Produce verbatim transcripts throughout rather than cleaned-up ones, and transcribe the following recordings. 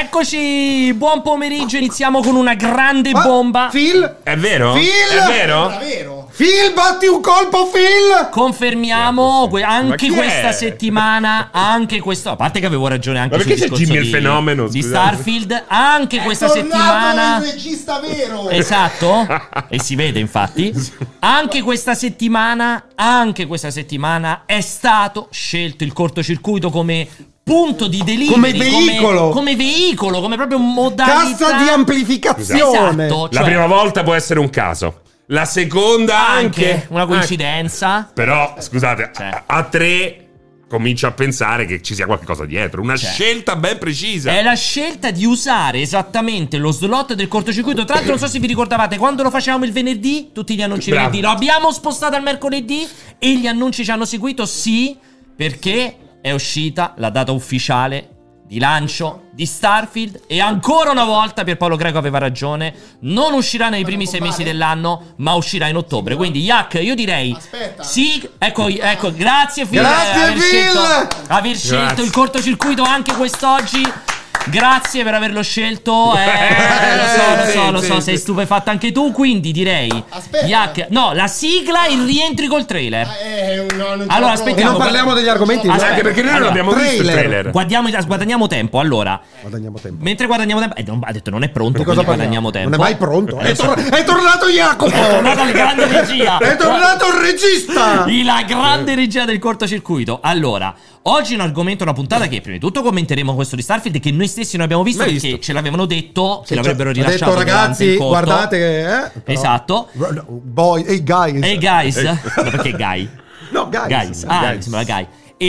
Eccoci, buon pomeriggio, iniziamo con una grande Ma, bomba. Phil? È vero? Phil? È vero? È vero. Phil, batti un colpo, Phil! Confermiamo que- anche Ma chi questa è? settimana, anche questo, a parte che avevo ragione anche Ma sul perché c'è discorso Jimmy il di, fenomeno, di scusate? Starfield, anche È questa tornato settimana. il regista vero! Esatto, e si vede infatti. Anche questa settimana, anche questa settimana è stato scelto il cortocircuito come punto di delivery, Come veicolo. come, come veicolo, come proprio modalità. Cassa di amplificazione! Esatto, La cioè, prima volta può essere un caso. La seconda anche, anche una coincidenza. Anche. Però, scusate, Cioè. a, a tre comincio a pensare che ci sia qualcosa dietro. Una Cioè. scelta ben precisa. È la scelta di usare esattamente lo slot del cortocircuito. Tra l'altro non so se vi ricordavate, quando lo facevamo il venerdì, tutti gli annunci Bravo. venerdì, lo abbiamo spostato al mercoledì e gli annunci ci hanno seguito, sì, perché è uscita la data ufficiale di lancio di Starfield. E ancora una volta Pierpaolo Greco aveva ragione, non uscirà nei primi sei mesi dell'anno, ma uscirà in ottobre. Quindi Yak, io direi Aspetta. sì, ecco, ecco, grazie Phil, Grazie, aver Phil! scelto, aver scelto Grazie. il cortocircuito anche quest'oggi. Grazie per averlo scelto. Eh, lo so, lo so, lo so, sei stupefatto anche tu. Quindi direi Aspetta. Yak, no, la sigla, il rientri col trailer. Eh, no, non ce Allora, la provo. aspettiamo. E non parliamo degli argomenti. Aspetta, Anche perché noi non allora, abbiamo visto il trailer. trailer. Guadagniamo, guadagniamo tempo. Allora, Guadagniamo tempo. mentre guadagniamo tempo, eh, non- ha detto non è pronto, Di cosa quindi parliamo? guadagniamo tempo. Non è mai pronto. È, Esatto. tor- è tornato Jacopo! È tornato il grande regia. È tornato il regista! La grande regia del cortocircuito. Allora, oggi è un argomento, una puntata che prima di tutto commenteremo questo di Starfield, che noi stessi non abbiamo visto Mai perché visto. ce l'avevano detto, che l'avrebbero Ha rilasciato detto durante ragazzi, il corto. guardate che eh, però- Esatto. Boy, hey guys. Hey guys. No, perché guy? No, guys. Guys. Ah, Guys. mi sembra guy.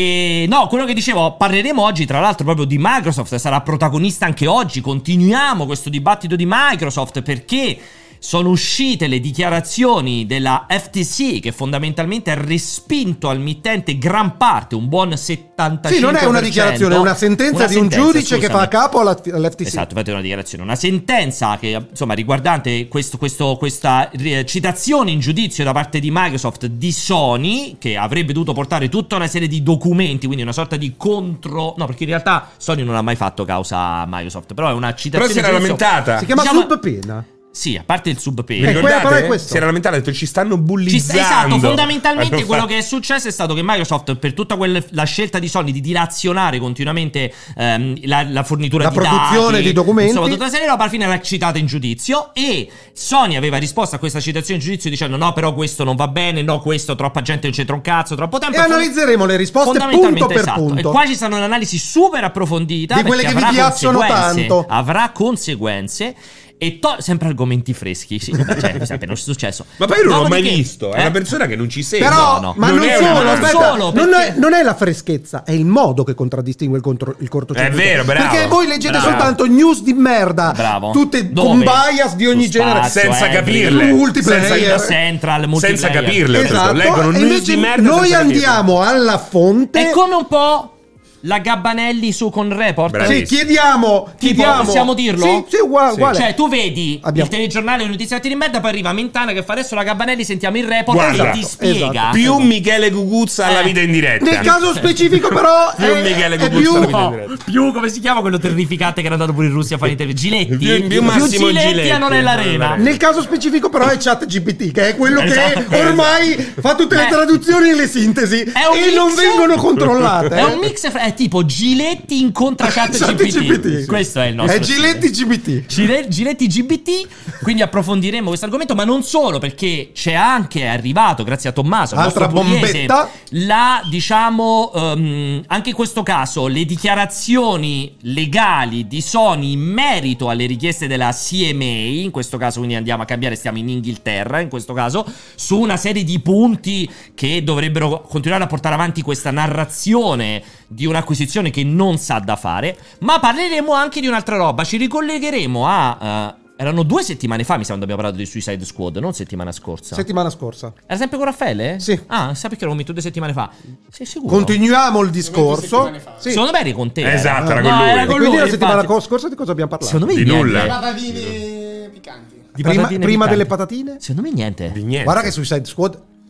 E no, quello che dicevo, parleremo oggi tra l'altro proprio di Microsoft, sarà protagonista anche oggi, continuiamo questo dibattito di Microsoft perché sono uscite le dichiarazioni della F T C che fondamentalmente ha respinto al mittente gran parte, un buon settantacinque per cento. Sì, non è una dichiarazione, è una sentenza Una di un sentenza, giudice che scusami. fa capo alla- all'F T C. Esatto, infatti è una dichiarazione, una sentenza che insomma riguardante questo, questo, questa eh, citazione in giudizio da parte di Microsoft di Sony, che avrebbe dovuto portare tutta una serie di documenti, quindi una sorta di contro... No, perché in realtà Sony non ha mai fatto causa a Microsoft, però è una citazione... Però si era in giudizio- lamentata. Si chiama Diciamo- subpena. Sì, a parte il subpay. Vi Eh, quella- però è ricordate? questo. Si era lamentata, ha detto ci stanno Ci bullizzando. sta- esatto, fondamentalmente Hanno quello fatto- che è successo è stato che Microsoft, per tutta quel- la scelta di Sony di dilazionare continuamente ehm, la, la fornitura La di produzione dati, di documenti. insomma tutta una serie di roba, alla fine l'ha citata in giudizio e Sony aveva risposto a questa citazione in giudizio dicendo no, però questo non va bene, no, questo troppa gente non c'entra un cazzo, troppo tempo. E analizzeremo le risposte punto Fondamentalmente per esatto. punto. E qua ci stanno un'analisi super approfondita Di quelle perché che vi avrà piacciono conseguenze, tanto. avrà conseguenze. E to- sempre argomenti freschi, sì, beh, cioè, questo è appena successo. Ma poi io non l'ho mai Dopodiché- visto. È eh? una persona che non ci segue. Però, No, no. ma Non non, è solo, una- aspetta, solo, non, perché- è, non è la freschezza, è il modo che contraddistingue il, contro, il cortocircuito. È vero, bravo. Perché voi leggete Bravo. soltanto news di merda, Bravo. tutte Dove? con bias di ogni Su genere. spazio, Senza Every, capirle. Multiplayer. Senza, Central, senza multiplayer. capirle. Esatto. Leggono E news invece di merda noi senza capirle. andiamo alla fonte. È come un po' la Gabbanelli su con Report. Bravissimo. Sì, chiediamo, Tipo, chiediamo. possiamo dirlo? Sì, sì, uguale, Sì. uguale. Cioè, tu vedi Abbiamo- il telegiornale, le notizie di merda, poi arriva Mentana che fa adesso la Gabbanelli, sentiamo il report Guarda, e ti spiega. esatto. Più Michele Guguzza alla Eh. vita in diretta. Nel caso specifico però Più è, Michele è Guguzza più alla vita in No, diretta. più come si chiama quello terrificante che era andato pure in Russia a fare interviste? Giletti? Più- più Massimo Giletti, Giletti. a non è l'arena. Nel caso specifico però è ChatGPT, che è quello Esatto. che ormai fa tutte le Eh. traduzioni e le sintesi È un e mix- non vengono controllate. È un mix, fra- è tipo Giletti incontra ChatGPT. ChatGPT. Questo è il nostro. È Giletti G B T. Gire- Giletti G B T, quindi approfondiremo questo argomento, ma non solo, perché c'è anche arrivato, grazie a Tommaso, il Altra nostro pugliese, bombetta. la, diciamo, ehm, anche in questo caso, le dichiarazioni legali di Sony in merito alle richieste della C M A, in questo caso quindi andiamo a cambiare, stiamo in Inghilterra, in questo caso, su una serie di punti che dovrebbero continuare a portare avanti questa narrazione di un'acquisizione che non sa da fare, ma parleremo anche di un'altra roba, ci ricollegheremo a... eh, erano due settimane fa, mi sa, quando abbiamo parlato di Suicide Squad, non settimana scorsa. Settimana scorsa. Era sempre con Raffaele? Sì. Ah, sai perché l'ho vinto due settimane fa? Sei sicuro? Continuiamo il discorso. Sì. Secondo me eri con te. Esatto, era No, con lui. era E con quindi lui, la settimana infatti. scorsa di cosa abbiamo parlato? Secondo me Di niente. nulla. Patatine piccanti. Di prima patatine prima piccanti. delle patatine? Secondo me niente. Di niente. Guarda che Suicide Squad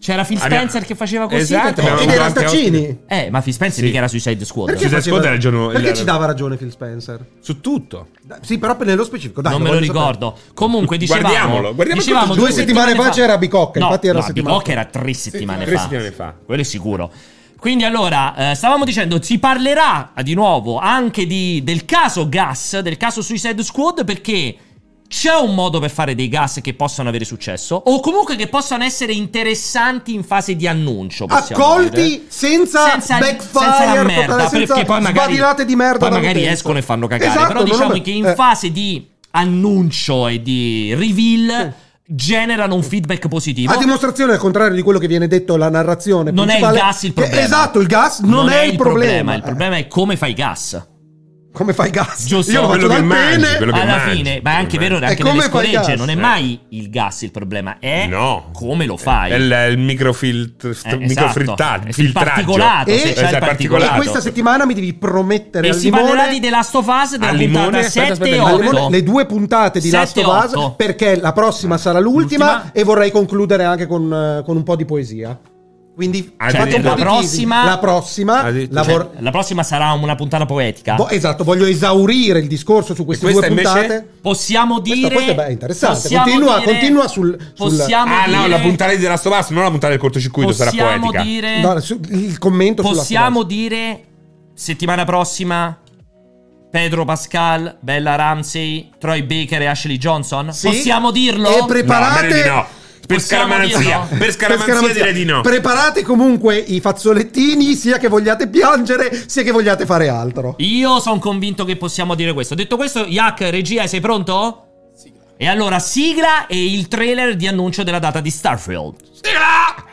C'era Phil Abbiamo- Spencer che faceva così. Esatto, perché- abbiamo Ed era anche Staccini. Eh, ma Phil Spencer Sì. mica era Suicide Squad. Perché, Suicide faceva- Squad ha ragione- perché il- ci dava ragione Phil Spencer? Su tutto. Sì, però nello specifico. Dai, non me lo voglio sapere. ricordo. Comunque dicevamo Guardiamolo, guardiamo dicevamo Due settimane fa c'era Bicocca, No, infatti era no, settimana Bicocca fa. era tre settimane Tre fa. settimane fa. Quello è sicuro. Quindi allora, eh, stavamo dicendo, si parlerà di nuovo anche di, del caso Gas, del caso Suicide Squad, perché c'è un modo per fare dei gas che possano avere successo, o comunque che possano essere interessanti in fase di annuncio, possiamo Accolti dire. senza, senza, backfire, senza la merda, totale, senza perché poi magari, sbadilate di merda poi da magari utente. escono e fanno cagare. Esatto, Però non diciamo lo- che in eh. fase di annuncio e di reveal generano un feedback positivo. A dimostrazione, al contrario di quello che viene detto, la narrazione Non è il principale, gas il che- problema. esatto, il gas non, è, il problema. Il problema è come fai gas. Come fai gas? Giusto. Io lo faccio Quello dal che mangi, pene. quello che Alla mangi, fine, ma è anche quello vero, che anche E come nelle fai scoregge gas? non è Eh. mai il gas il problema, è No. come lo fai. È il, il microfiltr- Eh, esatto. microfrittaggio, Il filtraggio. particolato, E- se c'è Esatto, il il particolato. particolato. E questa settimana mi devi promettere E al si parlerà limone di The Last of Us della Al limone, puntata aspetta, sette e aspetta, al limone otto. le due puntate di Last sette of e Us, otto. perché la prossima sarà l'ultima, L'ultima. e vorrei concludere anche con, eh, con un po' di poesia. Quindi Ah, fate cioè, un po' la di prossima- teasing. La prossima Addirittura. lavor- Cioè, la prossima sarà una puntata poetica. Vo- esatto, voglio esaurire il discorso su queste E due questa invece? puntate. Possiamo Questo, dire questo è beh, interessante. possiamo Continua, dire- continua sul, sul- Possiamo Ah, no, dire la puntata di The Last of Us, non la puntata del cortocircuito, sarà Possiamo poetica. dire no, su- il commento sulla Possiamo storia. dire settimana prossima Pedro Pascal, Bella Ramsey, Troy Baker e Ashley Johnson? Sì. Possiamo dirlo? E No, preparate direi di no. Per Possiamo scaramanzia, dirlo? per Per scaramanzia scaramanzia. direi di no. Preparate comunque i fazzolettini, sia che vogliate piangere, sia che vogliate fare altro. Io sono convinto che possiamo dire questo. Detto questo, Yak, regia, sei pronto? Sigla. E allora, sigla e il trailer di annuncio della data di Starfield. Sigla!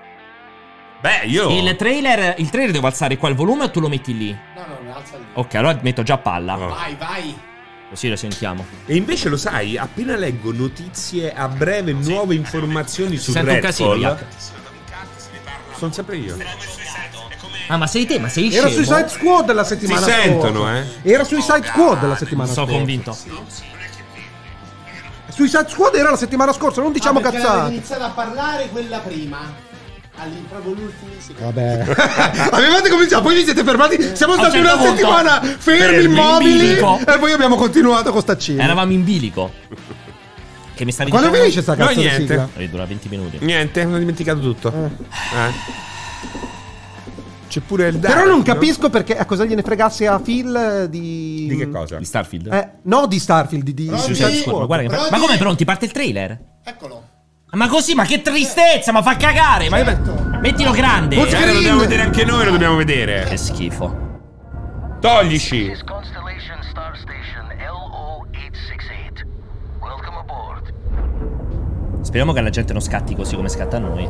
Beh, io Il trailer, il trailer devo alzare qua il volume o tu lo metti lì? No, no, no, alza lì. Ok, allora metto già palla. No. Vai, vai. Così lo sentiamo. E invece lo sai, appena leggo notizie a breve, nuove informazioni su Sento un casino, Redfall, Yak. sono sempre io. Ah, ma sei te, ma sei Era scemo? Suicide Squad la settimana Si scorsa. sentono, eh. Era Suicide Squad la settimana Sono scorsa. convinto. Suicide Squad era la settimana scorsa, non diciamo Ah, perché cazzate. avevi iniziato a parlare quella prima. Allì, proprio l'ultimo secondo. Vabbè. Avevate cominciato, poi vi siete fermati. Siamo A un stati certo una punto, settimana fermi, fermi, immobili. bilico. E poi abbiamo continuato con sta cina. Eravamo in bilico. Che mi stavi Quando dicendo? finisce sta No, cazzo di niente. sigla? Eh, dura venti minuti. Niente, ho dimenticato tutto. Eh. C'è pure il Però Dark, non no? capisco perché a cosa gliene fregasse a Phil di. Di che cosa? Di Starfield? Eh, no, di Starfield, di, di Pronti? Suicide Scusa, Squad. ma guarda che- Pronti? ma come pronti? Parte il trailer? Eccolo. Ma così, ma che tristezza, ma fa cagare. Ma Certo. mettilo grande. Forse- Eh, lo dobbiamo Screen. vedere anche noi, lo dobbiamo vedere. Che schifo. Toglici. This is Constellation Star Station L O eight six eight. Welcome aboard. Speriamo che la gente non scatti così come scatta a noi.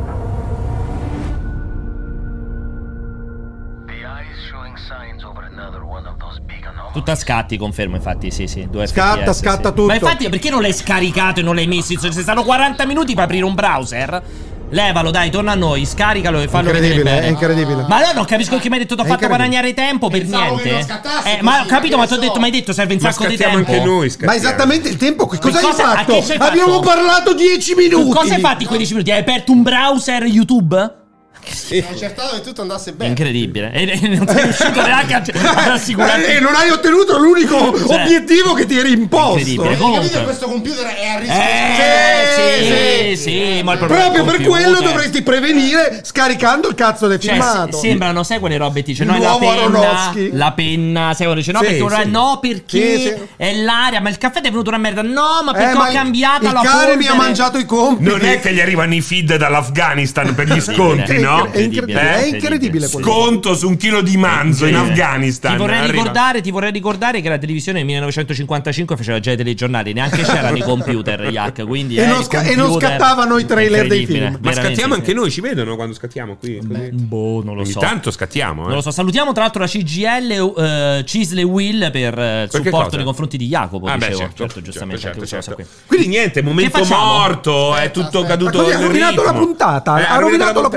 The eye is showing signs over another one of those big anomalies. Tutta scatti, confermo, infatti, sì, sì. Due Scatta, F P S, scatta sì. tutto. Ma infatti, perché non l'hai scaricato e non l'hai messo? Se stanno quaranta minuti per aprire un browser. Levalo, dai, torna a noi, scaricalo e fallo vedere Incredibile, bene. è incredibile. Ma allora non capisco che mi hai detto ti ho È fatto incredibile. guadagnare tempo per Pensavo che niente. non scattasse Eh, ma ho così, capito, ma ma ti che ho detto, so. mi hai detto serve un Ma sacco di scattiamo tempo. anche noi, scattiamo. Ma esattamente il tempo, che cosa hai cosa- a che fatto? ci hai fatto? Abbiamo parlato dieci minuti. Tu cosa hai fatto in quei dieci minuti? Hai aperto un browser YouTube? Sono accertato che tutto andasse È bene. incredibile. E e non sei riuscito neanche a- ad assicurarti. E non hai ottenuto l'unico Cioè, obiettivo che ti eri imposto. incredibile. Avete capito Comunque. che questo computer è a rischio? Eh, sì, sì, ma il problema Proprio del per computer. quello dovresti prevenire scaricando il cazzo del Cioè, filmato. se- sembrano, sai quelle robe? Ti dice, Il no, è la nuovo penna, Aronofsky. la penna, sai quando dice, no, Sì, perché ora sì. no, perché Sì, sì. è l'aria, ma il caffè è venuto una merda. No, ma perché Eh, ho ma il- cambiato il la cane mi polvere. ha mangiato i compiti. Non è che gli arrivano i feed dall'Afghanistan per gli sconti, È no? incre- è incredibile, Eh? è incredibile quello. Sconto su un chilo di manzo in Incredibile. Afghanistan. Ti vorrei, Arriva. ricordare, ti vorrei ricordare che la televisione nel millenovecentocinquantacinque faceva già i telegiornali, neanche c'erano i computer, Yak, quindi E eh, non il sca- e non computer- scattavano i trailer dei incredibile, film. Ma veramente scattiamo anche incredibile. noi, ci vedono quando scattiamo qui? Così? Boh, non lo Ogni so. tanto scattiamo, eh. Non lo so, salutiamo tra l'altro la C G L, eh, Cisle e Will per eh, il Per che supporto cosa? nei confronti di Jacopo, Ah, beh, dicevo. certo, certo, giustamente, certo, anche questa certo. cosa qui. Quindi niente, momento facciamo? morto, è Aspetta, tutto aspetta. caduto Ma così ha il rovinato ritmo. la puntata, Eh, ha rovinato la puntata. Più che Sì.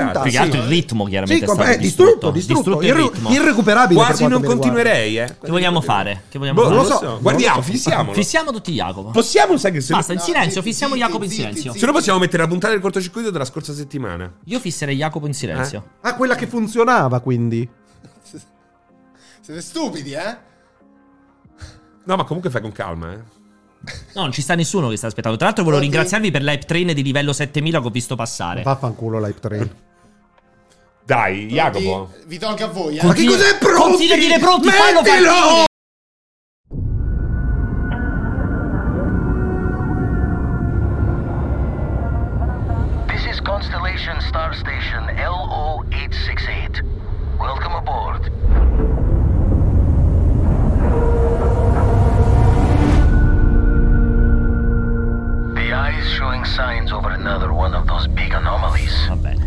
l'altro il ritmo chiaramente Sì, è stato com'è? distrutto, distrutto, distrutto, il irre- ritmo. irrecuperabile. per Quasi quanto non mi riguarda. continuerei, eh. Che vogliamo fare? Che vogliamo Boh, fare? non lo so. Guardiamo, fissiamolo. Fissiamo tutti Jacopo. Possiamo, sai che se Basta, in No, silenzio, zitti, fissiamo zitti, Jacopo in zitti, silenzio. zitti. se no possiamo mettere la puntata del cortocircuito della scorsa settimana. Io fisserei Jacopo in silenzio. Ah, quella che funzionava, quindi. Siete stupidi, eh? No, ma comunque fai con calma, eh. No, non ci sta nessuno che sta aspettando. Tra l'altro volevo Pronti? ringraziarvi per l'hype train di livello settemila che ho visto passare. Vaffanculo l'hype train. Dai, Jacopo. Pronti? Vi tolgo a voi, eh? Ma che cos'è pronti? Continua a dire pronti, fallo Mettilo! partire. This is Constellation Star Station L O eight sixty-eight. Welcome aboard. The eye is showing signs over another one of those big anomalies. Va bene.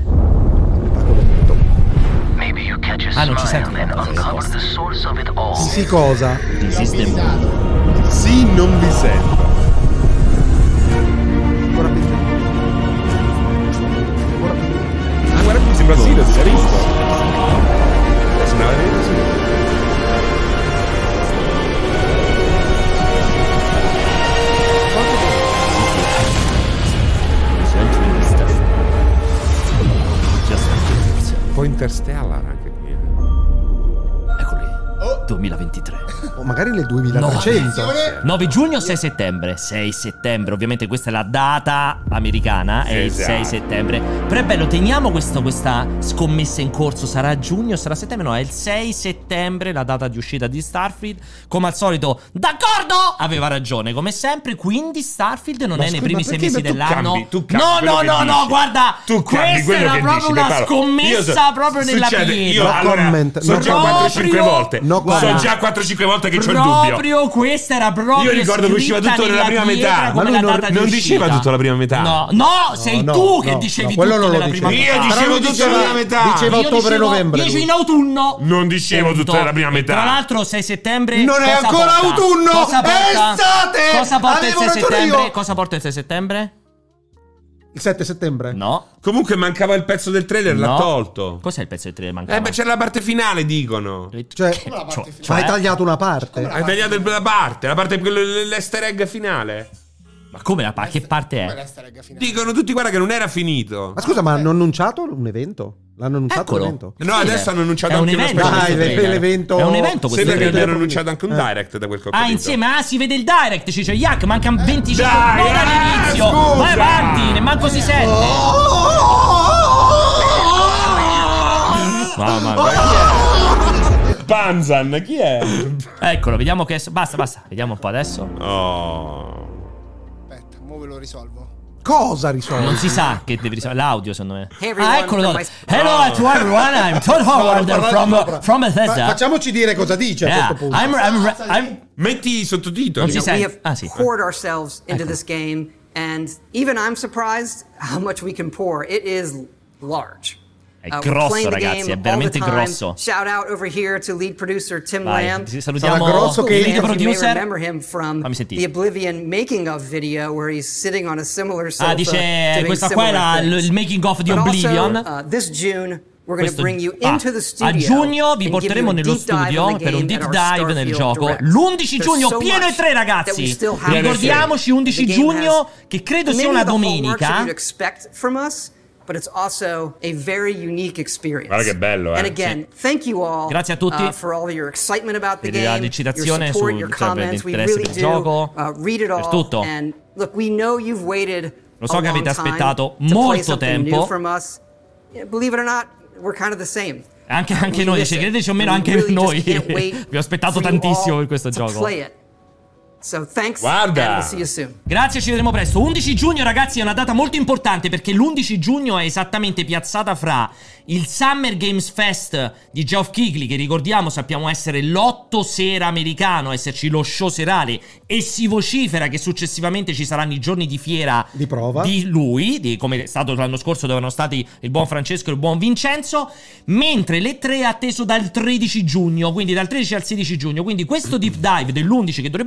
Maybe you catch a Ah, non ci smile senti and la cosa uncover risposta. the source of it all. Sì, cosa? This L'ho is the avvisato. Sì, non vi sento. Ancora peggio. Ancora peggio. Ah, guarda come sembra Sirius, si è visto? Adesso me la vedo così. Un po' Interstellar anche qui. Eccoli. Oh. duemilaventitré. O magari nel duemilatrecento. Attenzione. nove giugno o sei settembre? sei settembre, ovviamente questa è la data americana, è il Esatto. sei settembre. Però è bello, teniamo questo- questa scommessa in corso, sarà giugno o sarà settembre? No, è il sei settembre la data di uscita di Starfield. Come al solito, d'accordo! Aveva ragione, come sempre, quindi Starfield non Ma è nei scusa, primi ma sei perché mesi tu dell'anno. cambi- tu cambi no, quello no, che no, no, dici. guarda, Tu cambi questa quello era che proprio dici, una Paolo. Io scommessa so- proprio nella succede, io pietra. No allora comment, so no già comment. quattro cinque Proprio- volte. No so comment. già quattro cinque volte che c'ho il dubbio. Proprio questa era proprio Io ricordo che usciva scritta tutto nella prima pietra metà. come Ma lui la non- data di non uscita. diceva tutto la prima metà. No, no, sei no, tu che no, dicevi no, quello tutto non lo nella prima diceva. Io metà. dicevo lui tutto nella metà. Diceva Io ottobre-novembre. dicevo lui. in autunno. Non dicevo Punto. tutto nella prima E metà. Tra l'altro sei settembre Non è cosa ancora porta? autunno, Cosa è porta? estate! Cosa porta il Avevo sei ragione settembre? io. Cosa porta il sei settembre? Il sette settembre? No. Comunque mancava il pezzo del trailer, l'ha No. tolto. Cos'è il pezzo di tre mancava? Eh, beh, c'era la parte finale, dicono. Cioè, Come la parte Cioè- finale? ma hai tagliato una parte? Hai tagliato il- la parte, la parte quello- l'easter egg finale. Ma come la pa- che parte Come è? resta, raga, finale? Dicono tutti, guarda, che non era finito. Ma scusa, ma hanno annunciato un evento? L'hanno annunciato Eccolo. l'evento? No, Sì, adesso è- hanno annunciato è un anche una evento specie Dai, questo le- trailer. l'evento- È un evento questo Sembra che trailer. abbiano annunciato anche un direct da quel che ho Ah, capito. insieme, ah, si vede il direct. Ci dice Yak, mancano venticinque Dai, minuti all'inizio. eh, scusa! Vai avanti, ne manco si sente. Mamma mia. Panzan, chi è? Eccolo, vediamo che. Basta, basta. Vediamo un po' adesso. Oh. Aspetta, mo ve lo risolvo. Cosa risolve? Non si sa che devi risolvere. L'audio, secondo me. Hey, everyone, Ah, eccolo. from no. my- Hello to everyone. I'm Todd Howard No, no, from, parla- from Fa- Bethesda. facciamoci dire cosa dice a Yeah, questo punto. I'm, I'm, I'm, Metti i sottotitoli. Non si You know, we sente. have Ah, sì. poured ourselves into this game, and even I'm surprised how much we can pour. It is large. È Uh, we're grosso, playing the ragazzi, game è all veramente the time. grosso. Shout out over here to lead producer Tim Vai, Lamb. sì, salutiamo Sarà grosso che il il video Fans, you may producer. remember him from Fammi sentire. the Oblivion making of video where he's sitting on a similar sofa Ah, dice doing questa qua similar era il, things. il making of di But Oblivion. Also, uh, this June we're going Questo- to bring you ah, into the studio. a giugno vi and porteremo give you a nello deep dive studio on the per un game deep at our dive nel Starfield gioco. Direct. L'undici There's giugno, so pieno e much tre that we ragazzi. still have to Ricordiamoci do. undici The game giugno, has che credo sia many una of the hallmarks that domenica. you'd expect from us, but it's also a very unique experience. Guarda che bello, eh. And again, thank you all Grazie a tutti. uh, for all your excitement about the Per la game, eccitazione your support, sul- your cioè, per comments. We l'interesse really per il do gioco, uh, read it per all. tutto. And look, we know you've waited Lo so a che avete long time aspettato to play molto something tempo. new from us. Yeah, believe it or not, we're kind of the same. Anche, anche We noi, miss dice, it. credeteci o meno, We anche really noi. just can't wait Vi ho aspettato for you tantissimo all per questo to gioco. play it. So thanks, Guarda. and we'll see you soon. Grazie, ci vedremo presto. undici giugno, ragazzi, è una data molto importante perché l'undici giugno è esattamente piazzata fra il Summer Games Fest di Geoff Keighley, che ricordiamo sappiamo essere l'otto sera americano, esserci lo show serale, e si vocifera che successivamente ci saranno i giorni di fiera Di prova. di lui, di, come è stato l'anno scorso dove erano stati il buon Francesco e il buon Vincenzo, mentre l'E tre è atteso dal tredici giugno, quindi dal tredici al sedici giugno. Quindi questo deep dive dell'undici, che dovrebbe essere una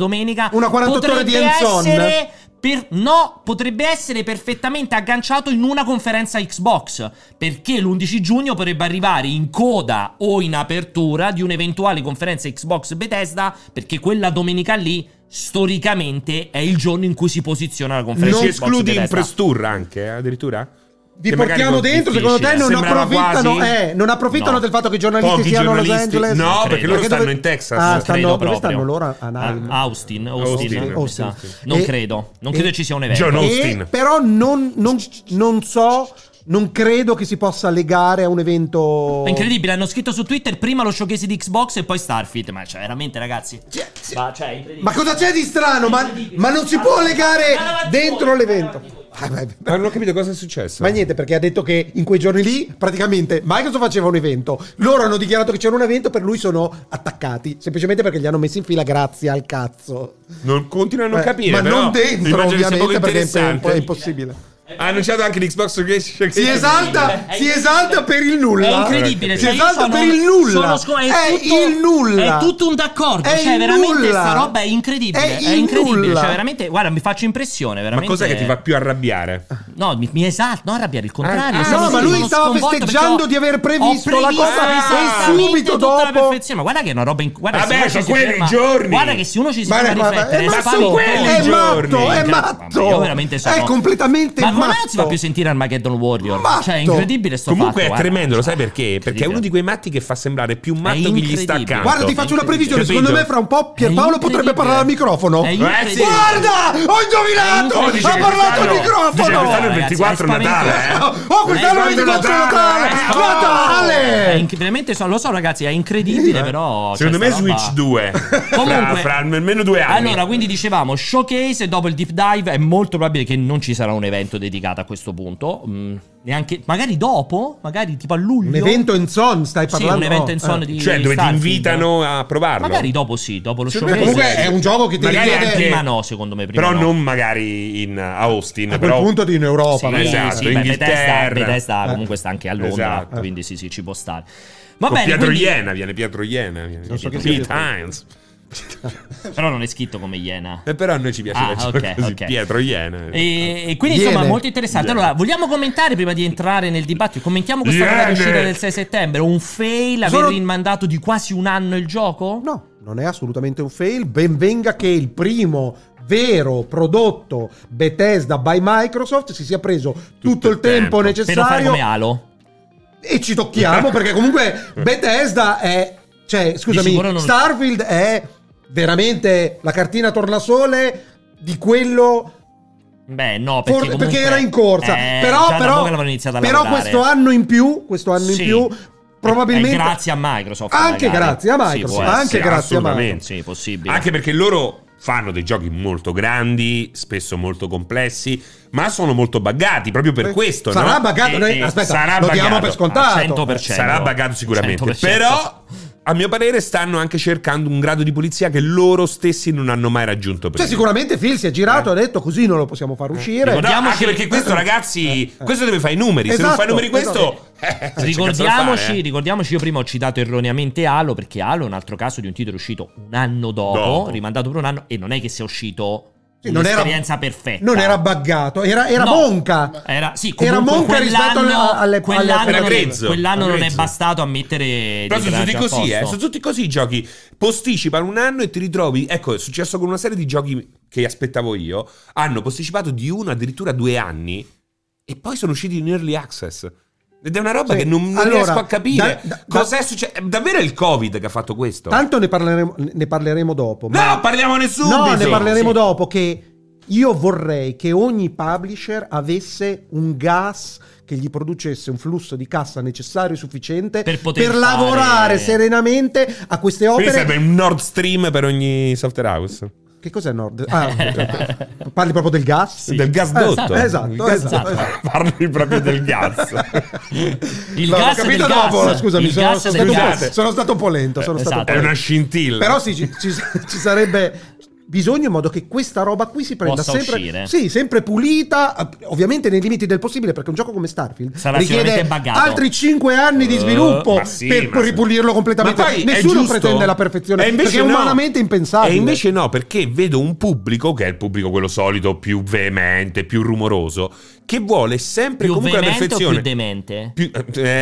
domenica. Una quarantotto ore di potrebbe hands-on. essere per, no, potrebbe essere perfettamente agganciato in una conferenza Xbox, perché l'undici giugno potrebbe arrivare in coda o in apertura di un'eventuale conferenza Xbox Bethesda, perché quella domenica lì storicamente è il giorno in cui si posiziona la conferenza Non Xbox escludi in Bethesda. press tour anche, addirittura? Vi Che portiamo magari dentro, secondo te non Sembrava approfittano, quasi- eh, non approfittano No. del fatto che i giornalisti Pochi siano a Los giornalisti. Angeles? No, Credo. perché loro Perché stanno dove- in Texas. Ah, Non stanno, credo dove proprio. stanno loro? A Anaheim. Ah, Austin, Austin, Austin. mi sa. Austin. Non E- credo, non e- credo ci sia un evento. John E, Austin. però non, non, non so, non credo che si possa legare a un evento. È incredibile, hanno scritto su Twitter prima lo showcase di Xbox e poi Starfield. Ma cioè, veramente, ragazzi. Ma, cioè, è incredibile. Ma cosa c'è di strano? Ma, ma non si può legare dentro l'evento. Ah, beh, beh. Ma non ho capito cosa è successo. Ma niente, perché ha detto che in quei giorni lì praticamente Microsoft faceva un evento. Loro hanno dichiarato che c'era un evento, per lui sono attaccati. Semplicemente perché li hanno messi in fila grazie al cazzo. Non continuano a non Eh, capire. ma però non dentro, immagino sia poco ovviamente, perché è interessante. imp- è impossibile. Ha annunciato anche l'Xbox Showcase. Si esalta, si esalta per il nulla. È incredibile, Si cioè, io esalta sono- per il nulla. sono sco- è, È tutto, il nulla. È tutto un d'accordo. È Cioè, il veramente nulla. sta roba è incredibile. È È, il incredibile. nulla. Cioè, veramente, guarda, mi faccio impressione. Ma Veramente. cos'è che ti fa più arrabbiare? No, mi, mi esalta, non arrabbiare, il contrario. Ah, sono- no, ma lui sono stava sconvolto festeggiando perché ho- di aver previsto ho la previsto cosa e esattamente subito tutta la dopo- perfezione. Ma guarda che è una roba in guarda, Vabbè, se uno ci sono si quelli ferma- i giorni. Guarda che se uno ci si Ma, ferma a ma- ma- riflettere, è è matto, spaventoso. quelli è i giorni. matto, è Vabbè, matto. io veramente sono- È completamente Ma come matto. non si fa più sentire Armageddon Warrior? Matto. Cioè, è incredibile sto Comunque fatto, è guarda. tremendo, lo sai Cioè, perché? Perché è incredibile. uno di quei matti che fa sembrare più matto chi gli sta incredibile. accanto. Guarda, ti faccio una previsione. Capito? Secondo me, fra un po' Pierpaolo È potrebbe incredibile. parlare al microfono. È Eh, incredibile. Guarda, ho indovinato! Oh, dice Ha che parlato al quest'anno- dice che microfono! quest'anno è il Ragazzi, ventiquattro è Natale, eh? Oh, quest'anno è il ventiquattro Natale! Eh, oh. È Natale! inc- veramente so- lo so, ragazzi, è incredibile, però. Secondo cioè, me sta roba- Switch due. Comunque, fra, fra almeno due anni. Allora, quindi dicevamo showcase e dopo il deep dive è molto probabile che non ci sarà un evento dedicato a questo punto. Mm, neanche, magari dopo, magari tipo a luglio. Un evento in son, stai Sì, parlando? un evento in Oh, son eh. di Cioè, dove ti Starfield. invitano a provarlo. Magari dopo sì, dopo lo Secondo me showcase. Comunque è un gioco che ti Magari richiede anche- Prima no, secondo me. Prima Però no. non magari in a Austin. a quel però... punto di in Europa. Sì, magari. esatto, sì, beh, Bethesda, Inghilterra. Bethesda Eh. comunque sta anche a Londra, Esatto. quindi sì, sì, ci può stare. Va Con bene, Pietro quindi- Iena, viene Pietro Iena. Viene Non so Pete chi sia Pietro. Hines. Però non è scritto come Iena. E però a noi ci piace Ah, leggere ok, così. ok. Pietro Iena. E, e quindi Iene. insomma molto interessante. Allora, vogliamo commentare prima di entrare nel dibattito? Commentiamo questa Iene. cosa che è uscita del sei settembre. Un fail, aver Sono- rimandato di quasi un anno il gioco? No, non è assolutamente un fail. Ben venga che il primo vero prodotto Bethesda by Microsoft si sia preso tutto, il il tempo, tempo. Per non fare necessario come Halo. e ci tocchiamo perché comunque Bethesda è, cioè scusami, sicuro non- Starfield è veramente la cartina tornasole di quello. Beh, no, perché, For- comunque, perché era in corsa, eh, però, già da però, poco l'avevano iniziato a però lavorare. questo anno in più, questo anno Sì. in più, probabilmente È grazie a Microsoft. Anche magari. grazie a Sì, Microsoft, può anche essere. grazie a assolutamente. Microsoft. Sì, possibile. Anche perché loro fanno dei giochi molto grandi, spesso molto complessi, ma sono molto buggati proprio per questo. Sarà no? buggato, E- noi- e aspetta, sarà lo diamo buggato. per scontato. cento per cento. Sarà buggato sicuramente. cento per cento. Però, a mio parere, stanno anche cercando un grado di pulizia che loro stessi non hanno mai raggiunto prima. Cioè sicuramente Phil si è girato e ha detto così non lo possiamo far uscire. No, Ricordiamoci- anche perché questo, ragazzi, questo deve fare i numeri. Se non Esatto, fai i numeri questo, esatto. eh, c'è cazzo da Ricordiamoci, fare, eh. ricordiamoci, io prima ho citato erroneamente Halo, perché Halo è un altro caso di un titolo uscito un anno dopo, Dopo. rimandato per un anno, e non è che sia uscito Sì, non era- un'esperienza perfetta. Non era buggato, era, era No. monca. Era, sì, Era comunque monca rispetto alle- quell'anno- alle- quell'anno alle- Era non è- grezzo, quell'anno era non è grezzo. bastato a mettere Però dei sono tutti granaggi a così, eh, posto. sono tutti così i giochi. Posticipano un anno e ti ritrovi. Ecco, è successo con una serie di giochi che aspettavo io. Hanno posticipato di uno addirittura due anni e poi sono usciti in early access. Ed è una roba Sì. che non, non Allora, riesco a capire. da- da- Cos'è successo? Davvero è il Covid che ha fatto questo? Tanto ne parleremo, ne parleremo dopo. No, ma- parliamone subito. No, ne parleremo Sì. dopo. Che io vorrei che ogni publisher avesse un gas che gli producesse un flusso di cassa necessario e sufficiente Per poter fare- lavorare serenamente a queste Quindi opere. serve un Nord Stream per ogni software house. Che cos'è Nord? Ah, parli proprio del gas? Del gasdotto. Eh, esatto, Il gas- esatto. Parli proprio del gas. Il No, l'ho gas capito del dopo, gas. scusami, Il sono, gas sono del stato un po', gas. sono stato un po' lento. Sono stato un Esatto. po' È lento. una scintilla. Però sì, ci, ci- ci sarebbe bisogno in modo che questa roba qui si prenda Possa sempre, uscire. sì, sempre pulita, ovviamente nei limiti del possibile, perché un gioco come Starfield Sarà richiede sicuramente buggato. altri cinque anni di sviluppo ma sì, per ma sì. ripulirlo completamente. Ma poi è Nessuno giusto. pretende la perfezione, E invece perché è no. umanamente impensabile. E invece no, perché vedo un pubblico, che è il pubblico quello solito, più veemente, più rumoroso, che vuole sempre Più comunque la veemente o perfezione. più demente? Più-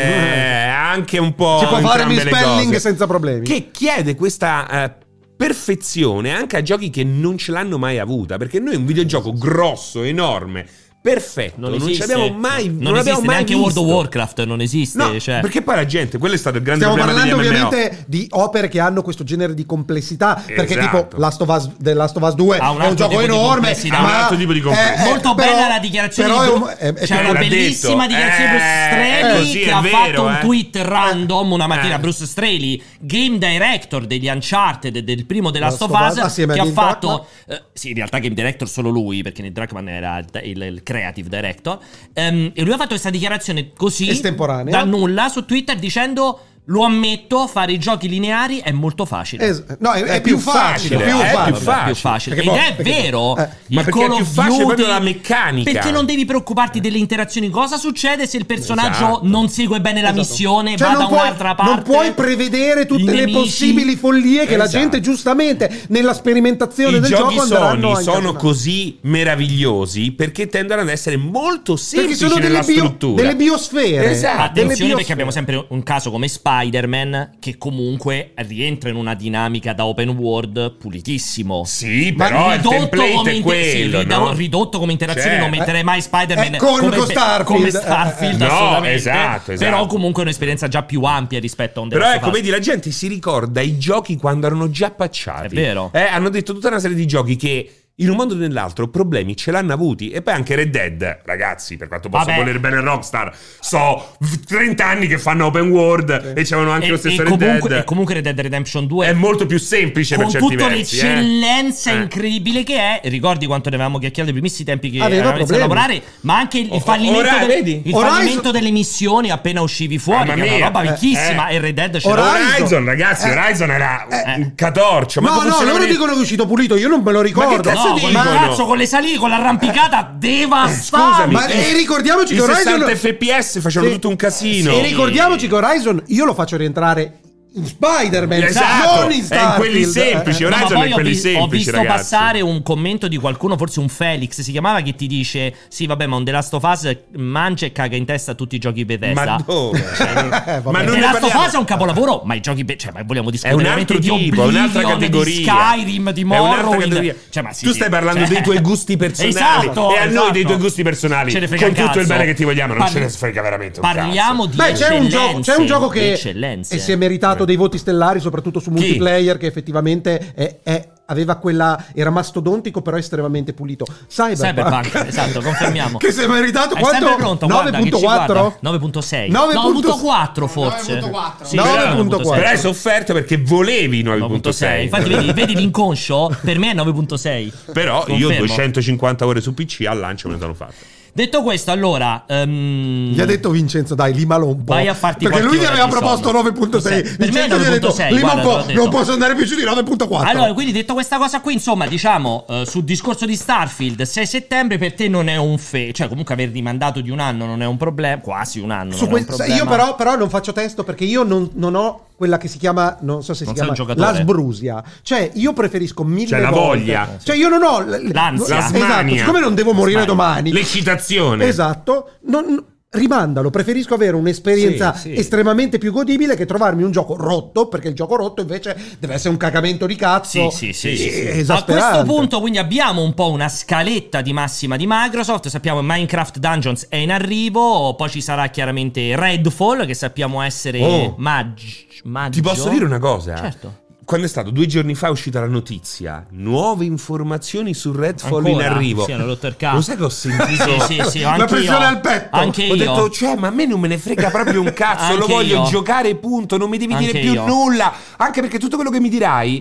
eh, anche un po' Si può fare entrambe le misspelling cose. senza problemi. Che chiede questa eh, perfezione anche a giochi che non ce l'hanno mai avuta, perché noi un videogioco grosso, enorme, perfetto, non, esiste. ci abbiamo mai non, non esiste abbiamo mai neanche visto. World of Warcraft, non esiste, No, cioè. perché poi la gente, quello è stato il grande Stiamo problema parlando degli M M O. ovviamente di opere che hanno questo genere di complessità, perché Esatto. tipo Last of Us, The Last of Us due Ha un è un altro gioco tipo di enorme, complessità. ma Un altro tipo di complessità. Molto però- bella la dichiarazione però di è Bru- un- è- è- c'è una l'ha bellissima detto. dichiarazione di Bruce Eh, Straley così, che è ha vero, fatto un eh. tweet random una mattina. Eh. Bruce Straley, game director degli Uncharted e del primo The Last Last of of Us, Us, assieme che a ha Neil fatto eh, sì, in realtà game director solo lui, perché Neil Druckmann era il, il- il creative director. Ehm, e lui ha fatto questa dichiarazione così Estemporanea. da nulla su Twitter dicendo: lo ammetto, fare i giochi lineari è molto facile. Es- no, è, è È più più facile, facile, più è facile. più facile. più facile. Perché Ed poi- è perché- vero, eh, il ma perché Call è più of facile Duty- proprio la meccanica. Perché non devi preoccuparti delle interazioni. Cosa succede se il personaggio Esatto. non segue bene la Esatto. missione, Cioè, va da non puoi- un'altra parte? non puoi prevedere I tutte le nemici. possibili follie che la Esatto. gente giustamente nella sperimentazione I del giochi gioco andranno Sony a sono incatenare. così meravigliosi perché tendono ad essere molto Perché semplici sono nella delle, bio- struttura. delle biosfere. Esatto. Delle Attenzione, biosfere. perché abbiamo sempre un caso come Spider-Man, che comunque rientra in una dinamica da open world pulitissimo. Sì, Ma però il ridotto template come, è inter- sì, quello, rido- no? ridotto come interazione, Cioè, non metterei mai Spider-Man eh, con- come, con Starfield. come Starfield, Eh, eh, eh. assolutamente. No, esatto, esatto. Però comunque è un'esperienza già più ampia rispetto a un The Però Last of ecco, Us. vedi, la gente si ricorda i giochi quando erano già patchati. È vero. Eh, hanno detto tutta una serie di giochi che in un modo o nell'altro problemi ce l'hanno avuti. E poi anche Red Dead, ragazzi, per quanto possa Vabbè. volere bene Rockstar, so trenta anni che fanno open world e c'avevano anche E, lo stesso e Red comunque, Dead. e comunque Red Dead Redemption due È molto più semplice con per certi tutta versi. eh. l'eccellenza Eh. incredibile che è. Ricordi quanto ne avevamo chiacchierato nei primissimi tempi che Aveva avevamo iniziato a problemi. lavorare, ma anche il, il O- fallimento, ora, del- vedi? il Horizon- fallimento delle missioni appena uscivi fuori, Mamma che è una mia. roba Eh, vecchissima. eh. E Red Dead ce Horizon- l'ha. Horizon, ragazzi, Eh. Horizon era Eh. un catorcio. No, manco no, funzionava loro ne- dicono che è uscito pulito, io non me lo ricordo. che cazzo No, dicono? con il cazzo, con le salite, con l'arrampicata devastante. Scusami, Ma e ricordiamoci i che Horizon sessanta F P S facevano Sì. tutto un casino. E ricordiamoci che Horizon io lo faccio rientrare in Spider-Man, Esatto, non in è in Starfield. quelli semplici. Eh, eh. No, ma Horizon poi è ho, quelli vi- semplici, ho visto ragazzi. passare un commento di qualcuno, forse un Felix si chiamava, che ti dice: sì, vabbè, ma un The Last of Us mangia e caga in testa a tutti i giochi Bethesda. Ma dove? Eh, vabbè. Ma non The ne Last of parliamo. Us è un capolavoro, ma i giochi be- cioè, ma vogliamo È discutere un veramente altro di tipo, è un'altra Oblivion, categoria. di Skyrim, di È un'altra Morrowind. categoria. Cioè, ma sì, tu sì. stai parlando Cioè- dei tuoi gusti personali Esatto, e a noi esatto. dei tuoi gusti personali. Ce ne frega Con un tutto il cazzo. bene che ti vogliamo, non Parli- ce ne frega veramente un Parliamo cazzo. di Beh, c'è un, eccellenze, gioco, c'è un gioco di che eccellenze. e si è meritato dei voti stellari, soprattutto su multiplayer, che effettivamente è, è- aveva quella, era mastodontico però estremamente pulito. Cyberpunk, Cyberpunk, esatto, confermiamo. che si è meritato È quanto? sempre pronto, guarda, che ci nove virgola quattro? guarda. nove virgola sei. nove nove punto- virgola quattro forse. nove virgola quattro. Sì, nove nove virgola virgola sei. quattro. Però hai sofferto perché volevi nove virgola sei. Infatti vedi, vedi l'inconscio, per me è nove virgola sei. Però io Confermo. duecentocinquanta ore su P C al lancio me ne sono fatte. Detto questo, allora ehm, Gli ha detto Vincenzo, dai, limalo un po'. vai a farti perché lui qualche gli ora aveva di proposto sonno. nove virgola sei. Per me è Vincenzo gli ha detto, nove virgola sei, lima un guarda, te po', l'ho detto. non posso andare più giù di nove virgola quattro. Allora, quindi detto questa cosa qui, insomma, diciamo, eh, sul discorso di Starfield, sei settembre per te non è un fe, cioè comunque aver rimandato di un anno non è un problema, quasi un anno Su non è un questo- problema. io però, però non faccio testo perché io non, non ho quella che si chiama, non so se Non si sei un chiama giocatore. la sbrusia. Cioè io preferisco mille Cioè, la volte. voglia. Cioè io non ho l- L'ansia. La Esatto, smania. siccome non devo morire Smania. domani. L'eccitazione. Esatto, non- rimandalo, preferisco avere un'esperienza Sì, sì. estremamente più godibile che trovarmi un gioco rotto, perché il gioco rotto invece deve essere un cagamento di cazzo. Sì, sì, sì, e- sì, sì. A esasperante. questo punto quindi abbiamo un po' una scaletta di massima di Microsoft. Sappiamo che Minecraft Dungeons è in arrivo, poi ci sarà chiaramente Redfall, che sappiamo essere Oh. mag- maggio. Ti posso dire una cosa? Certo. Quando è stato? Due giorni fa è uscita la notizia. Nuove informazioni su Redfall Ancora? in arrivo. Sì, hanno rotto il cazzo. Lo sai che ho sentito? Sì, sì, sì, La anche pressione io. al petto. Anche Ho io. detto, cioè, ma a me non me ne frega proprio un cazzo. Lo Anche voglio io. giocare, punto. Non mi devi Anche dire più io. nulla. Anche perché tutto quello che mi dirai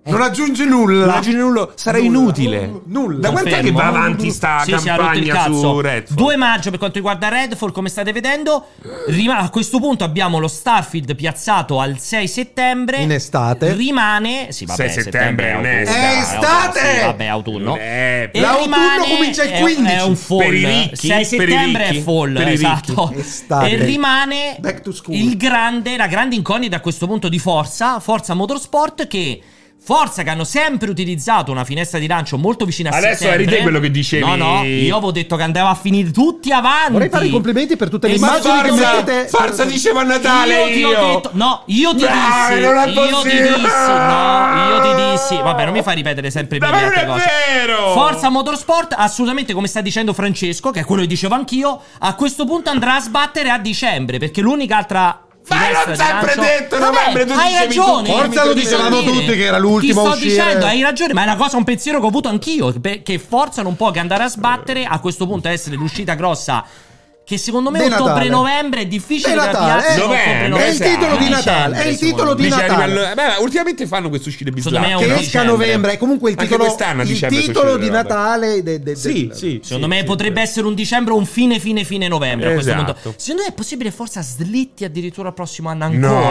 Non aggiunge nulla. Non aggiunge nulla, sarà Nulla. inutile. Nulla. Da quant'è che va avanti sta Sì, si è rotto il campagna cazzo. su Redfall? due maggio per quanto riguarda Redfall, come state vedendo. Rima- a questo punto abbiamo lo Starfield piazzato al sei settembre. In estate. Rimane. Sì, vabbè, sei settembre non è autunno. estate. È estate! Sì, vabbè, autunno. Non è- E L'autunno rimane- comincia il è- quindici. È un fall. Per i ricchi, sei per i settembre ricchi, è fall. per i ricchi. Esatto. Estate. E rimane Back to school. il grande, la grande incognita a questo punto di Forza, Forza Motorsport, che Forza che hanno sempre utilizzato una finestra di lancio molto vicina a Adesso settembre. eri te quello che dicevi. No, no, io avevo detto che andava a finire tutti avanti. Vorrei fare i complimenti per tutte le E immagini che Forza, mettete. Forza diceva a Natale io ti io. ho detto, no, io ti Dai, dissi, non è io ti possibile. dissi, no, io ti dissi, vabbè, non mi fai ripetere sempre Ma mille non altre è cose. vero! Forza Motorsport, assolutamente come sta dicendo Francesco, che è quello che dicevo anch'io, a questo punto andrà a sbattere a dicembre, perché l'unica altra Ma finestra l'ho di sempre lancio- detto, Vabbè, novembre, tu hai dicevi ragione. tu, Forza lo Ti dicevamo sto tutti dire. che era l'ultimo Ti a sto uscire. dicendo, hai ragione, ma è una cosa, un pensiero che ho avuto anch'io, che che Forza non può che andare a sbattere a questo punto, essere l'uscita grossa. Che secondo me Di Natale. ottobre-novembre è difficile Di da Natale, piazzare. eh, novembre, è il titolo di Natale, è il titolo di Dice, arriva Natale. il- Beh, ultimamente fanno queste uscite Secondo me è bislacche. un Che esca a dicembre. novembre, è comunque il Anche titolo, quest'anno a il dicembre titolo sono di uscite le robe. Natale. de- de- Sì, de- sì. Secondo sì, me sì, potrebbe sì. essere un dicembre o un fine fine fine novembre a questo Esatto. punto. Secondo me è possibile Forza slitti addirittura al prossimo anno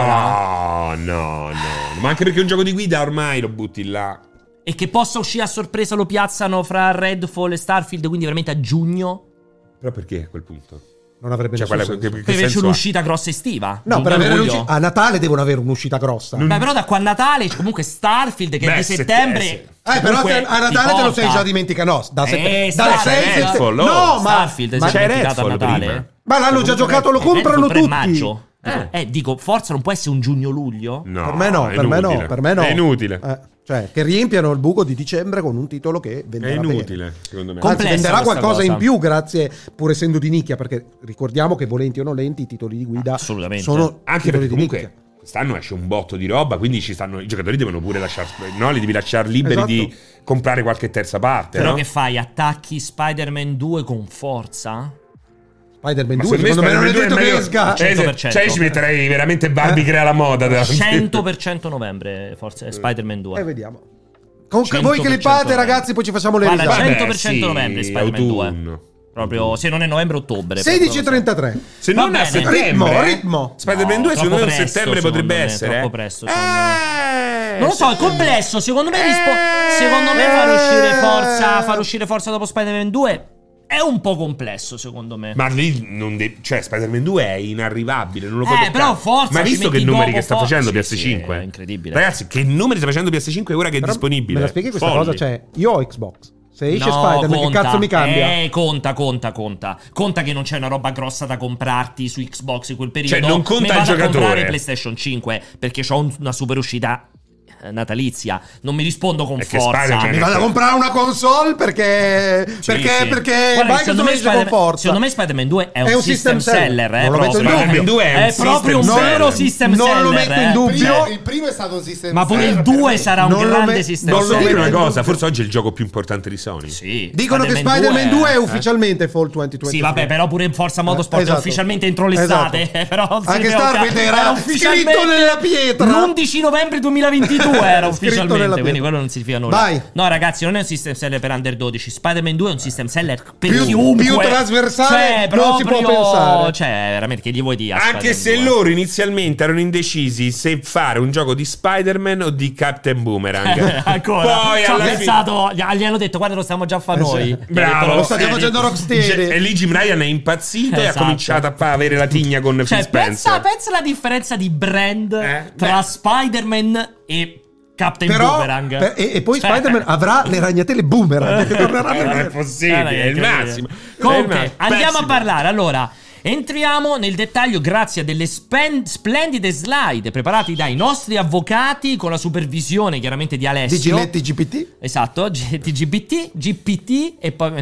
ancora? No, no, no. Ma anche perché un gioco di guida ormai lo butti là. E che possa uscire a sorpresa, lo piazzano fra Redfall e Starfield, quindi veramente a giugno. Però perché a quel punto? Non avrebbe Cioè, nessun quella, senso. che, che Per invece senso ha? un'uscita grossa estiva. No, giugno, per avere luglio. l'uscita- a Natale devono avere un'uscita grossa. Beh, però da qua a Natale c'è comunque Starfield che Beh, è di se- settembre. eh, sì. Eh, però comunque te- a Natale ti te lo porta. sei già dimenticato. No, da Eh, sette- Star- dal sei c'è sette- Redfall, oh. No, ma, Starfield ma, si è c'è dimenticato a Redfall Natale. prima. ma l'hanno già giocato, lo comprano Redfall tre tutti. maggio. Eh. Eh, dico, Forza non può essere un giugno-luglio? No, Per me no, è per me no, inutile. per me no. È inutile. Eh, cioè, che riempiano il buco di dicembre con un titolo che È venderà bene. inutile, secondo me. Com- Anzi, Complessa venderà questa qualcosa cosa. in più, grazie, pur essendo di nicchia, perché ricordiamo che volenti o nolenti i titoli di guida Assolutamente. sono Anche titoli perché di comunque nicchia. quest'anno esce un botto di roba, quindi ci stanno, i giocatori devono pure lasciare, no, li devi lasciare liberi Esatto. di comprare qualche terza parte, Però no? che fai? Attacchi Spider-Man due con Forza? Spider-Man Ma due, secondo me non è Spider-Man detto due che meglio- esca. Cioè, cento per cento. cioè, ci metterei veramente Barbie crea la moda davanti. cento per cento novembre, Forza Spider-Man E due. vediamo. Comunque cento voi per che cento clippate, novembre. ragazzi, poi ci facciamo le Guarda, risate. Vabbè, cento per cento sì, novembre Spider-Man due. autunno. Proprio, se non è novembre, ottobre. sedici e trentatré. Se Va non a bene. settembre, Ritmo, eh, ritmo. Spider-Man No, due secondo me troppo a presto, settembre secondo potrebbe me, essere. troppo eh. presto, secondo me. Eh, Non lo so, è complesso. Secondo me, rispo- secondo me far uscire Forza, far uscire Forza dopo Spider-Man due è un po' complesso, secondo me. Ma lì non de- cioè Spider-Man due è inarrivabile, non lo puoi Eh, toccare. però Forza Ma hai ci visto che metti numeri dopo che sta For- facendo sì, P S cinque? sì, è incredibile. Ragazzi, che numeri sta facendo P S cinque ora che è Però disponibile? Me la spieghi questa Folli. cosa? Cioè, io ho Xbox. Se esce No, Spider-Man, che conta. cazzo mi cambia? Eh, conta, conta, conta. Conta che non c'è una roba grossa da comprarti su Xbox in quel periodo. Cioè, non conta Me il vado a giocatore. comprare PlayStation cinque perché ho un- una super uscita eh, natalizia. Non mi rispondo con È che forza. Spider-Man Mi è- vado a comprare una console perché Sì, perché sì. perché Guarda, Microsoft secondo me, esce con Spider- forza. secondo me Spider-Man due è un, È un system, system seller. seller, eh, Non lo metto in proprio. dubbio. Spider-Man due è un È proprio un system vero seller. system Non seller. lo metto in eh. dubbio. Il primo è stato un sistema. Ma pure il seller due per me. sarà un Non lo grande me- system non lo Posso seller. dire una metto in cosa? dubbio. Forse oggi è il gioco più importante di Sony. Sì, Dicono che Spider-Man due è ufficialmente Fall duemilaventitré. Sì, vabbè, però pure in Forza Motorsport esatto. è ufficialmente entro l'estate. Esatto. eh, però si Anche vede- Starfield era ufficialmente scritto nella pietra. l'undici novembre duemilaventidue era Scritto nella ufficialmente, pietra. quindi quello non significa nulla. Vai. No, ragazzi, non è un system seller per under dodici. Spider-Man due è un system seller per Più- chiunque. più trasversale cioè, non si può proprio- pensare. Cioè, veramente, che gli vuoi dire? a Anche Spider-Man se due? loro inizialmente erano indecisi se fare un gioco di Spider-Man o di Captain Boomerang. Ancora Poi ci ho alla fine... pensato, gli gli hanno detto guarda lo stiamo già a fare noi. sì. Gli ha detto, Bravo, lo state eh, facendo Rocksteady. E lì Jim Ryan è impazzito e ha Esatto. cominciato a fa- avere la tigna con Phil Cioè, Spencer. pensa, pensa alla differenza di brand Eh, tra beh. Spider-Man e Captain Però Boomerang. per- e, e poi Cioè- Spider-Man avrà le ragnatele boomerang che torneranno Eh, non è in- possibile, Eh, è il incredibile. massimo. Comunque, È il ma- andiamo pessimo. a parlare. Allora, entriamo nel dettaglio grazie a delle spen- splendide slide preparate dai nostri avvocati con la supervisione chiaramente di di Alessio. Giletti G P T. Esatto, G- T G B T, G P T e poi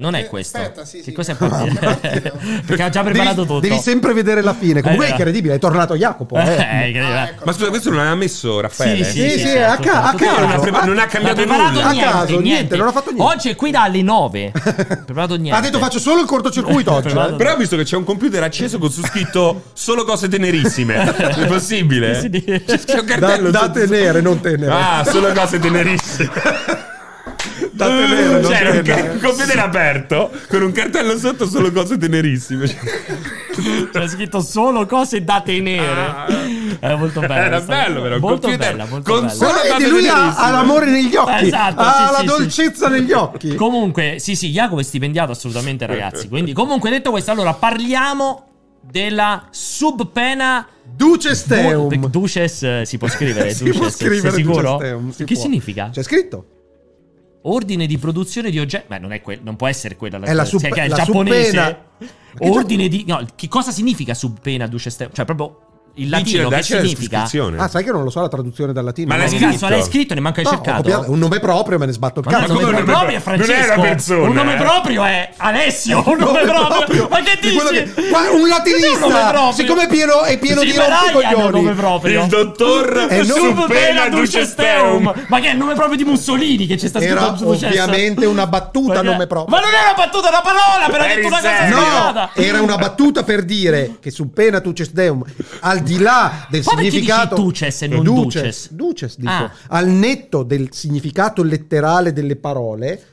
Non è Eh, questo. aspetta, sì, che sì. cosa è partito? Perché ha già preparato devi, tutto. devi sempre vedere la fine. Comunque Eh, è incredibile, è tornato Jacopo. Eh. Eh, incredibile. Ah, ecco. Ma scusa, questo non l'aveva messo Raffaele? Sì, sì, sì, a, tutto- ca- a tutto caso. Non ha, chiaro. prepa- non ha Non ha cambiato preparato nulla. A niente, caso, niente, non ha fatto niente. Oggi è qui dalle nove. Ha preparato niente. Ha detto faccio solo il cortocircuito oggi. Preparato- eh. Però ho visto che c'è un computer acceso con su scritto solo cose tenerissime. È possibile? Sì, sì. C'è un Da, cartello da sotto- tenere, non tenere. Ah, solo cose tenerissime. Da tenere, non C'era un, tenere. ca- un computer aperto con un cartello sotto solo cose tenerissime. C'è scritto solo cose da tenere. È molto bello. Era bello, però. un Molto computer bella, molto con bella. solo Però vedi, cose lui ha, tenerissime. ha l'amore negli occhi, Esatto, ha sì, la sì, dolcezza negli occhi. Comunque, sì, sì, Jacopo è stipendiato assolutamente, ragazzi. Quindi, comunque, detto questo, allora parliamo della subpena. Duces Du- Teum. Duces eh, si può scrivere. Si Duces, può scrivere sei sicuro? Duces Teum, si che può. significa? C'è scritto. Ordine di produzione di oggetti. Beh, non è quel, non può essere quella la È la cioè, sub- che è il la giapponese. subpena. Ordine di. No, che cosa significa subpena Duces Teum? Cioè, proprio il latino che Dacci la significa? descrizione. Ah, sai che non lo so la traduzione dal latino. Ma no? l'hai Che scritto? cazzo l'hai scritto? Ne manca hai No, ho cercato? copiato un nome proprio, me ne sbatto il Ma no, cazzo. il nome come proprio non è è- Francesco. non è una persona, Un nome eh. proprio è Alessio. Un nome proprio. Ma che Di dici? quello che- ma un Un nome latinista, proprio. siccome è pieno, è pieno Sì, di ma dai, hanno un nome rompicoglioni. proprio. Il dottor Eh, no, Subpena Duces Teum. Ma che è il nome proprio di Mussolini che ci sta scritto Era sul cesso? ovviamente una battuta, Ma che- nome proprio. Ma non è una battuta, è una parola, però hai Eri detto una cosa serio? sbagliata. No, era una battuta per dire che su pena Duces Deum, al di là del Ma perché significato dici Duces e non Duces, Duces? Duces, dico, Ah. al netto del significato letterale delle parole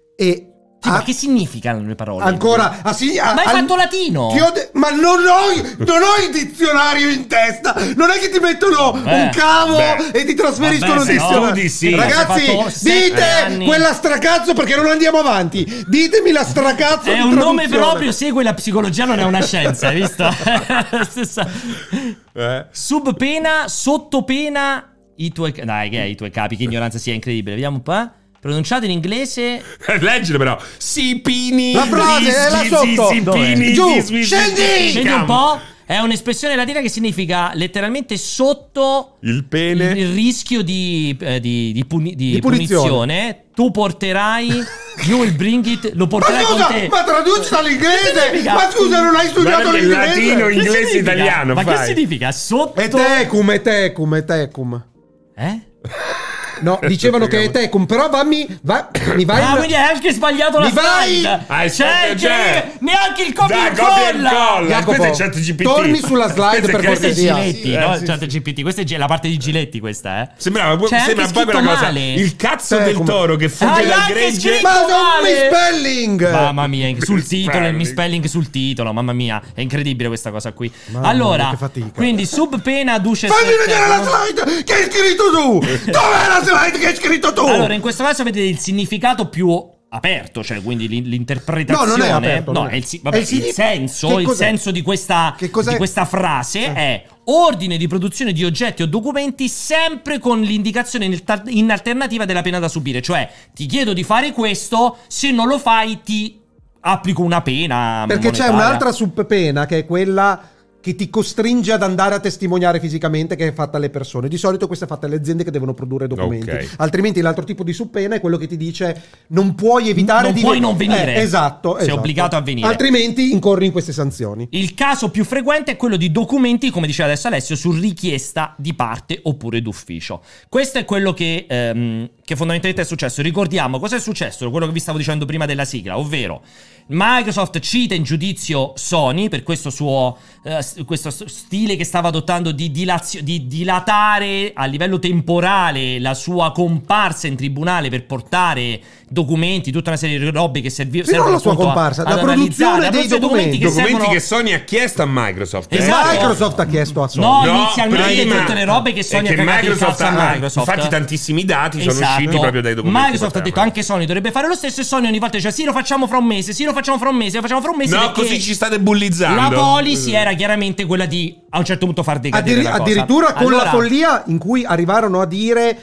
e Sì, a- ma che significano le parole? ancora a, sì, a- Ma hai al- fatto latino? ti ho de- ma non ho, non ho il dizionario in testa. Non è che ti mettono Beh, un cavo beh. e ti trasferiscono Vabbè, un se dizionario. studi, sì. Ragazzi, Hai fatto sette dite anni. quella stracazzo perché non andiamo avanti. Ditemi la stracazzo È di un nome traduzione. proprio, segue la psicologia, non è una scienza, hai visto? Stessa. Eh? Subpena, sottopena, i tuoi... Dai, che è i tuoi capi, che ignoranza sia, incredibile. Vediamo un po', eh. Pronunciato in inglese... Leggilo però. Si pini. La frase è là si- sotto. si- si Dov'è? pini, Giù, si- si- scendi! si- Scendi un po'. È un'espressione latina che significa letteralmente sotto Il pene. il rischio di, eh, di, di puni- di Di punizione. punizione. Tu porterai, you will bring it, lo Ma porterai scusa, con te. ma traduci dall'inglese? significa? Ma scusa, non hai studiato Guarda che l'inglese? latino, Che inglese, significa? italiano, Ma fai. che significa? Sotto... E tecum, e tecum, e tecum. Eh? No, dicevano che è tecum, però vammi, va, mi vai... Ah, una- quindi hai anche sbagliato la Mi vai? slide. Ah, è C'è, sempre- c'è, c'è. neanche il copia Dai, e copia e incolla. incolla. Jacopo, Questo è ChatGPT. torni sulla slide Questo è per Questo è cortesia. Giletti, Eh, no? sì, ChatGPT. Questa è la parte di Giletti, questa, eh. Sembrava, C'è sembra anche poi quella scritto cosa. male. Il cazzo Eh, del come- toro che fugge Hai dal anche gregge. scritto- Ma da un male. misspelling! Mamma mia, sul titolo, il Misspelling. misspelling sul titolo, mamma mia, è incredibile questa cosa qui. Mamma allora, mia, che fatica. quindi subpena Duces Fammi vedere la Teum. slide che hai scritto tu! Dov'è la slide che hai scritto tu? Allora, in questo caso vedete il significato più aperto, cioè quindi l'in- l'interpretazione. No, non è aperto, No, non è. è il, si- vabbè, È il signi- il senso, che il cos'è? senso di questa, Che cos'è? di questa frase Eh. è ordine di produzione di oggetti o documenti sempre con l'indicazione in, alter- in alternativa della pena da subire. Cioè, ti chiedo di fare questo, se non lo fai ti applico una pena Perché c'è monetaria. un'altra subpena che è quella che ti costringe ad andare a testimoniare fisicamente, che è fatta alle persone. Di solito questa è fatta alle aziende che devono produrre documenti. Ok. Altrimenti l'altro tipo di subpena è quello che ti dice non puoi evitare Non di puoi non venire. Eh, esatto, Sei esatto. obbligato a venire. Altrimenti incorri in queste sanzioni. Il caso più frequente è quello di documenti, come diceva adesso Alessio, su richiesta di parte oppure d'ufficio. Questo è quello che, ehm, che fondamentalmente è successo. Ricordiamo cosa è successo, quello che vi stavo dicendo prima della sigla, ovvero Microsoft cita in giudizio Sony per questo suo eh, s- questo s- stile che stava adottando di, dilazio- di dilatare a livello temporale la sua comparsa in tribunale per portare documenti, tutta una serie di robe che servi- Fino servono alla sua appunto comparsa, ad la produzione analizzare, dei appunto, documenti. che Documenti servono- che Sony ha chiesto a Microsoft. eh. Esatto. Microsoft ha chiesto a Sony. No, No, inizialmente prima- tutte le robe che Sony è ha che cagato il Microsoft cazzo a ha- Microsoft. infatti tantissimi dati sono Esatto. usciti proprio dai documenti Microsoft ha detto anche Sony dovrebbe fare lo stesso e Sony ogni volta diceva sì lo facciamo fra un mese, sì lo facciamo fra un mese, lo facciamo fra un mese No, perché così ci state bullizzando. la policy era chiaramente quella di a un certo punto far decadere Addiri- la cosa. addirittura con Allora, la follia in cui arrivarono a dire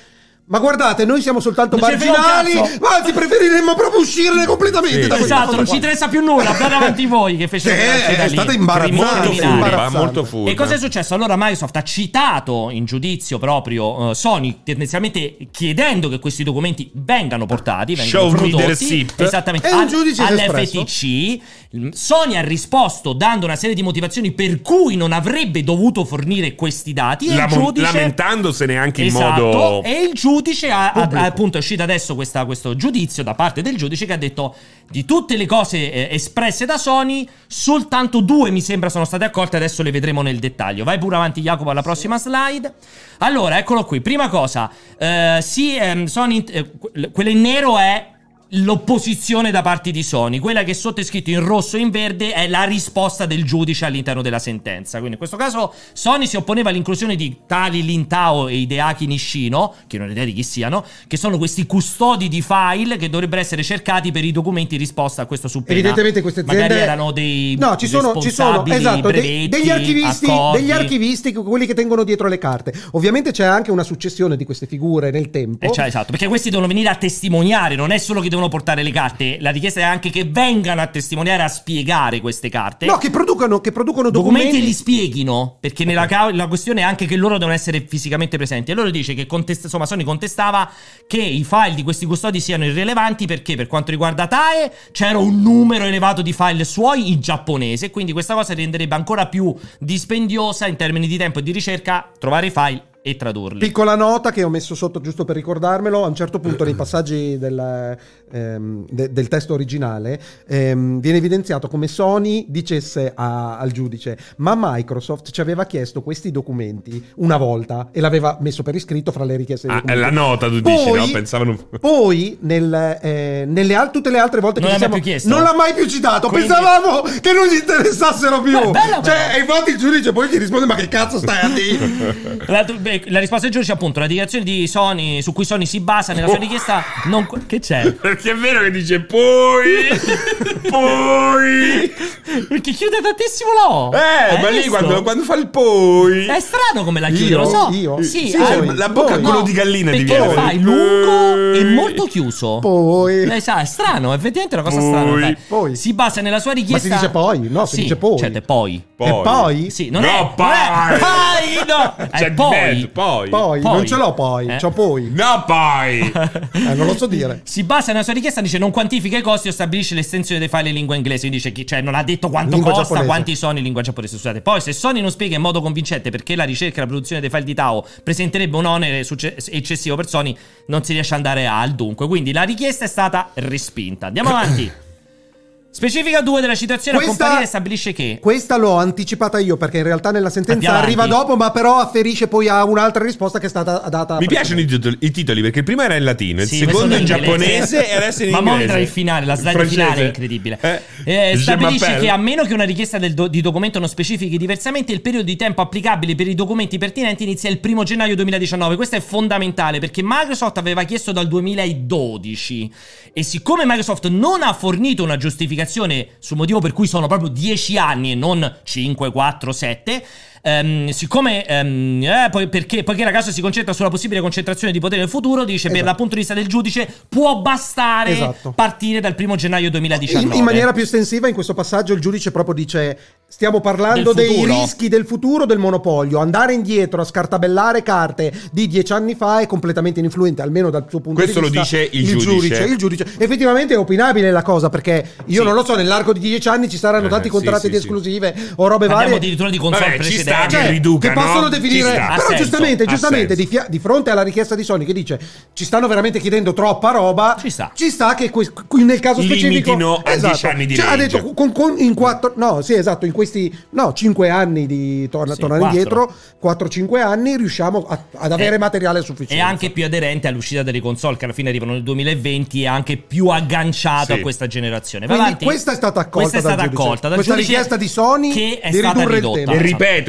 Ma guardate, noi siamo soltanto Non ce ne frega un marginali, cazzo. ma anzi preferiremmo proprio uscirne completamente Sì. da questa Esatto, cosa non qua. ci interessa più nulla. Andate avanti voi che fecero Sì, quella uscita è lì. stata imbarazzante, Molto criminale. furba, imbarazzante. molto furba. E cosa è successo? Allora Microsoft ha citato in giudizio proprio uh, Sony, tendenzialmente chiedendo che questi documenti vengano portati, vengano Show me the prodotti receipt. esattamente E un al- giudice si è all'F espresso. T C. Sony ha risposto dando una serie di motivazioni per cui non avrebbe dovuto fornire questi dati e il Lamo- giudice lamentandosene anche in Esatto, modo e il giudice ha, ha- Pubblico. appunto è uscito adesso questa- questo giudizio da parte del giudice che ha detto di tutte le cose eh, espresse da Sony soltanto due mi sembra sono state accolte, adesso le vedremo nel dettaglio. Vai pure avanti Jacopo alla prossima slide. Allora eccolo qui, prima cosa eh, sì, ehm, Sony eh, que- quello in nero è l'opposizione da parte di Sony, quella che sotto è scritto in rosso e in verde è la risposta del giudice all'interno della sentenza. Quindi in questo caso Sony si opponeva all'inclusione di tali Lin Tao e Hideaki Nishino, che non ho idea di chi siano, che sono questi custodi di file che dovrebbero essere cercati per i documenti in risposta a questo su pena. Evidentemente queste aziende magari erano dei no, ci sono, ci sono responsabili, esatto, dei- brevetti, degli archivisti, accordi. degli archivisti, quelli che tengono dietro le carte. Ovviamente c'è anche una successione di queste figure nel tempo. Eh, cioè, esatto, perché questi devono venire a testimoniare, non è solo che devono portare le carte, la richiesta è anche che vengano a testimoniare, a spiegare queste carte. No, che producono, che producono documenti, documenti. li spieghino, perché nella ca- la questione è anche che loro devono essere fisicamente presenti. E loro dice che contest- insomma Sony contestava che i file di questi custodi siano irrilevanti perché per quanto riguarda Tae c'era un numero elevato di file suoi in giapponese, quindi questa cosa renderebbe ancora più dispendiosa in termini di tempo e di ricerca trovare i file e tradurli. Piccola nota che ho messo sotto giusto per ricordarmelo, a un certo punto nei passaggi del, ehm, de- del testo originale ehm, viene evidenziato come Sony dicesse a- al giudice ma Microsoft ci aveva chiesto questi documenti una volta e l'aveva messo per iscritto fra le richieste dei Ah, è documenti. la nota, tu dici, Poi- no? Pensavano. Poi nel, eh, nelle al- tutte le altre volte Non che ci l'ha mai siamo più chiesto? non l'ha mai più citato. Quindi- Pensavamo che non gli interessassero più. Beh, bella cioè, però. e infatti il giudice poi gli risponde ma che cazzo stai a dire? La, beh, la risposta del giudice appunto la dichiarazione di Sony su cui Sony si basa nella sua richiesta non... Che c'è? Perché è vero che dice poi. Poi. Perché chiude tantissimo l'O. Eh, Hai ma lì visto? quando, quando fa il poi. È strano come la chiude, Io? lo so. Io? Sì, Sì, ah, poi. La bocca Poi. quello di gallina perché diviene. lo fai lungo e molto chiuso. Poi. Eh, sa, è strano, effettivamente è una cosa Poi. strana. dai. Poi. Si basa nella sua richiesta. Ma si dice poi? No, si Sì, dice poi. Certo, è poi. Poi. E poi? Sì, non No, è poi. non è- poi, no. C'è È di poi. mezzo, poi. Poi, Poi. non ce l'ho poi, Eh. c'ho poi. No, poi. Eh, non lo so dire. Si basa nella sua richiesta, dice non quantifica i costi o stabilisce l'estensione dei file in lingua inglese. Dice che, cioè, non ha detto quanto Lingua costa, giapponese. quanti sono in lingua giapponese. Scusate. Poi, se Sony non spiega in modo convincente perché la ricerca e la produzione dei file di Tao presenterebbe un onere succe- eccessivo per Sony, non si riesce ad andare al dunque. Quindi la richiesta è stata respinta. Andiamo avanti. Specifica due della citazione a Questa- comparire stabilisce che Questa l'ho anticipata io perché in realtà nella sentenza Andiamo arriva avanti. dopo, ma però afferisce poi a un'altra risposta che è stata data. Mi piacciono i titoli, i titoli perché il primo era in latino, il Sì, questo secondo è in giapponese e adesso in ma inglese. mo vedrai il finale, la slide Francese. finale è incredibile. Eh, Eh, je stabilisce m'appelle. che a meno che una richiesta del do- di documento non specifichi diversamente, il periodo di tempo applicabile per i documenti pertinenti inizia il primo gennaio duemiladiciannove. Questo è fondamentale perché Microsoft aveva chiesto dal duemiladodici e siccome Microsoft non ha fornito una giustificazione sul motivo per cui sono proprio dieci anni e non cinque, quattro, sette, ehm, siccome ehm, eh, poi perché, poiché la causa si concentra sulla possibile concentrazione di potere nel futuro, dice per Esatto. dal punto di vista del giudice può bastare Esatto. partire dal primo gennaio duemiladiciannove. In, in maniera più estensiva in questo passaggio il giudice proprio dice stiamo parlando Del dei futuro. rischi del futuro del monopolio, andare indietro a scartabellare carte di dieci anni fa è completamente ininfluente almeno dal suo punto Questo di lo vista. dice il giudice. il giudice effettivamente è opinabile la cosa perché io Sì. non lo so, nell'arco di dieci anni ci saranno Eh, tanti sì, contratti sì, di sì. esclusive o robe Parliamo varie addirittura di console Vabbè, ci sta precedenti. che Cioè, riduca, che possono no? definire Ci sta. Ha però senso, giustamente, ha giustamente senso. di, fia- di fronte alla richiesta di Sony che dice ci stanno veramente chiedendo troppa roba, Ci sta. ci sta che que- qui nel caso specifico Limitino a dieci anni di Cioè, ha range. detto con, con- in quattro no sì esatto in questi no cinque anni di torna, Sì, tornare quattro. indietro quattro cinque anni riusciamo a- ad avere Eh, materiale È sufficiente anche più aderente all'uscita delle console che alla fine arrivano nel duemilaventi e anche più agganciato Sì. a questa generazione. Va quindi avanti. questa è stata accolta questa è dal stata giudice. accolta dal Questa giudice richiesta di Sony che è di stata ridurre il ridotta. tempo. E ripeto,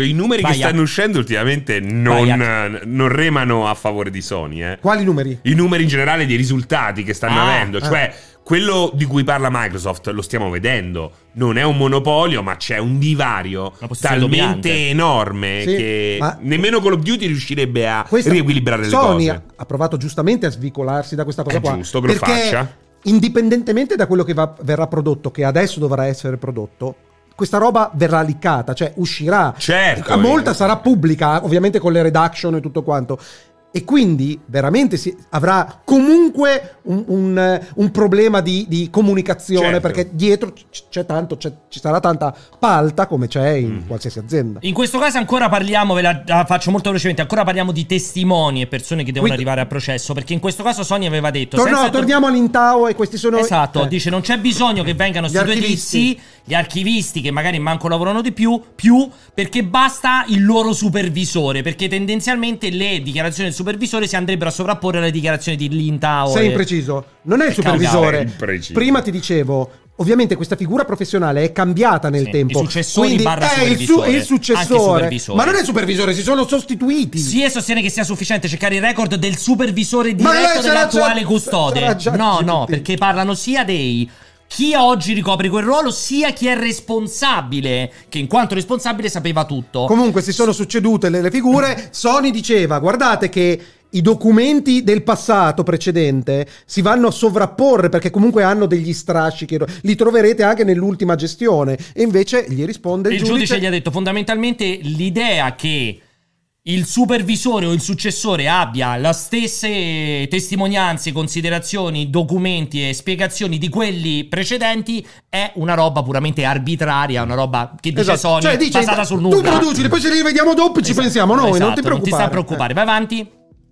i numeri Vai, che stanno Jack. uscendo ultimamente non, Vai, non remano a favore di Sony, eh. Quali numeri? I numeri in generale dei risultati che stanno Ah, avendo, cioè quello di cui parla Microsoft lo stiamo vedendo, non è un monopolio ma c'è un divario Una posizione talmente dominante. enorme Sì, che ma- nemmeno Call of Duty riuscirebbe a Questa- riequilibrare le Sony cose. ha- ha provato giustamente a svicolarsi da questa cosa È qua. giusto che lo perché faccia. indipendentemente da quello che va- verrà prodotto, che adesso dovrà essere prodotto, questa roba verrà liccata, cioè uscirà. Certo. Molta sarà pubblica, ovviamente con le redaction e tutto quanto. E quindi veramente si avrà comunque un, un- un problema di, di comunicazione, Certo. perché dietro c- c'è tanto, c'è- ci sarà tanta palta come c'è in Mm. qualsiasi azienda. In questo caso ancora parliamo, ve la, la faccio molto velocemente, ancora parliamo di testimoni e persone che devono Quindi- arrivare a processo, perché in questo caso Sony aveva detto... Tor- senza no, torniamo all'Intao e questi sono... Esatto, eh. dice non c'è bisogno che vengano Gli sti due archivisti. tizi, gli archivisti che magari manco lavorano di più, più, perché basta il loro supervisore, perché tendenzialmente le dichiarazioni del supervisore si andrebbero a sovrapporre alle dichiarazioni di Lintao. Sei e- impreciso. Non è il e supervisore. Sei impreciso. Prima ti dicevo, ovviamente questa figura professionale è cambiata nel Sì, tempo. i successori Quindi barra è il, su- supervisore. è il Anche successore. supervisore. Ma non è il supervisore, si sono sostituiti. Si è sostiene che sia sufficiente cercare il record del supervisore Ma lei diretto c'era dell'attuale già- custode. c'era già No, G P T. no, perché parlano sia dei chi oggi ricopre quel ruolo, sia chi è responsabile, che in quanto responsabile sapeva tutto. Comunque si sono succedute le, le figure. Sony diceva, guardate che i documenti del passato precedente si vanno a sovrapporre perché comunque hanno degli strascichi, li troverete anche nell'ultima gestione. E invece gli risponde il, il giudice gli ha detto fondamentalmente l'idea che il supervisore o il successore abbia le stesse testimonianze, considerazioni, documenti e spiegazioni di quelli precedenti è una roba puramente arbitraria, una roba che dice Esatto. Sony, Cioè, dice, basata sul tu nulla. producili, poi se li vediamo dopo ci Esatto, pensiamo noi, non esatto, ti preoccupare. Non ti sta preoccupare, vai avanti.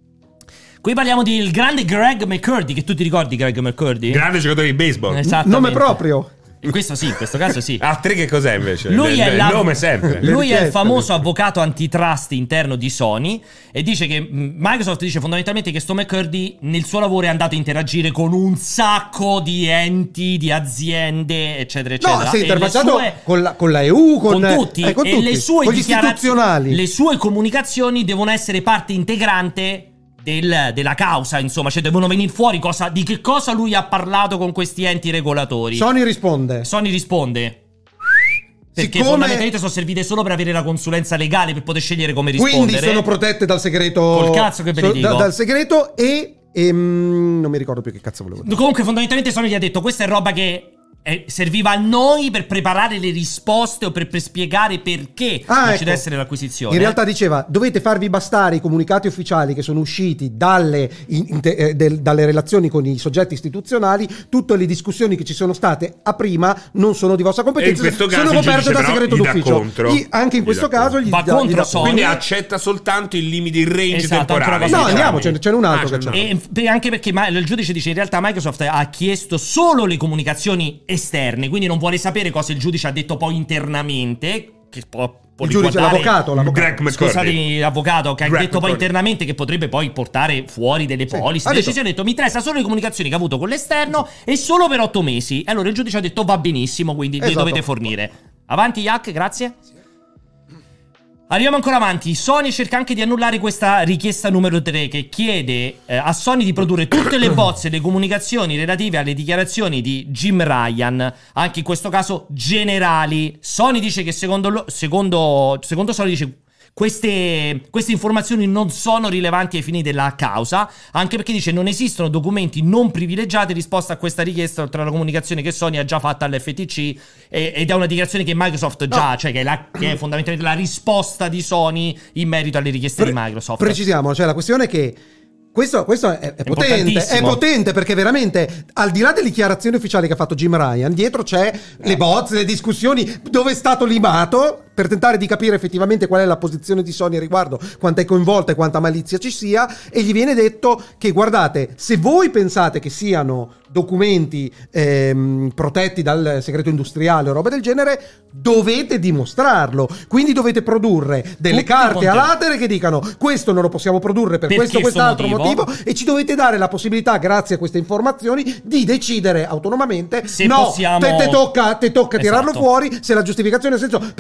Qui parliamo del grande Greg McCurdy, che tu ti ricordi Greg McCurdy? Grande giocatore di baseball. Esattamente. Nome proprio. In questo sì, in questo caso sì. A tre che cos'è invece? Lui il, è, il la- nome sempre. lui è il richieste, famoso le- avvocato antitrust interno di Sony e dice che mh, Microsoft dice fondamentalmente che sto McCurdy nel suo lavoro è andato a interagire con un sacco di enti, di aziende, eccetera, eccetera. No, si è E le interfacciato sue- con la, con la E U, con, con tutti, eh, con e tutti, le sue con gli dichiara- istituzionali. le sue comunicazioni devono essere parte integrante del- della causa, insomma, cioè devono venire fuori cosa, di che cosa lui ha parlato con questi enti regolatori. Sony risponde. Sony risponde perché Siccome- fondamentalmente sono servite solo per avere la consulenza legale per poter scegliere come rispondere. Quindi sono protette dal segreto. Col cazzo che ve ne so- dico. da- dal segreto e. ehm, non mi ricordo più che cazzo volevo dire. Comunque fondamentalmente Sony gli ha detto questa è roba che eh, serviva a noi per preparare le risposte o per, per spiegare perché Ah, non ecco. ci deve essere l'acquisizione. In realtà diceva dovete farvi bastare i comunicati ufficiali che sono usciti dalle, in- in- eh, del- dalle relazioni con i soggetti istituzionali. Tutte le discussioni che ci sono state a prima non sono di vostra competenza, E in questo caso sono il coperte giudice da però segreto gli dà d'ufficio. contro. Gli- anche in Gli questo dà caso gli Va dà- contro gli dà Sony. Quindi contro. accetta soltanto il limite, il range Esatto, anche una temporale. cosa No, di andiamo, Sony. c'è, c'è un altro Ah, che c'è c'è. un E, e anche perché ma- il giudice dice in realtà Microsoft ha chiesto solo le comunicazioni esterne, quindi non vuole sapere cosa il giudice ha detto poi internamente, che può, può Il giudice, riguardare- l'avvocato, l'avvocato. Greg McCurdy. Scusatemi, l'avvocato che ha Greg detto poi McCurdy. internamente che potrebbe poi portare fuori delle Sì, policy. ha Le detto- decisioni ha detto mi interessa solo le comunicazioni che ha avuto con l'esterno e solo per otto mesi. E allora il giudice ha detto va benissimo, quindi le Esatto. dovete fornire. Avanti Jack, grazie. Arriviamo ancora avanti. Sony cerca anche di annullare questa richiesta numero tre che chiede eh, a Sony di produrre tutte le bozze e le comunicazioni relative alle dichiarazioni di Jim Ryan, anche in questo caso generali. Sony dice che secondo lo- secondo, secondo Sony dice queste, queste informazioni non sono rilevanti ai fini della causa, anche perché dice non esistono documenti non privilegiati in risposta a questa richiesta oltre alla comunicazione che Sony ha già fatta all'F T C e- ed è una dichiarazione che Microsoft già, No. cioè che è, la, che è fondamentalmente la risposta di Sony in merito alle richieste Pre- di Microsoft. Precisiamo, cioè la questione è che questo, questo è, è potente, è importantissimo. potente perché veramente al di là delle dichiarazioni ufficiali che ha fatto Jim Ryan, dietro c'è le bozze, le discussioni dove è stato limato per tentare di capire effettivamente qual è la posizione di Sony a riguardo, quanta è coinvolta e quanta malizia ci sia, e gli viene detto che guardate, se voi pensate che siano documenti ehm, protetti dal segreto industriale o roba del genere, dovete dimostrarlo, quindi dovete produrre delle Tutti carte a contenuti. latere che dicano questo non lo possiamo produrre per Per questo o questo quest'altro motivo. motivo. E ci dovete dare la possibilità, grazie a queste informazioni, di decidere autonomamente Se no, possiamo- te, te tocca, te tocca tirarlo Esatto. fuori se la giustificazione ha senso, perché questo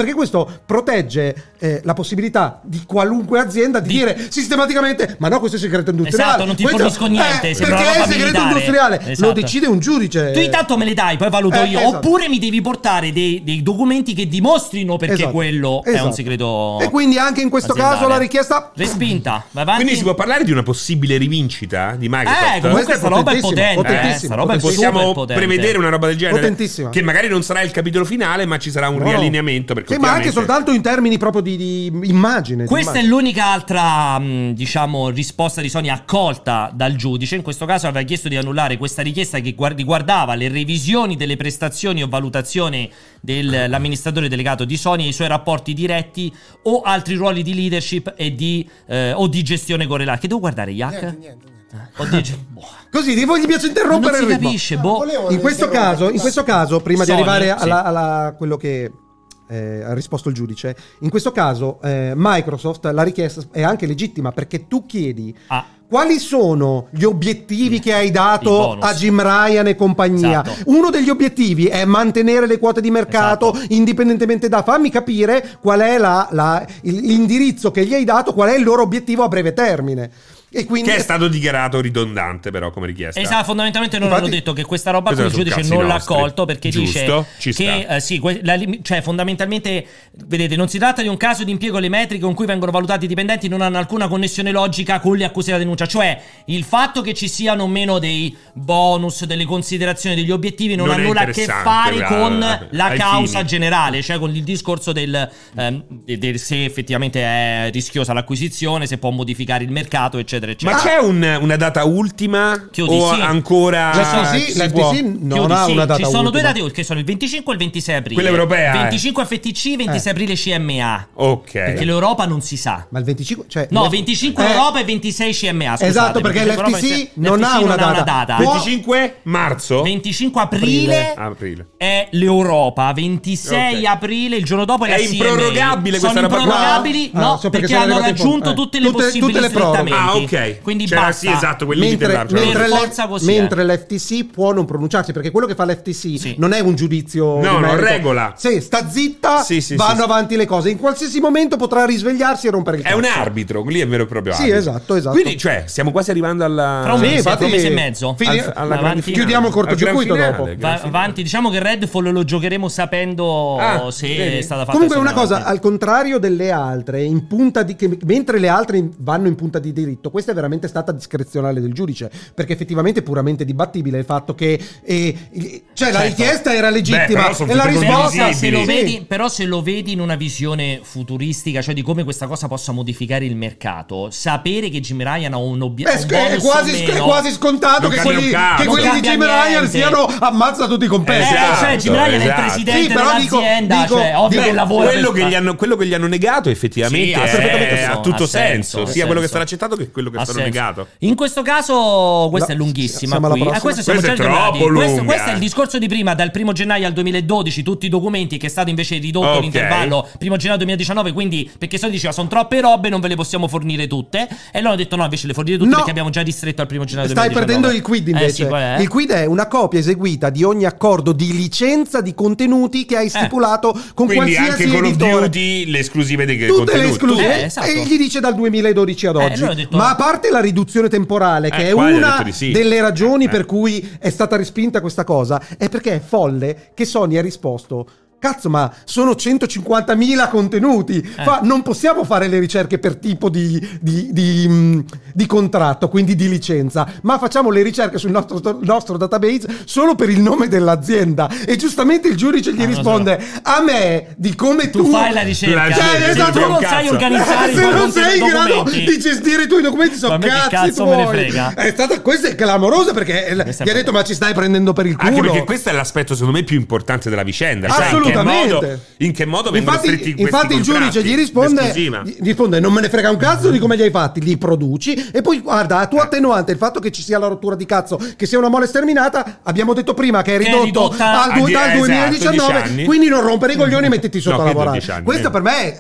esempio, protegge eh, la possibilità di qualunque azienda di, di dire sistematicamente ma no, questo è segreto industriale. Esatto, non ti questo, fornisco niente, eh, sembra perché una è segreto militare. industriale, Esatto. lo decide un giudice. Tu intanto me le dai, poi valuto Eh, io. esatto. Oppure mi devi portare dei, dei documenti che dimostrino perché Esatto. quello è Esatto. un segreto. E quindi anche in questo aziendale. caso la richiesta respinta. Vai avanti. Quindi si può parlare di una possibile rivincita di Microsoft? Eh, comunque Questa è sta roba è potentissima, potente. Eh, potentissima, sta roba è potentissima. super Possiamo potente. prevedere una roba del genere? Potentissima. Che magari non sarà il capitolo finale, ma ci sarà un No, no. riallineamento. Perché Sì, ma anche ovviamente- soltanto in termini proprio di, di immagine. di Questa è immagine. l'unica altra, mh, diciamo, risposta di Sony accolta dal giudice. In questo caso aveva chiesto di annullare questa richiesta che guard- riguardava le revisioni delle prestazioni o valutazione dell'amministratore delegato di Sony e i suoi rapporti diretti o altri ruoli di leadership e di, eh, o di gestione correlata. Che devo guardare, Yak? Niente, niente, niente. O di... boh. Così, di voi gli piace interrompere Non il si ritmo. capisce, No, boh. volevo In questo interrompere. caso, in questo caso, prima Sony, di arrivare sì. alla, alla- quello che eh, ha risposto il giudice, in questo caso eh, Microsoft, la richiesta è anche legittima perché tu chiedi Ah. quali sono gli obiettivi che hai I dato bonus. a Jim Ryan e compagnia. Esatto. Uno degli obiettivi è mantenere le quote di mercato Esatto. indipendentemente da fammi capire qual è la- la- il- l'indirizzo che gli hai dato, qual è il loro obiettivo a breve termine. E quindi Che è stato dichiarato ridondante, però, come richiesta. Esatto, fondamentalmente loro Infatti- hanno detto che questa roba Questi qui il sono giudice cazzi non l'ha nostri. accolto perché Giusto, ci dice che sta. eh, sì, que- la lim- cioè fondamentalmente vedete, non si tratta di un caso di impiego le metriche con cui vengono valutati i dipendenti non hanno alcuna connessione logica con le accuse della denuncia, cioè il fatto che ci siano o meno dei bonus, delle considerazioni, degli obiettivi non, Non è ha nulla a che interessante, fare la- con la- la ai causa fini. generale, cioè con il discorso del, ehm, de- de- se effettivamente è rischiosa l'acquisizione, se può modificare il mercato, eccetera, eccetera. Ma c'è un- una data ultima? Chiudi, o sì. ancora l'F T C, si l'F T C può- non Chiudi, ha sì, una data ci sono due ultima. date che sono il venticinque e il ventisei aprile. Quella europea, eh. venticinque F T C, ventisei aprile C M A. Ok. Perché l'Europa non si sa. Ma il venticinque, cioè No, le- venticinque eh, Europa e ventisei C M A. Scusate, Esatto, perché venticinque l'F T C Europa e non ventisei ha una non data. Può- venticinque marzo? venticinque aprile, Aprile. è l'Europa, ventisei Ok. aprile, il giorno dopo è, È la C M A. improrogabile questa Sono roba qua? improrogabili? Ah, No, so perché perché sono hanno arrivate in raggiunto fondo. Eh, tutte le tutte- possibili tutte le proroghe. slittamenti. Ah, ok. Quindi C'era- basta. sì, esatto, quel limite mentre, là. mentre, Per l'F- forza così, eh. mentre l'F T C può non pronunciarsi, perché quello che fa l'F T C Sì. non è un giudizio No, di no, merito. regola. Sì, sta zitta, Sì, sì, vanno sì, avanti le cose. In qualsiasi momento potrà risvegliarsi e rompere il È cazzo. un arbitro, lì è vero e proprio Sì, arbitro. esatto, esatto. Quindi, cioè, stiamo quasi arrivando alla... Fra un Sì, mese, infatti- fra un mese e mezzo. Fini- Al- alla Avanti. grande finale. Chiudiamo il cortocircuito Al gran dopo. finale, Va gran finale. avanti, diciamo che Redfall lo giocheremo sapendo Ah, se vedi? è stata fatta. Comunque o una no. cosa, al contrario delle altre, in punta di, che, mentre le altre in- vanno in punta di diritto, questa è veramente stata discrezionale del giudice, perché effettivamente è puramente dibattibile il fatto che eh, il- cioè la Certo. richiesta era Beh, legittima però sono e la tutte Però risposta se, se lo Sì. vedi, però se lo vedi in una visione futuristica, cioè di come questa cosa possa modificare il mercato, sapere che Jim Ryan ha un Beh, obiettivo, sc- è, quasi, è quasi scontato Non che cambia quelli, un cazzo. che Non quelli di cambia Jim Ryan niente. siano ammazza tutti i compensi. Eh, Esatto, cioè Jim Ryan è il esatto. presidente Sì, però dico- dell'azienda, dico- cioè ovvio dico- che lavora quello, per che gli hanno, quello che gli hanno negato effettivamente Sì, ha è- perfettamente ha senso, tutto ha senso, senso, ha sia quello che senso. sarà accettato che quello che Ha sarà senso. negato. In questo caso questa No, è lunghissima siamo alla qui. prossima. A questo siamo Questa già è troppo arrivati. Questo, lunga. questo è il discorso di prima, dal primo gennaio al duemiladodici, tutti i documenti, che è stato invece ridotto Ok. l'intervallo primo gennaio duemiladiciannove, quindi perché Sony diceva sono troppe robe, non ve le possiamo fornire tutte, e loro hanno detto no, invece le fornire tutte No. perché abbiamo già ristretto al primo gennaio Stai duemiladiciannove. perdendo il quid Eh, invece. sì, qual è? Il quid è una copia eseguita di ogni accordo di licenza di contenuti che hai stipulato con Quindi qualsiasi anche Call of editore. Duty le esclusive dei Tutte contenuti. le esclusive Eh, esatto. e gli dice dal duemiladodici ad Eh, oggi. loro hanno detto- Ma a parte la riduzione temporale, che Eh, è qua gli ha una detto di sì. delle ragioni Eh. per cui è stata respinta questa cosa, è perché è folle che Sony ha risposto: cazzo, ma sono centocinquantamila contenuti. Eh. Fa, non possiamo fare le ricerche per tipo di, di, di, mh, di contratto, quindi di licenza, ma facciamo le ricerche sul nostro, nostro database solo per il nome dell'azienda. E giustamente il giudice gli Ah, non risponde: a me di come Tu tu, fai la ricerca, La Cioè, gente esatto, se tu non cazzo. sai organizzare i se tuoi non sei in grado documenti, di gestire i tuoi documenti, sono Ma a me che cazzi cazzo tuoi. me ne frega? È stata, questa è clamorosa, perché eh, Questa è gli ha detto: ma ci stai prendendo per il culo. Anche perché questo è l'aspetto secondo me più importante della vicenda. Cioè, Assolutamente. In che modo, in che modo vengono Infatti, stretti questi infatti il giudice contratti? gli risponde, L'esclusiva. gli risponde: non me ne frega un cazzo di come li hai fatti, li produci e poi guarda, a tua attenuante il fatto che ci sia la rottura di cazzo, che sia una mole sterminata, abbiamo detto prima che è Che è ridotto ridotta al, a du- die- dal esatto, duemiladiciannove, dieci anni. quindi non rompere i coglioni e mettiti sotto No, a che lavorare. dodici anni, Questa eh. per me è,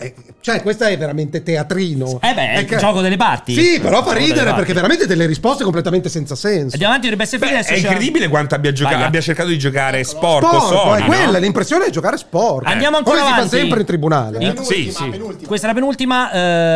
Cioè, questa è veramente teatrino. Eh beh, è il che... gioco delle parti. Sì, però fa Gioco ridere delle perché parti. veramente delle risposte completamente senza senso. Andiamo avanti, dovrebbe essere Beh, finita. è incredibile quanto abbia, gioca- Vai, abbia cercato di giocare sporco, Sporco, Sony, è quella, no? l'impressione è giocare sporco. Andiamo ancora Come avanti. si fa sempre in tribunale. In- eh. Penultima, Sì, sì. penultima. Questa è la penultima.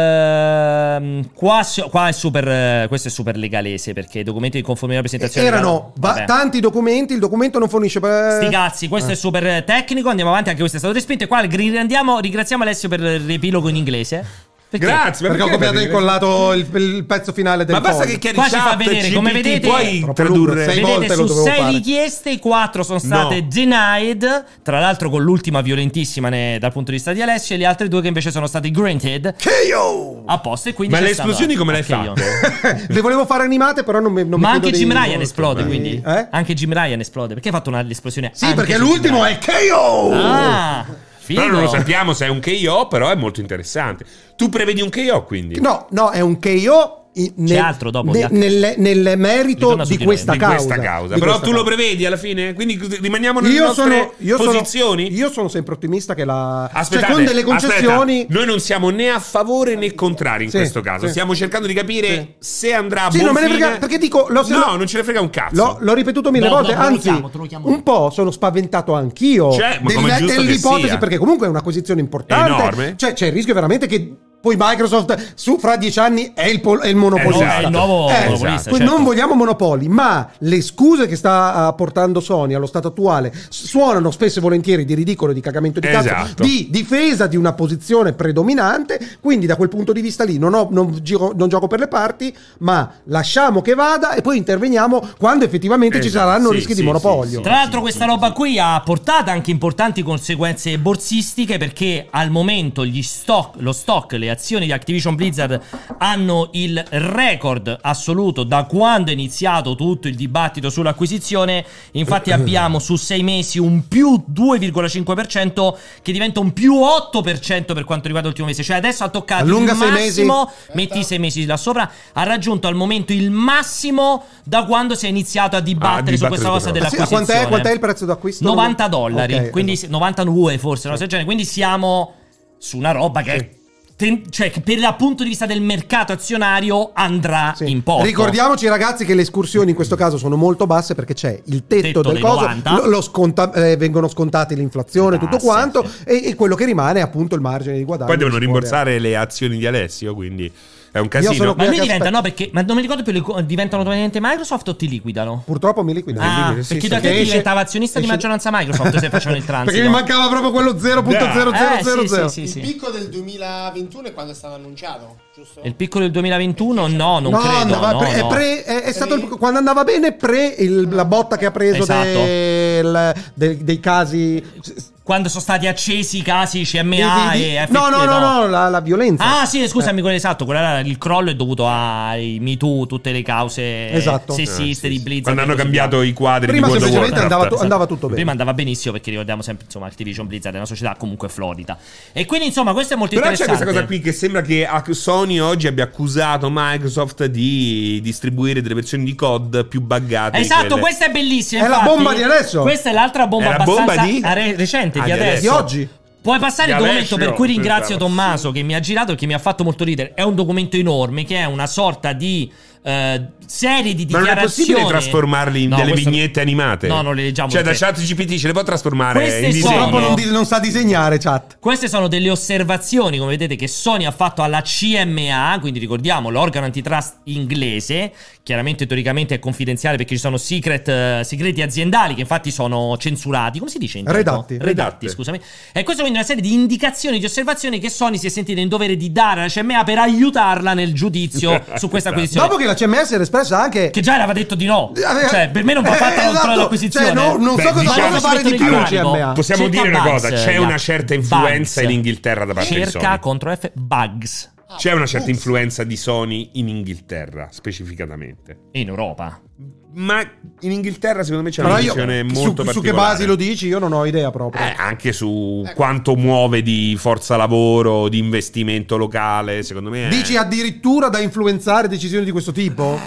ehm, qua, si- qua è super. eh, questo è super legalese perché i documenti di conformità alla presentazione Erano va- Vabbè. tanti documenti, il documento non fornisce per... Sti cazzi, questo è super tecnico. Andiamo avanti, anche questo è stato respinto. E qua ringraziamo, ringraziamo Alessio per l'epilogo in inglese. Perché? Grazie, ma Perché ho copiato e perché- incollato il, il pezzo finale del Ma basta foglio. che chiari Qua ci fa chat, vedere, G P T, come vedete- puoi Troppo tradurre. lungo, sei volte Vedete, lo su dovevo sei fare. richieste, quattro sono state No. denied. Tra l'altro, con l'ultima violentissima ne- dal punto di vista di Alessio, e le altre due che invece sono state granted. K O! A posto. E quindi Ma c'è le stato- esplosioni come le hai Ok, io. fatte? Le volevo fare animate, però non mi, non mi Ma fido anche dei- Jim Ryan esplode, Eh? quindi. Eh? Anche Jim Ryan esplode. Perché hai fatto una, l'esplosione? Sì, anche perché su Jim l'ultimo Ryan? è K O! Ah, figo. Però non lo sappiamo se è un K O, però è molto interessante. Tu prevedi un K O, quindi? No, no, è un K O in- nel, altro dopo, ne- gli altri. nel, nel merito Ritorna su di di questa Di causa. questa causa. Di Però questa tu lo causa. prevedi alla fine? Quindi rimaniamo nelle Io nostre sono, io, sono, posizioni? io sono sempre ottimista che la... Aspettate, cioè con delle concessioni... aspetta, noi non siamo né a favore né contrari in Sì, questo caso. sì. Stiamo cercando di capire se andrà a Sì, buon non me ne fine. frega, perché dico... Lo, se no, lo- non ce ne frega un cazzo. L'ho, l'ho ripetuto mille No, volte, no, te lo anzi, chiamo, te lo chiamo un po' sono spaventato anch'io Cioè, ma del- come è giusto che dell'ipotesi, sia. perché comunque è un'acquisizione importante. Enorme. Cioè, c'è il rischio veramente che poi Microsoft su, fra dieci anni è il, pol- è il monopolista. Esatto. È il nuovo Eh, monopolista, quindi certo. non vogliamo monopoli, ma le scuse che sta uh, portando Sony allo stato attuale s- suonano spesso e volentieri di ridicolo, di cagamento di cazzo, Esatto. di difesa di una posizione predominante. Quindi da quel punto di vista lì non, ho, non, giro- non gioco per le parti, ma lasciamo che vada e poi interveniamo quando effettivamente ci Esatto, saranno sì, rischi sì, di monopolio. sì, Tra l'altro questa roba qui ha portato anche importanti conseguenze borsistiche perché al momento gli stock, lo stock, le azioni di Activision Blizzard hanno il record assoluto da quando è iniziato tutto il dibattito sull'acquisizione. Infatti abbiamo su sei mesi un più due virgola cinque per cento che diventa un più otto per cento per quanto riguarda l'ultimo mese. Cioè adesso ha toccato Allunga il sei massimo, mesi. metti sei mesi là sopra, ha raggiunto al momento il massimo da quando si è iniziato a dibattere, Ah, su questa cosa dibattere Ah, sì, dell'acquisizione. quant'è, quant'è il prezzo d'acquisto? novanta dollari, Ok, quindi esatto. novantadue forse, una cosa del genere. Quindi siamo su una roba che, è ten- cioè, che per il punto di vista del mercato azionario andrà Sì. in porto. Ricordiamoci ragazzi che le escursioni in questo caso sono molto basse perché c'è il tetto, Tetto del dei coso, novanta. lo, lo sconta- eh, vengono scontati l'inflazione, Le tutto tasse, quanto sì. e, e quello che rimane è appunto il margine di guadagno. Poi devono che si può rimborsare le azioni di Alessio, quindi è un casino. sono- Ma lui Che diventa, aspetta. no, perché, ma non mi ricordo più, le co- diventano totalmente Microsoft o ti liquidano? Purtroppo mi liquidano. Ah, quindi, sì, perché sì, da che te esce- diventava azionista di esce- maggioranza Microsoft se facevano il transito. Perché mi mancava proprio quello zero virgola zero zero Eh, zero sì, zero. sì, sì, Il sì. picco del duemilaventuno è quando è stato annunciato, giusto? Il piccolo del duemilaventuno? No, non No, credo. andava no, pre- è, no. pre- è- è stato il- quando andava bene pre il- la botta che ha preso Esatto. del- dei, dei casi Quando sono stati accesi i casi C M di- A di- di- e F T, no no no no la, la violenza. Ah sì, scusami, quello esatto, quello era il crollo è dovuto ai Me Too, tutte le cause Esatto. sessiste Eh, sì, di sì. Blizzard. Quando e hanno così cambiato via. i quadri Prima di World of semplicemente Warcraft. andava, tu- andava tutto bene. Prima andava benissimo perché ricordiamo sempre, insomma, Activision Blizzard è una società comunque florida. E quindi insomma questo è molto Però c'è interessante. questa cosa qui che sembra che Sony oggi abbia accusato Microsoft di distribuire delle versioni di C O D più buggate. di Esatto, quelle- questa è bellissima. È la infatti. bomba di adesso. Questa è l'altra bomba È la abbastanza bomba di- re- recente Ah, di di adesso. adesso. Di oggi. Puoi passare Di il documento Alessio, per cui ringrazio pensavo. Tommaso che mi ha girato e che mi ha fatto molto ridere. È un documento enorme che è una sorta di eh, serie di Ma non è dichiarazioni. possibile trasformarli in No, delle questo- vignette animate? No, non le leggiamo Cioè, da perché- chat G P T ce le può trasformare Queste in sono- disegno? Purtroppo non, di- non sa disegnare chat. Queste sono delle osservazioni, come vedete, che Sony ha fatto alla C M A, quindi ricordiamo l'organo antitrust inglese. Chiaramente teoricamente è confidenziale perché ci sono secret, eh, segreti aziendali che infatti sono censurati. Come si dice in gergo? Redatti. Redatti, Redatte. scusami. E questo quindi è una serie di indicazioni, di osservazioni che Sony si è sentita in dovere di dare alla C M A per aiutarla nel giudizio su questa acquisizione. Dopo che la C M S era espressa anche Che già aveva detto di no. Aveva- Cioè, per me non va fatta Eh, la controllo esatto. dell'acquisizione. Cioè, no, non Beh, so cosa diciamo- possa fare di più in la C M A. Possiamo Cerca dire una bugs, cosa, c'è Jack. una certa influenza Bugs. in Inghilterra da parte di Cerca Sony. contro F bugs. C'è una certa influenza di Sony in Inghilterra, specificatamente. E in Europa. Ma in Inghilterra secondo me c'è una Però io, visione su, molto su che particolare. basi lo dici io non ho idea proprio. Eh, anche su quanto muove di forza lavoro, di investimento locale, secondo me è... Dici addirittura da influenzare decisioni di questo tipo?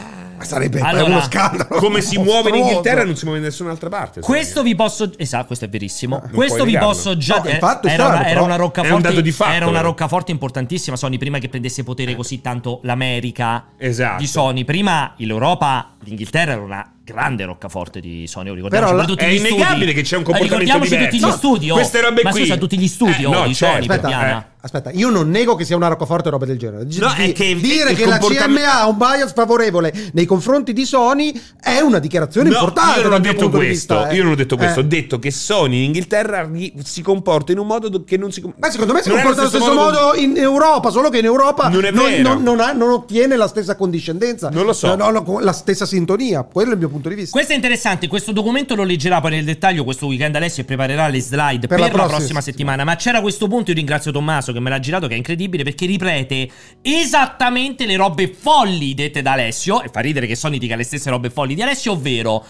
Sarebbe Allora, uno scandalo. Come si muove in mostruoso. Inghilterra non si muove in nessun'altra parte. Questo vi posso esatto, questo è verissimo. non Questo puoi vi negarlo. posso già No, eh, infatti, era, strano, una, era però una è un roccaforte dato di fatto, era una però. roccaforte importantissima Sony prima che prendesse potere così tanto l'America Esatto. di Sony. Prima l'Europa, l'Inghilterra era una grande roccaforte di Sony. Ricordiamoci Però per la- tutti è gli innegabile studi. che c'è un comportamento Ricordiamoci diverso. tutti gli No, studi. oh. queste robe Ma qui- scusa, tutti gli studi Eh, oh, no, di certo. Sony per Aspetta, piana. eh. Aspetta, io non nego che sia una roccaforte o roba del genere. Di- No, è di- che dire il che la comportam- C M A ha un bias favorevole nei confronti di Sony è una dichiarazione No, importante. io non ho dal mio detto punto di questo. vista, eh. Io non ho detto questo. Eh. Ho detto che Sony in Inghilterra ri- si comporta in un modo do- che non si comporta. Ma secondo me si Non è comporta allo stesso con- modo in Europa, solo che in Europa Non è non, vero. non- non ha- non ottiene la stessa condiscendenza. Non lo so. No, no, no, la stessa sintonia. Quello è il mio punto di vista. Questo è interessante, questo documento lo leggerà poi nel dettaglio questo weekend Alessio e preparerà le slide per, la la prossima, prossima settimana. Ma c'era questo punto, io ringrazio Tommaso che me l'ha girato, che è incredibile perché ripete esattamente le robe folli dette da Alessio, e fa ridere che Sony dica le stesse robe folli di Alessio, ovvero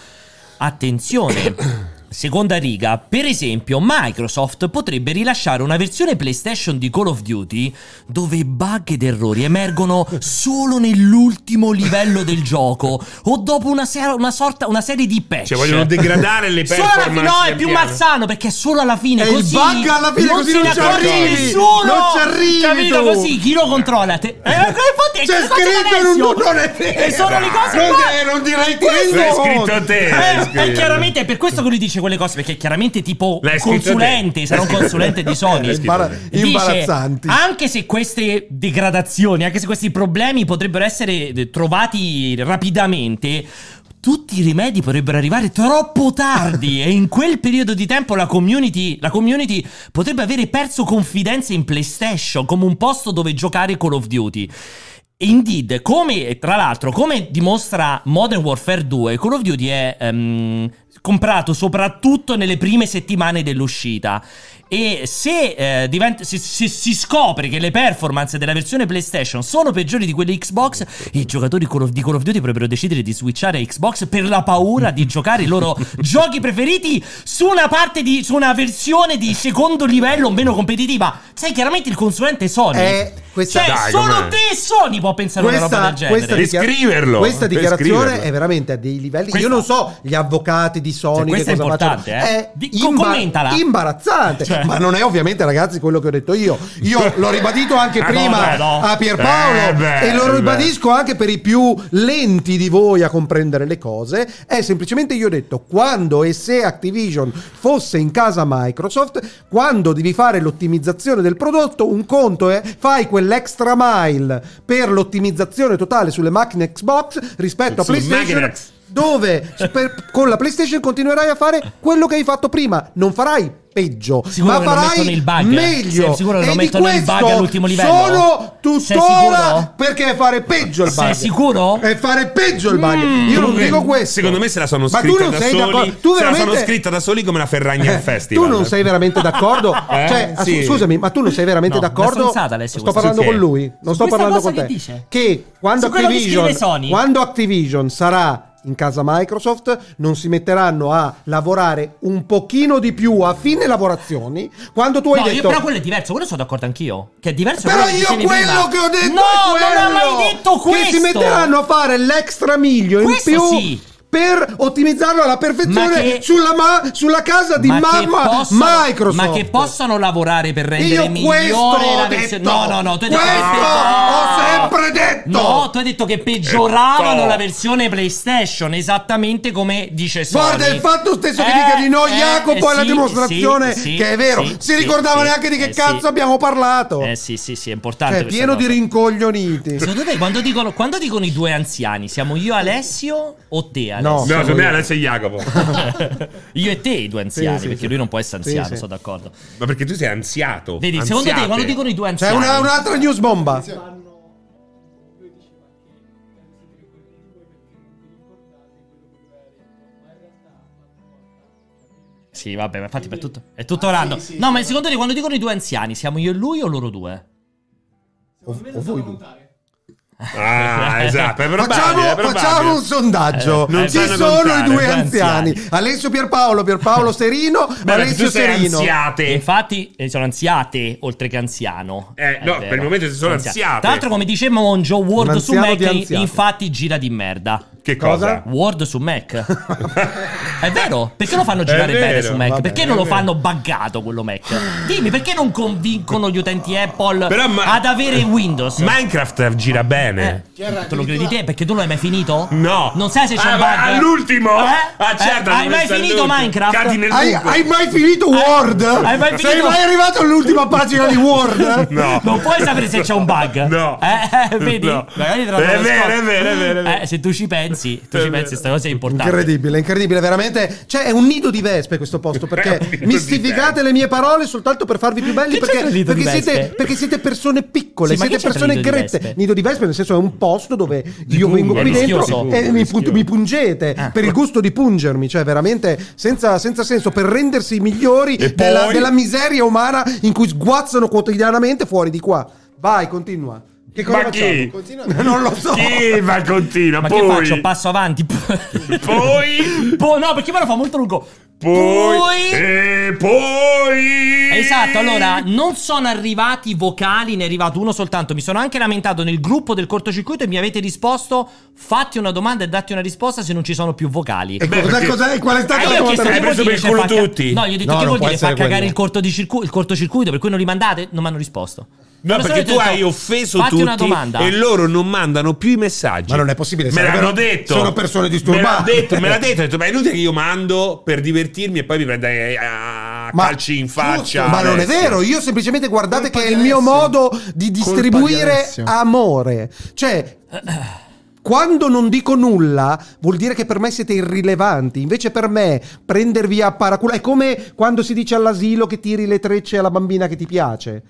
attenzione. Seconda riga, per esempio, Microsoft potrebbe rilasciare una versione PlayStation di Call of Duty dove bug ed errori emergono solo nell'ultimo livello del gioco o dopo una, ser- una sorta una serie di patch. Cioè, vogliono degradare le Solo alla fine, performance no, è pian più piano. malsano perché è solo alla fine E il così bug alla fine non così se non ne ci accorge arrivi, nessuno. non ci arrivi Capito tu. così? Chi lo controlla? Te- eh, infatti è C'è le cose scritto di non, Alessio. non è vero. E sono le cose non, qua. di- non direi ti Questo- rendi L'hai conto. scritto te. Eh, l'hai è scritto. chiaramente è per questo che lui dice quelle cose, perché è chiaramente tipo L'hai scritto consulente, te. sarà un consulente di Sony. L'hai scritto Imbara- te. Dice, imbarazzanti. anche se queste degradazioni, anche se questi problemi potrebbero essere eh, trovati rapidamente, tutti i rimedi potrebbero arrivare troppo tardi e in quel periodo di tempo la community, la community potrebbe avere perso confidenza in PlayStation come un posto dove giocare Call of Duty. Indeed, come tra l'altro, come dimostra Modern Warfare due, Call of Duty è ehm, comprato soprattutto nelle prime settimane dell'uscita. E se, eh, diventa, se, se si scopre che le performance della versione PlayStation sono peggiori di quelle Xbox, i giocatori Call of, di Call of Duty potrebbero decidere di switchare a Xbox per la paura di giocare i loro giochi preferiti su una parte di su una versione di secondo livello meno competitiva. Sai, chiaramente il consulente Sony. Eh, questa- cioè, Dai, solo com'è? te Sony può pensare a una roba del genere. questa, dichiar- Descriverlo. questa dichiarazione Descriverlo. è veramente a dei livelli. Questa- Io non so gli avvocati di Sony Cioè, che questa è cosa importante, facciano. eh. È Di- com- commentala. imbarazzante. Cioè- Ma non è ovviamente, ragazzi, quello che ho detto io. Io l'ho ribadito anche Ah, prima no, no. a Pierpaolo Eh, beh, e lo beh. ribadisco anche per i più lenti di voi a comprendere le cose. È semplicemente io ho detto, quando e se Activision fosse in casa Microsoft, quando devi fare l'ottimizzazione del prodotto, un conto è fai quell'extra mile per l'ottimizzazione totale sulle macchine Xbox rispetto a Sulle PlayStation, macchine X. dove per- con la PlayStation continuerai a fare quello che hai fatto prima, non farai peggio, Sicuro ma che non farai mettono il bug? meglio. Sei sicuro che e non di mettono il bug questo all'ultimo livello? sono Sei tuttora sicuro? perché è fare peggio il bug. Sei sicuro? È fare peggio il bug. Mm. Io non Comunque, dico questo. Secondo me se la sono Ma tu scritta non da sei soli. d'accordo? Tu se la veramente- sono scritta da soli come la Ferragna Eh, Festival. Tu non sei veramente d'accordo? Eh? Cioè, ah, Sì. scusami, ma tu non sei veramente No, una d'accordo? stronzata, Alessio, sto questa. parlando Su con che? lui, non sto questa parlando cosa con te. che dice? Che quando Su quello che Activision, scrive Sony? quando Activision sarà in casa Microsoft, non si metteranno a lavorare un pochino di più a fine lavorazioni. Quando tu hai No, io detto però quello è diverso, quello sono d'accordo anch'io. Che è diverso da però quello che io dicevi quello prima. che ho detto no, è quello, non ho mai detto questo. che si metteranno a fare l'extra miglio in Questo più sì. per ottimizzarlo alla perfezione Ma che- sulla, ma- sulla casa di ma che mamma possano- Microsoft. Ma che possano lavorare per rendere Io migliore questo la ho versione. detto. No, no, no, tu hai detto Questo che ho sempre detto. No, tu hai detto che peggioravano Detto. la versione PlayStation, esattamente come dice Sony. Guarda, il fatto stesso che Eh, dica di no eh, Jacopo è la sì, dimostrazione sì, sì, che è vero. sì, si sì, ricordava sì, neanche di che eh, cazzo sì. abbiamo parlato. Eh sì, sì, sì, è importante. Cioè, questa pieno di cosa. rincoglioniti. Secondo te, quando dicono, quando dicono i due anziani, siamo io Alessio o te Alessio? No. No, Siamo secondo me io. Alessio e Jacopo. Io e te i due anziani, Sì, sì, perché sì. lui non può essere Sì, anziano, sì. sono d'accordo. Ma perché tu sei anziato. Vedi, secondo te Anziate. quando dicono i due C'è anziani una- un'altra news bomba. Sì, vabbè, ma infatti è tutto, è tutto random. No, ma secondo te quando dicono i due anziani, siamo io e lui o loro due? O, o voi due. Ah, esatto. È probabile, Facciamo, è probabile. facciamo un sondaggio. Eh, non Ci sanno sono contare, i due due anziani. anziani. Alessio Pierpaolo, Pierpaolo Serino, Beh, perché Alessio tu sei Serino. anziate. E infatti eh, sono anziate oltre che anziano. Eh, È no, vero. per il momento sono Anziate. anziate. Tra l'altro, come diceva Monjo, Word Un su anziano di Mac anziato. infatti gira di merda. Che cosa? Word su Mac. È vero? Perché lo fanno girare vero, bene su Mac? vabbè, perché non lo fanno buggato quello Mac? Dimmi, perché non convincono gli utenti Apple Però ma- ad avere Windows? Minecraft gira bene. Eh, te lo credi te? Perché tu lo hai mai finito? No. Non sai se c'è Ah, un ma bug? all'ultimo? Eh? Ah, certo, Eh? Hai hanno mai messo finito all'ultimo. Minecraft? Cadi nel Hai, buco. hai mai finito Word? Hai mai Sei finito- mai arrivato all'ultima pagina di Word? No. Non puoi sapere se c'è un bug. No. Eh, vedi? No. Magari te la È nascondo. vero, è vero, è vero, è vero. Eh, se tu ci pensi, tu ci pensi, questa cosa è importante. Incredibile, incredibile, veramente. Cioè, è un nido di vespe questo posto. È un Perché nido di mistificate vespe. le mie parole soltanto per farvi più belli. Che Perché, c'entra il nido perché, di siete, vespe? perché siete persone piccole, Sì, ma siete che c'entra persone il nido di grette. vespe? Nido di vespe, nel senso, è un posto dove io vengo È qui dentro rischioso. e mi, pu- mi pungete Ah. per il gusto di pungermi. Cioè, veramente senza, senza senso, per rendersi migliori E della, poi? della miseria umana in cui sguazzano quotidianamente fuori di qua. Vai, continua. Che cosa Ma facciamo? chi? Continua. Non lo so. Chi va continua? Ma poi, che faccio? Passo avanti. Poi, Po- no, perché me lo fa molto lungo. poi, e poi. Esatto, allora non sono arrivati vocali, ne è arrivato uno soltanto. Mi sono anche lamentato nel gruppo del cortocircuito e mi avete risposto: fatti una domanda e datti una risposta se non ci sono più vocali. E Beh, cosa, perché- cos'è? Qual è stata Eh, la io ho chiesto domanda? Hai che vuol preso dire per se il culo fa ca- tutti? No, gli ho detto No, che non vuol può dire fa essere cagare quello. il cortocircuito, il cortocircuito, per cui non li mandate? Non mi hanno risposto. No, Ma perché solo tu ho detto, hai offeso fatti tutti una domanda. e loro non mandano più i messaggi. Ma non è possibile, Me sarebbero- l'hanno detto. sono persone Me l'ha disturbate. detto, me l'ha detto, ho detto, ma è inutile che io mando per divertirmi e poi mi prende a Ma- calci in faccia. Ma non è Alessio. vero, io semplicemente guardate Colpa che è di il mio Alessio. modo di Colpa di distribuire Alessio. amore. Cioè, quando non dico nulla vuol dire che per me siete irrilevanti. Invece per me prendervi a paraculo è come quando si dice all'asilo che tiri le trecce alla bambina che ti piace.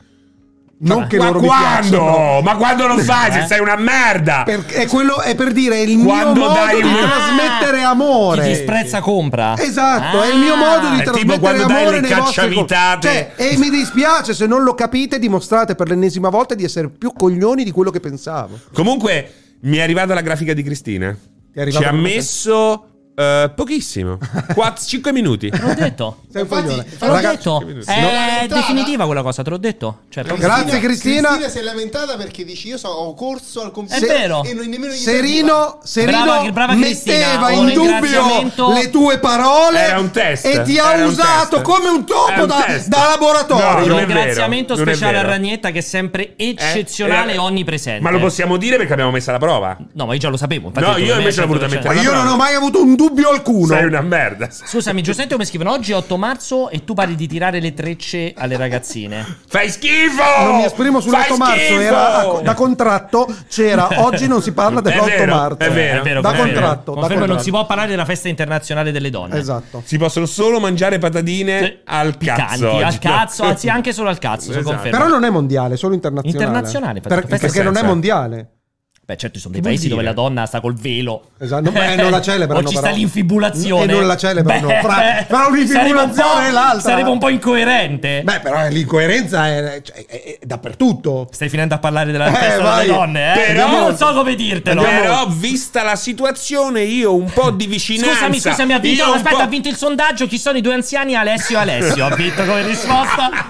Non che ma loro mi quando? piacciono. Ma quando lo fai se Eh? sei una merda? Perché è, quello, è per dire è il Quando mio modo dai di un- trasmettere Ah, amore. Chi disprezza compra. Esatto, Ah. è il mio modo di È tipo trasmettere quando dai amore le nei vostri cacciavitate. Cioè, e mi dispiace se non lo capite, dimostrate per l'ennesima volta di essere più coglioni di quello che pensavo. Comunque mi è arrivata la grafica di Cristina. Ti è arrivata Ci ha la- messo eh, pochissimo. cinque minuti. Te l'ho detto. Sei un Infatti- coglione. infatti- Te l'ho Raga- detto. minuti. È No. definitiva quella cosa, te l'ho detto. Cioè, proprio- Grazie, Cristina. Cristina si è lamentata perché dici io so, ho corso al computer È vero. e non nemmeno gli Serino, Serino Brava- brava Cristina, metteva un in dubbio ringraziamento. le tue parole Era un test. e ti ha Era un usato test. come un topo Era un da, test. da No, laboratorio. non un è vero, ringraziamento non è speciale a vero. Ragnetta che è sempre eccezionale Eh, e onnipresente. Ma lo possiamo dire perché abbiamo messo alla prova. No, ma io già lo sapevo. infatti No, ho detto, io per me invece l'ho voluta cento per Ma mettere. cento. io non ho mai avuto un dubbio alcuno. Sei una merda. Scusami, giustamente come scrivono oggi è otto marzo e tu parli di tirare le trecce alle ragazzine. Fai schifo! Non mi esprimo sull'otto Fai marzo, schifo! era a- da contratto c'era oggi non si parla È dell'otto vero, marzo. è vero. È vero, Da confermo. contratto, da Confermo, non contratto. si può parlare della festa internazionale delle donne. Esatto. Si possono solo mangiare patatine Sì. al Piccanti, cazzo. oggi. al cazzo, anzi anche solo al cazzo, Esatto. so confermo. Però non è mondiale, è solo internazionale. Internazionale, Per- in che perché non è senso? mondiale. Beh, certo, ci sono Che dei paesi vuol dove dire? la donna sta col velo. Esatto, beh, non la celebrano. O ci però. sta l'infibulazione. E non la celebrano. Beh, Fra, fra un'infibulazione sarebbe un po'- e l'altra. Sarebbe un po' incoerente. Beh, però l'incoerenza è, cioè, è- è dappertutto. Stai finendo a parlare della Eh, festa vai. delle donne, eh? Però- Io non so come dirtelo. Però, vista la situazione, io un po' di vicinanza. Scusami, scusami, ha vinto, Io un aspetta, po'- ha vinto il sondaggio. Chi sono i due anziani? Alessio e Alessio. Ha vinto come risposta.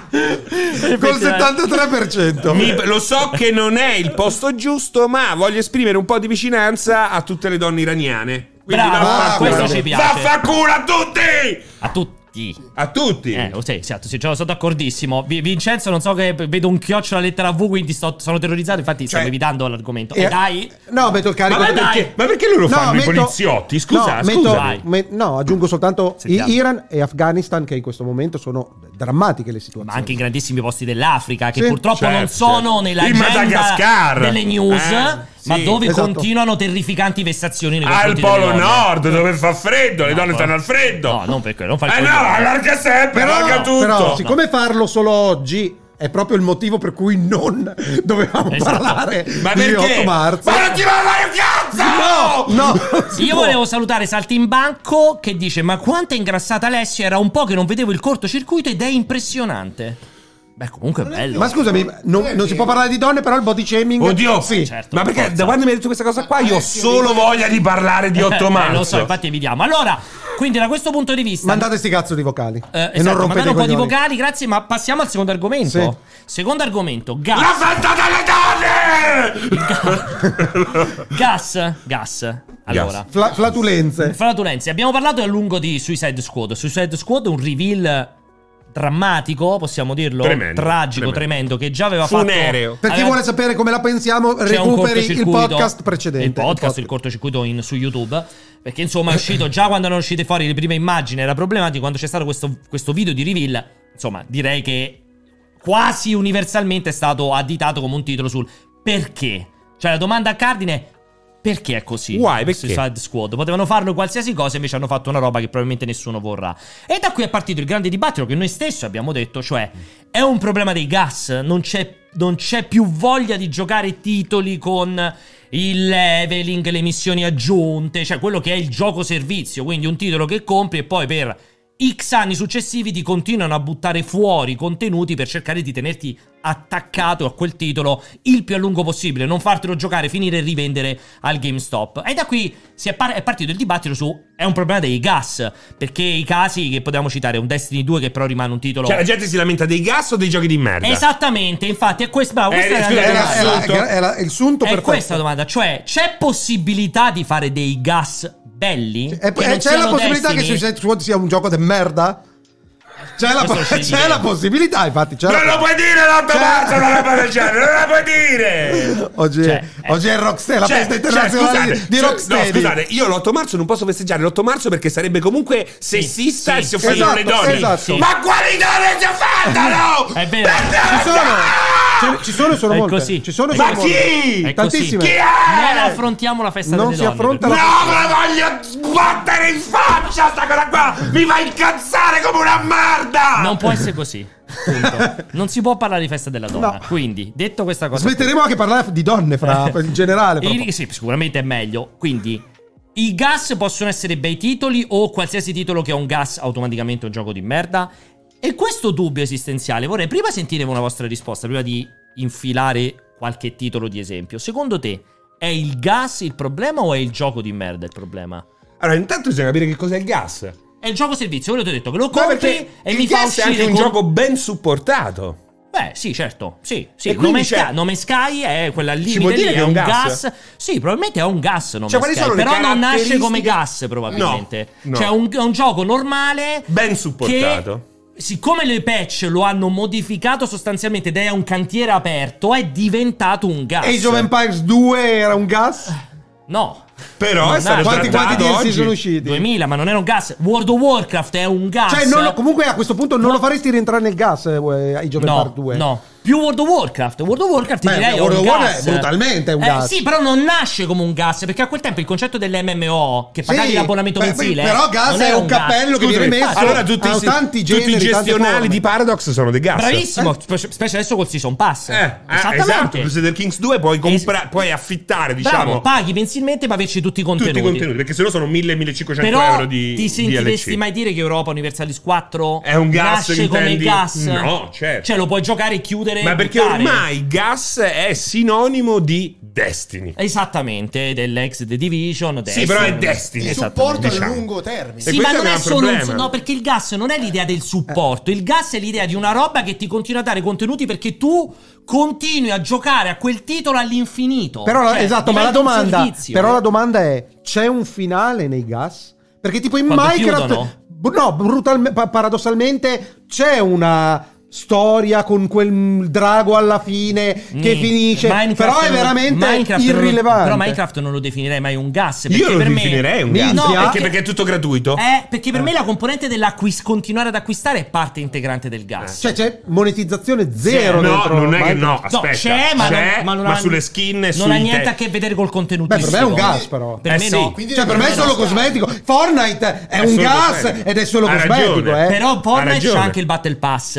Col settantatré per cento. Mi- lo so che non è il posto giusto, ma voglio esprimere un po' di vicinanza a tutte le donne iraniane. Quindi Bravo, vaffanculo. questo ci piace. Vaffanculo a tutti! A tutti. A tutti! Eh, oh, sì, esatto, sì, sono d'accordissimo. Vi- Vincenzo, non so che vedo un chiocciola lettera V, quindi sto- sono terrorizzato. Infatti, stiamo Cioè, evitando l'argomento. E- E dai, No, metto il carico. Ma, dai. perché, ma perché loro fanno metto- i poliziotti? Scusa, no, scusa. metto- Vai. me- no, aggiungo soltanto Sentiamo. i- Iran e Afghanistan, che in questo momento sono drammatiche le situazioni. ma anche in grandissimi posti dell'Africa, che Sì, purtroppo certo, non sono certo. nella In Madagascar. delle news, Eh, ma sì, dove esatto. continuano terrificanti vessazioni nei Al confronti delle Polo donne. Nord, dove fa freddo, le No, donne no. stanno al freddo. No, non per quello, non fa il Eh no, coglione. allarga sempre, Però, allarga tutto. però siccome farlo solo oggi è proprio il motivo per cui non dovevamo Esatto. parlare Ma di perché? otto marzo. Ma non ti va a fare cazzo! No, no. Io volevo salutare Saltimbanco che dice: ma quanto è ingrassata Alessio? Era un po' che non vedevo il cortocircuito ed è impressionante. Beh, comunque è bello. Ma scusami, non, non si può parlare di donne, però il body shaming. Oddio, sì. Certo, ma perché forza. da quando mi hai detto questa cosa qua io ho solo voglia di parlare di otto Eh, marzo. lo so, infatti evitiamo. Allora, quindi da questo punto di vista Mandate sti cazzo di vocali. Eh, e esatto, non rompete mandate un i po' di coglioni. vocali, grazie, ma passiamo al secondo argomento. Sì. Secondo argomento, gas. La festa delle donne! Gas, gas. Allora, Fla- flatulenze. flatulenze. Abbiamo parlato a lungo di Suicide Squad. Suicide Squad è un reveal drammatico, possiamo dirlo, Tremendo, tragico, tremendo. tremendo, che già aveva Funereo. fatto. Per chi aveva- vuole sapere come la pensiamo, c'è un recuperi il cortocircuito, podcast precedente. il podcast, il cortocircuito in- su YouTube. Perché insomma è uscito già quando erano uscite fuori le prime immagini. Era problematico. Quando c'è stato questo, questo video di reveal, insomma, direi che quasi universalmente è stato additato come un titolo sul perché. Cioè la domanda a cardine: perché è così? Why? Perché? Suicide Squad. Potevano farlo qualsiasi cosa, invece hanno fatto una roba che probabilmente nessuno vorrà. E da qui è partito il grande dibattito che noi stessi abbiamo detto, cioè è un problema dei gas, non c'è, non c'è più voglia di giocare titoli con il leveling, le missioni aggiunte, cioè quello che è il gioco servizio, quindi un titolo che compri e poi per X anni successivi ti continuano a buttare fuori contenuti per cercare di tenerti attaccato a quel titolo il più a lungo possibile, non fartelo giocare, finire e rivendere al GameStop. E da qui si è, par- è partito il dibattito su è un problema dei gas, perché i casi che potevamo citare, un Destiny due che però rimane un titolo... Cioè la gente si lamenta dei gas o dei giochi di merda? Esattamente, infatti è questo, bravo, Eh, questa è, scusa, la- È, la- la- è la- Assunto. è la- è il sunto è perfetto. questa la domanda, cioè c'è possibilità di fare dei gas belli? E- Che e non c'è la siano possibilità Destiny? che Suicide Squad sia un gioco di merda? C'è, la, Questo lo scegli c'è te. la possibilità, infatti. C'è Non la- lo puoi dire l'otto marzo, una roba del genere, non la puoi dire! Oggi, Cioè, oggi è Rocksteady, la Cioè, festa cioè, internazionale scusate, di, di cioè, Rocksteady. No, scusate, io l'otto marzo non posso festeggiare l'otto marzo perché sarebbe comunque sessista sì, e si sì, offendono esatto, le donne. esatto. Ma quali donne si offendono? È vero. Ci sono, ce- ci sono e sono È molte. così. Ci sono e Ma sono molte. chi? È così. Tantissime. Chi è? Non affrontiamo la festa Non delle si donne, affronta per la- No, me la voglio sbattere in faccia sta cosa qua! Mi fa incazzare come una merda! Non può essere così. Punto. Non si può parlare di festa della donna. No. Quindi, detto questa cosa, Smetteremo anche di parlare di donne fra in generale. I- proprio. sì, sicuramente è meglio. Quindi, i gas possono essere bei titoli o qualsiasi titolo che ha un gas automaticamente è un gioco di merda. E questo dubbio esistenziale vorrei prima sentire una vostra risposta, prima di infilare qualche titolo di esempio. Secondo te è il gas il problema o è il gioco di merda il problema? Allora, intanto bisogna capire che cos'è il gas. È il gioco servizio, quello ti ho detto che lo No, compri perché e il mi fa gas è uscire anche un con- gioco ben supportato. Beh, sì, certo. Sì, sì. E quindi Nome, c'è- Sky, Nome Sky è quella lì. Si può dire che è è un un gas. gas? Sì, probabilmente è un gas. Nome Cioè, quali Sky, sono le però non nasce caratteristiche? come gas, probabilmente. No, no. Cioè, un, è un gioco normale. Ben supportato. Che, siccome le patch lo hanno modificato sostanzialmente ed è un cantiere aperto, è diventato un gas. Age of Empires due era un gas? No. Però Non è stato nasce. Quanti, quanti trattato D L C oggi. sono usciti? duemila, ma non era un gas. World of Warcraft è un gas. Cioè, non lo- comunque a questo punto non lo faresti rientrare nel gas, eh, Age of No, Empires due. no. Più World of Warcraft. World of Warcraft ti Beh, direi è World un of Warcraft gas. è brutalmente un Eh, gas. Sì, però non nasce come un gas, perché a quel tempo il concetto dell'M M O, che pagavi Sì, l'abbonamento beh, mensile, però gas non è era un gas. cappello che Scusami, viene messo. allora tutti, ha i- tanti tutti generi, i tante gestionali forme. di Paradox sono dei gas. Bravissimo, spe- specie adesso col Season Pass. Eh, eh, Esattamente. esatto, Crusader Kings due puoi, compra- puoi affittare, diciamo, Bravo, paghi mensilmente ma averci tutti i contenuti. tutti i contenuti, perché sennò sono mille millecinquecento Però euro di ti D L sentiresti C. mai dire che Europa Universalis quattro È un gas, nasce come intendi? gas? No, certo. Cioè lo puoi giocare, chiudere Ma e perché buttare. ormai gas è sinonimo di Destiny. Esattamente, dell'ex The Division. Sì, però è Destiny. Il Esattamente. supporto diciamo. a lungo termine. E Sì, ma questo non è è un solo un, problema. no, perché il gas non è l'idea del supporto. Il gas è l'idea di una roba che ti continua a dare contenuti perché tu continui a giocare a quel titolo all'infinito. Però Cioè, esatto, ma la diventa un domanda, servizio. però la domanda è: c'è un finale nei gas? Perché tipo in Quando Minecraft chiudono? b- no, brutalme- pa- paradossalmente c'è una storia con quel drago alla fine che Nì. finisce, Minecraft però è non- veramente Minecraft non lo- irrilevante. però Minecraft non lo definirei mai un gas. Perché Io lo per me- definirei un Minchia. gas. No, perché, perché- perché è tutto gratuito. Eh, perché per me la componente dell'acquis continuare ad acquistare è parte integrante del gas. Cioè c'è monetizzazione zero no, dentro non è che Minecraft. no, No, aspetta. c'è, ma, c'è, non, ma, non ma ha, sulle skin e non ha sui niente te- a che vedere col contenuto. Beh, per me è un gas, però. Per Eh me sì. no. Quindi Cioè per me è solo cosmetico. Fortnite è, È un solo gas cosmetico. ed è solo Ha cosmetico, ragione. eh. Però Ha Fortnite c'è ragione. anche il Battle Pass, che è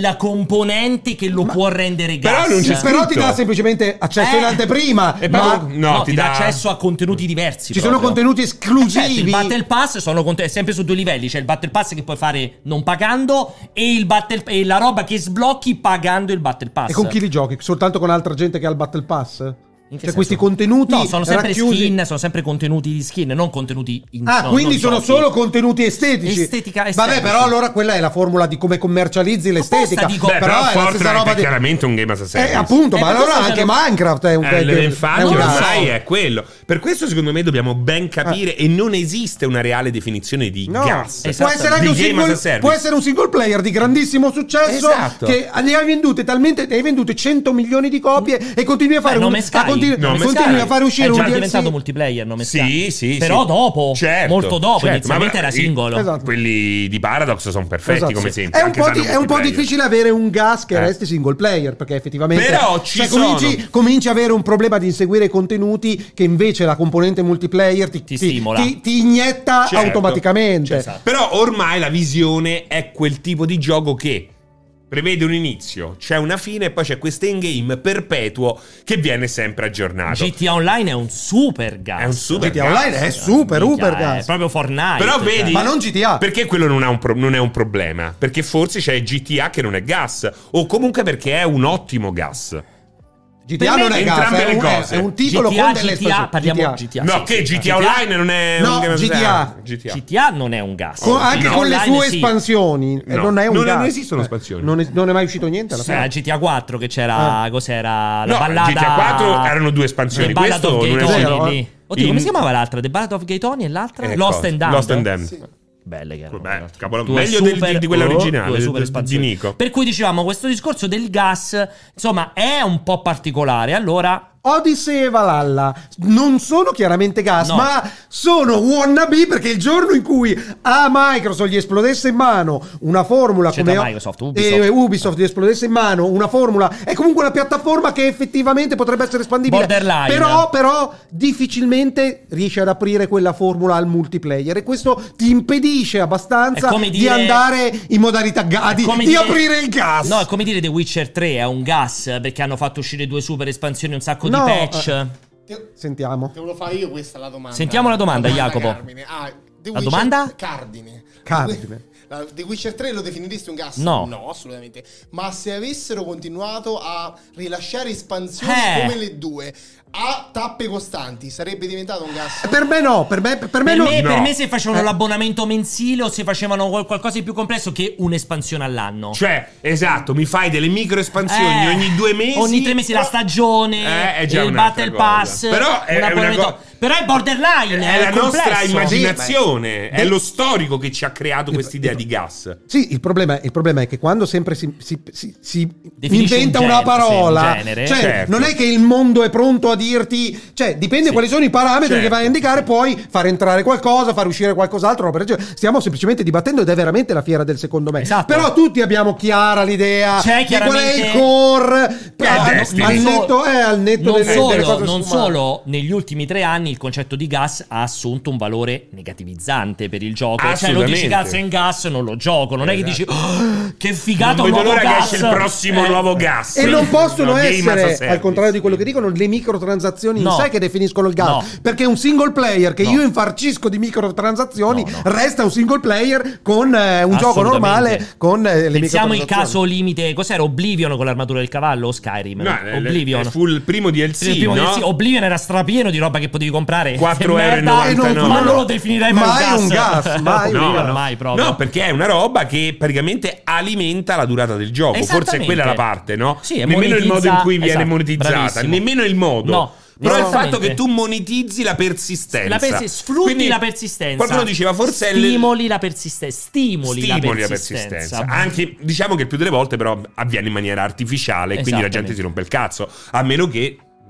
la componente che lo Ma- può rendere gas. Però non c'è Però ti scritto. dà semplicemente accesso Eh. in anteprima. E ma poi- No, no, ti, ti dà dà- accesso a contenuti diversi. ci sono proprio. contenuti Eh, certo, il esclusivi. Battle Pass sono conte- è sempre su due livelli. C'è il Battle Pass che puoi fare non pagando e, il battle, e la roba che sblocchi pagando il Battle Pass. E con chi li giochi? Soltanto con altra gente che ha il Battle Pass? In che Cioè senso? questi contenuti No, sono sempre racchiusi- skin, sono sempre contenuti di skin, non contenuti in Ah, no, quindi non sono giochi. solo contenuti estetici. Estetica, Vabbè, estetici. però allora quella è la formula di come commercializzi l'estetica. dico- Beh, però, però è la stessa Fortnite roba è di... chiaramente un game as a service. Eh, appunto, Eh, ma per allora questo anche c'è- Minecraft è un, Eh, è- è infatti un gas. ormai è quello. Per questo secondo me dobbiamo ben capire e non esiste una reale definizione di No, gas. può Esatto. essere anche Di un game single, as a service. può essere un single player di grandissimo successo Esatto. che ne hai vendute talmente ne hai vendute cento milioni di copie e continui a fare Beh, un Nome Sky. a continui, Nome continui Sky. a fare uscire è un già D L C. diventato multiplayer, Nome Sì, Sky. sì, Però sì. dopo, Certo, molto dopo, certo. inizialmente Ma- era singolo. Esatto. Quelli di Paradox sono perfetti Esatto. come esempio. È un, anche po' se di- hanno è un po' multiplayer. difficile avere un gas che Eh. resti single player perché effettivamente Però ci cioè, sono. cominci, cominci a avere un problema di inseguire i contenuti che invece la componente multiplayer ti, Ti stimola. ti, ti inietta Certo. automaticamente. Esatto. Però ormai la visione è quel tipo di gioco che prevede un inizio, c'è una fine e poi c'è questo endgame perpetuo che viene sempre aggiornato. G T A Online è un super gas. È un super G T A gas. Online è super Minchia, uber È gas. proprio Fortnite. Però cioè. vedi, Ma non G T A. perché quello non, ha un pro- non è un problema? Perché forse c'è G T A che non è gas, o comunque perché è un ottimo gas. G T Per A me non è gas, entrambe è le un, cose. è un titolo G T A, con delle G T A, espansioni. parliamo G T A. G T A. No, sì, che sì. G T A Online non è No, un game as a G T A. service. G T A. G T A non è un gas. Con- anche No, con le online sue sì. espansioni e No, non è un non- gas. non esistono Eh, espansioni. non è, non è mai uscito niente alla Sì, fine. a G T A quattro che c'era Ah. cos'era la No, ballata G T A quattro erano due espansioni, The Ballad questo of non Gay è Tony vero, lì. eh. Oddio, come In- si chiamava l'altra? The Ballad of Gay Tony e l'altra? Eh, Lost cosa? and Damned. Lost and Damned. Belle che erano. Vabbè, cavolo, Due meglio del- super- di quella oh, originale, due super di- espansioni. di Nico. Per cui dicevamo, questo discorso del gas, insomma, è un po' particolare. Allora, Odyssey e Valhalla non sono chiaramente gas, No. ma sono wannabe perché il giorno in cui a Microsoft gli esplodesse in mano una formula C'è come da o- Microsoft, Ubisoft. e Ubisoft gli esplodesse in mano una formula, è comunque una piattaforma che effettivamente potrebbe essere espandibile. Borderline. Però, però difficilmente riesce ad aprire quella formula al multiplayer e questo ti impedisce abbastanza È come di dire- andare in modalità ga- è di, come di dire- aprire il gas. no, è come dire The Witcher tre è un gas perché hanno fatto uscire due super espansioni e un sacco No, di patch. eh. Te, Sentiamo. te lo fare io questa la domanda. Sentiamo la domanda, Jacopo. Carmine. Ah, The La Witcher- domanda? Cardine. Cardine. La- The Witcher tre lo definiresti un gas? No. No, assolutamente. Ma se avessero continuato a rilasciare espansioni Eh. come le due a tappe costanti, sarebbe diventato un gas? Per me no, per me, per me Per no. me, per no. me se facevano Eh. l'abbonamento mensile o se facevano qual- qualcosa di più complesso che un'espansione all'anno. Cioè, esatto, mi fai delle micro espansioni Eh, ogni due mesi. Ogni tre mesi la stagione, Eh, è già il un'altra Battle cosa. Pass. Però è un una abbonamento- co- Però è borderline, È è, la nostra complesso. immaginazione, Sì, è ma- lo storico che ci ha creato quest'idea di gas. Sì, il problema, il problema è che quando sempre si, si- si- si Definisci inventa un una genere, parola, sì, un genere. cioè Certo. non è che il mondo è pronto a dirti, cioè dipende Sì. quali sono i parametri Certo. che vai a indicare, puoi far entrare qualcosa, far uscire qualcos'altro. No, perché stiamo semplicemente dibattendo ed è veramente la fiera del secondo me. Esatto. Però tutti abbiamo chiara l'idea C'è di qual è il chiaramente- core. Che è al, Destiny. al Non netto, eh, al netto non delle, solo, delle cose non sfumate. solo negli ultimi tre anni il concetto di gas ha assunto un valore negativizzante per il gioco. Cioè lo Assolutamente. dici gas è in gas, non lo gioco. Non è che dici "Oh, che figata Non un vedo nuovo l'ora che gas". esce il prossimo Eh, nuovo gas. E non possono No, game as a essere, service. al contrario di quello che dicono, le microtransazioni No. in sé che definiscono il gas. No. Perché un single player che No. io infarcisco di microtransazioni No, no. resta un single player con eh, un gioco Assolutamente. normale con eh, le Pensiamo il microtransazioni. caso limite, cos'era Oblivion con l'armatura del cavallo o Skyrim? No, le- Oblivion. le- fu il primo D L C, Il primo no? D L C. Oblivion era strapieno di roba che potevi comprare. quattro Che euro e merda, novantanove. ma non lo definirei mai, Mai un un gas. gas, mai un No, gas. no. mai proprio. No, perché è una roba che praticamente alimenta la durata del gioco. Forse è Esattamente. quella la parte, no? Sì, è nemmeno il modo in monetizza- cui viene esatto, monetizzata, bravissimo. nemmeno il modo. No. Però il Esattamente. fatto che tu monetizzi la persistenza. La persi- sfrutti Quindi la persistenza. Qualcuno diceva forse è il- stimoli la persistenza. Stimoli, Stimoli la la persistenza. persistenza. Anche diciamo che il più delle volte però avviene in maniera artificiale e quindi la gente Esattamente. si rompe il cazzo. A meno che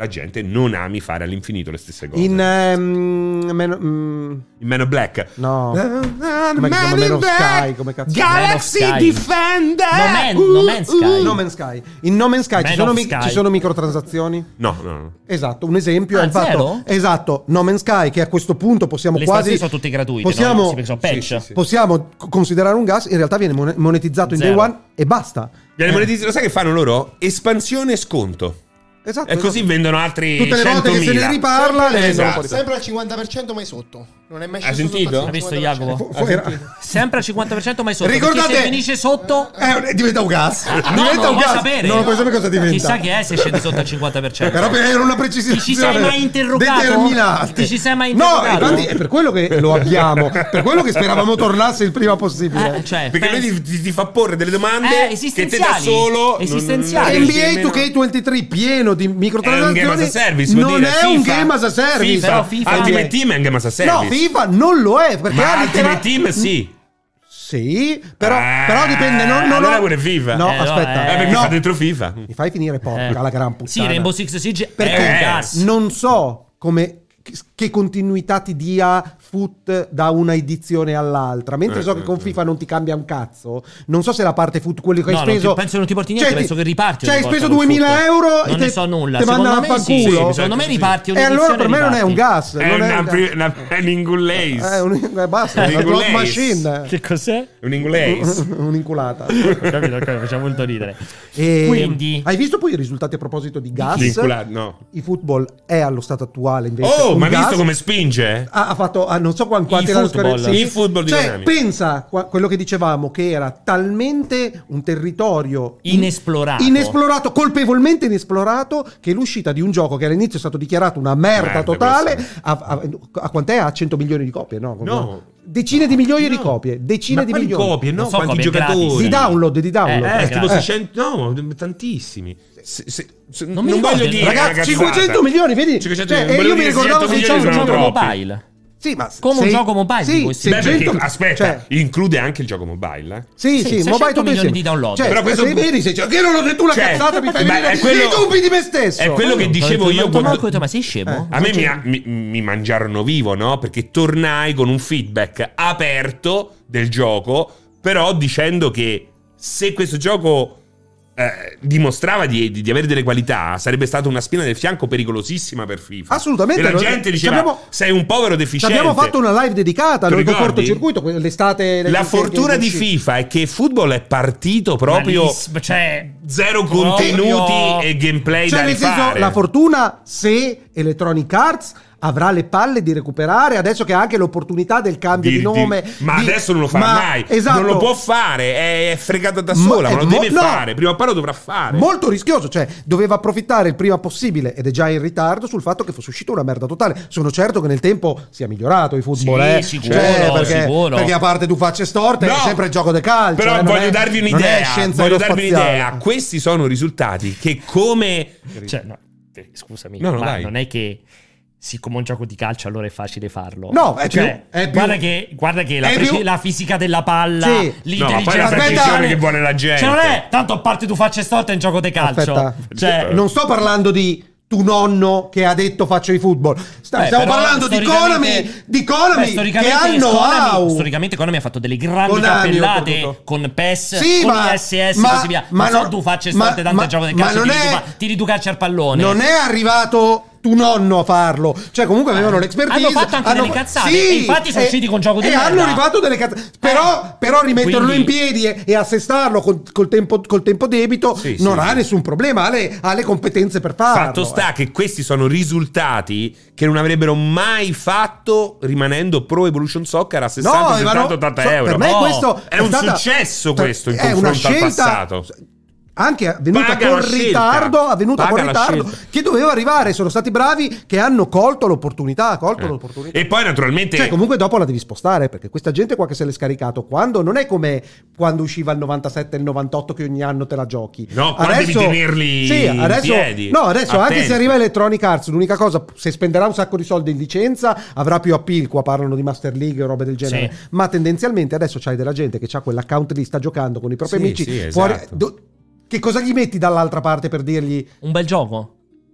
la gente non ami fare all'infinito le stesse cose. In um, Man, um, in Man of Black. No. Uh, uh, Come si chiama? Man of Sky, come cazzo? Galaxy Man of Sky. Defender. No Man, no Man's Sky. No Man's Sky. In No Man's Sky, Man ci sono, of mi- Sky. ci sono microtransazioni? No, no, no. Esatto, un esempio Ah, è il fatto. zero? Esatto, No Man's Sky, che a questo punto possiamo Le quasi. espansioni sono tutte gratuite, Possiamo, no? Sì, perché sono patch. Sì, sì, sì. possiamo c- considerare un gas, in realtà viene mon- monetizzato in Zero. day one e basta. Viene monetizzato, lo sai che fanno loro? Espansione e sconto. Esatto. E così esatto. vendono altri Tutte le volte che se ne centomila. riparla, ne vendono un po' Esatto. di più. Sempre al cinquanta per cento mai sotto. Non è mai Hai sceso sentito? sotto al Hai visto, cinquanta per cento. Jacopo? Fu- fu- era- Sempre al cinquanta per cento mai sotto. Ricordate- Perché se finisce sotto... Eh, diventa un gas. No, diventa non lo un vuoi gas. sapere. Non lo puoi sapere cosa diventa. Chissà che è se scende sotto al cinquanta per cento. Però era una precisione. Ti ci sei mai interrogato? Determinante. Ti ci sei mai No, interrogato? infatti è per quello che lo abbiamo. Per quello che speravamo tornasse il prima possibile. Eh, cioè, Perché pensi- lui ti, ti fa porre delle domande Eh, che te da esistenziali. solo Esistenziali. non- non N B A riesci nemmeno- due K ventitré pieno di è un microtransazioni. game as a service, vuol non dire è un FIFA- game as a service. FIFA, Però FIFA- Ultimate Team è un game as a service. No, FIFA non lo è perché Ma ha Ultimate litera- Team sì. Sì, però, Ah, però dipende. Non, non allora ho- pure FIFA. No, Eh, no, aspetta. Eh, perché no. fa dentro FIFA. Mi fai finire porca Eh. la gran Sì, puttana. Rainbow Six Siege Perché è un Eh, gas. non so come che continuità ti dia foot da una edizione all'altra, mentre Eh, so che eh, con eh. FIFA non ti cambia un cazzo. Non so se la parte foot, quello che hai No, non ti- speso penso non ti porti niente, Cioè, penso che riparti cioè hai ogni speso volta col duemila foot. euro Non e ne te, so nulla. te Secondo mandano a me sì, fanculo. sì, secondo me riparti E allora per me non è un gas, È non è una, un pri- gas. una, è un ingulace. È un, eh, basta, Un è una slot ingulace. machine. Che cos'è? Un ingulace. Un'inculata. Ho capito, ho capito, facciamo molto ridere. E Quindi hai visto poi i risultati a proposito di gas? L'inculato, no. Il football è allo stato attuale invece Oh, un ma hai gas. visto come spinge? Ha, ha fatto ah, non so quan- quanti erano football. scorre- Il football di cioè, Konami. pensa qua- quello che dicevamo che era talmente un territorio in- Inesplorato. inesplorato, colpevolmente inesplorato, che l'uscita di un gioco che all'inizio è stato dichiarato una merda, Merda, totale questo. a, a, a quant'è? A cento milioni di copie, no? No. Decine di milioni di No. copie, decine Ma di quali milioni copie? No, Non so, quanti copie gratis. giocatori? di download, di download. Eh, Eh, tipo grazie. seicento, no, tantissimi. Se- se- se- Non non mi ricordo voglio il- dire Ragazzi, una cazzata. cinquecento milioni, vedi? cinquecento Cioè, milioni. e io Volevo mi dire ricordavo seicento se C'è milioni un sono gioco troppi. mobile. Sì, ma sei- Come un gioco mobile sì, di questi. Beh, perché, seicento aspetta, cioè, include anche il gioco mobile, eh? Sì, Sì, sì, seicento mobile tutto milioni insieme. di download. Cioè, Però questo- se vedi, se cioè, che non ho detto una Cioè, cazzata, mi fai ma venire è quello- i dubbi di me stesso. È quello che dicevo io Ma quando... ma sei scemo? A me mi, mi, mi mangiarono vivo, no? Perché tornai con un feedback aperto del gioco, però dicendo che se questo gioco eh, dimostrava di, di, di avere delle qualità, sarebbe stata una spina del fianco pericolosissima per FIFA. Assolutamente. E la Noi- gente ci diceva, abbiamo- sei un povero Ci deficiente. abbiamo fatto una live dedicata Te noi con ricordi? cortocircuito que- l'estate. La che- fortuna che- di che- FIFA è che il football è partito proprio Malissimo, cioè, zero proprio- contenuti e gameplay Cioè, da nel senso, rifare. la fortuna se Electronic Arts avrà le palle di recuperare adesso che ha anche l'opportunità del cambio di, Di- nome. di- ma di- adesso non lo farà ma- mai. Esatto. Non lo può fare, è fregata da Ma- sola, ma, è lo mo- deve no. fare. Prima o poi lo dovrà fare. Molto rischioso, cioè doveva approfittare il prima possibile ed è già in ritardo sul fatto che fosse uscito una merda totale. Sono certo che nel tempo sia migliorato il football, Sì, eh. sicuro, Cioè, perché, sicuro. perché a parte tu facce storte No, è sempre il gioco del calcio. Però eh, non voglio è- darvi non è un'idea. scienza Voglio darvi aerospaziale. un'idea. Questi sono risultati che come Cioè, no, eh, scusami, No, no, ma vai. non è che siccome un gioco di calcio allora è facile farlo. No, è cioè, più- è più- guarda che, guarda che la, è preci- più- la fisica della palla, Sì. No, ma poi l'intelligenza la Aspetta. precisione che vuole la gente. Cioè, non è tanto a parte tu facce storte è un gioco di calcio. Aspetta. Cioè, Non sto parlando di tu nonno che ha detto faccio i football. Sta- Beh, stiamo però parlando di storicamente- Konami, di Konami Beh, che storicamente hanno Konami, wow. storicamente Konami ha fatto delle grandi Konami, cappellate ho capito. con P E S, Sì, con ma- I S S ma- e così via. ma Ma no- tu facce ma- storte tante ma- gioco del ma calcio, non tiri, è- tu, fa- tiri tu calci al pallone. Non è arrivato tu nonno a farlo, cioè comunque avevano l'expertise, Hanno fatto anche delle cazzate, e infatti sono e- usciti con gioco di e merda. hanno rifatto delle cazzate, però, però rimetterlo Quindi- in piedi e, e assestarlo col, col tempo, col tempo debito Sì, non sì, ha sì. nessun problema, ha le, ha le competenze per farlo. Fatto sta eh. che questi sono risultati che non avrebbero mai fatto rimanendo Pro Evolution Soccer a sessanta No, settanta avevano- ottanta so- euro. per me No, questo è un stata- successo questo in è una confronto al scelta passato. anche avvenuta Paga con la scelta. ritardo, avvenuta Paga con la ritardo, scelta. che doveva arrivare. Sono stati bravi che hanno colto l'opportunità, ha colto Eh. l'opportunità. E poi naturalmente Cioè, comunque dopo la devi spostare perché questa gente qua che se l'è scaricato quando non è come quando usciva il novantasette e il novantotto che ogni anno te la giochi. No, qua devi tenerli sì, in adesso, piedi. No, adesso anche Attenti. se arriva Electronic Arts, l'unica cosa, se spenderà un sacco di soldi in licenza, avrà più appeal. Qua parlano di Master League o robe del genere. Sì. Ma tendenzialmente adesso c'hai della gente che ha quell'account lì, sta giocando con i propri Sì, amici. sì, fuori- esatto. do- che cosa gli metti dall'altra parte per dirgli Un bel gioco.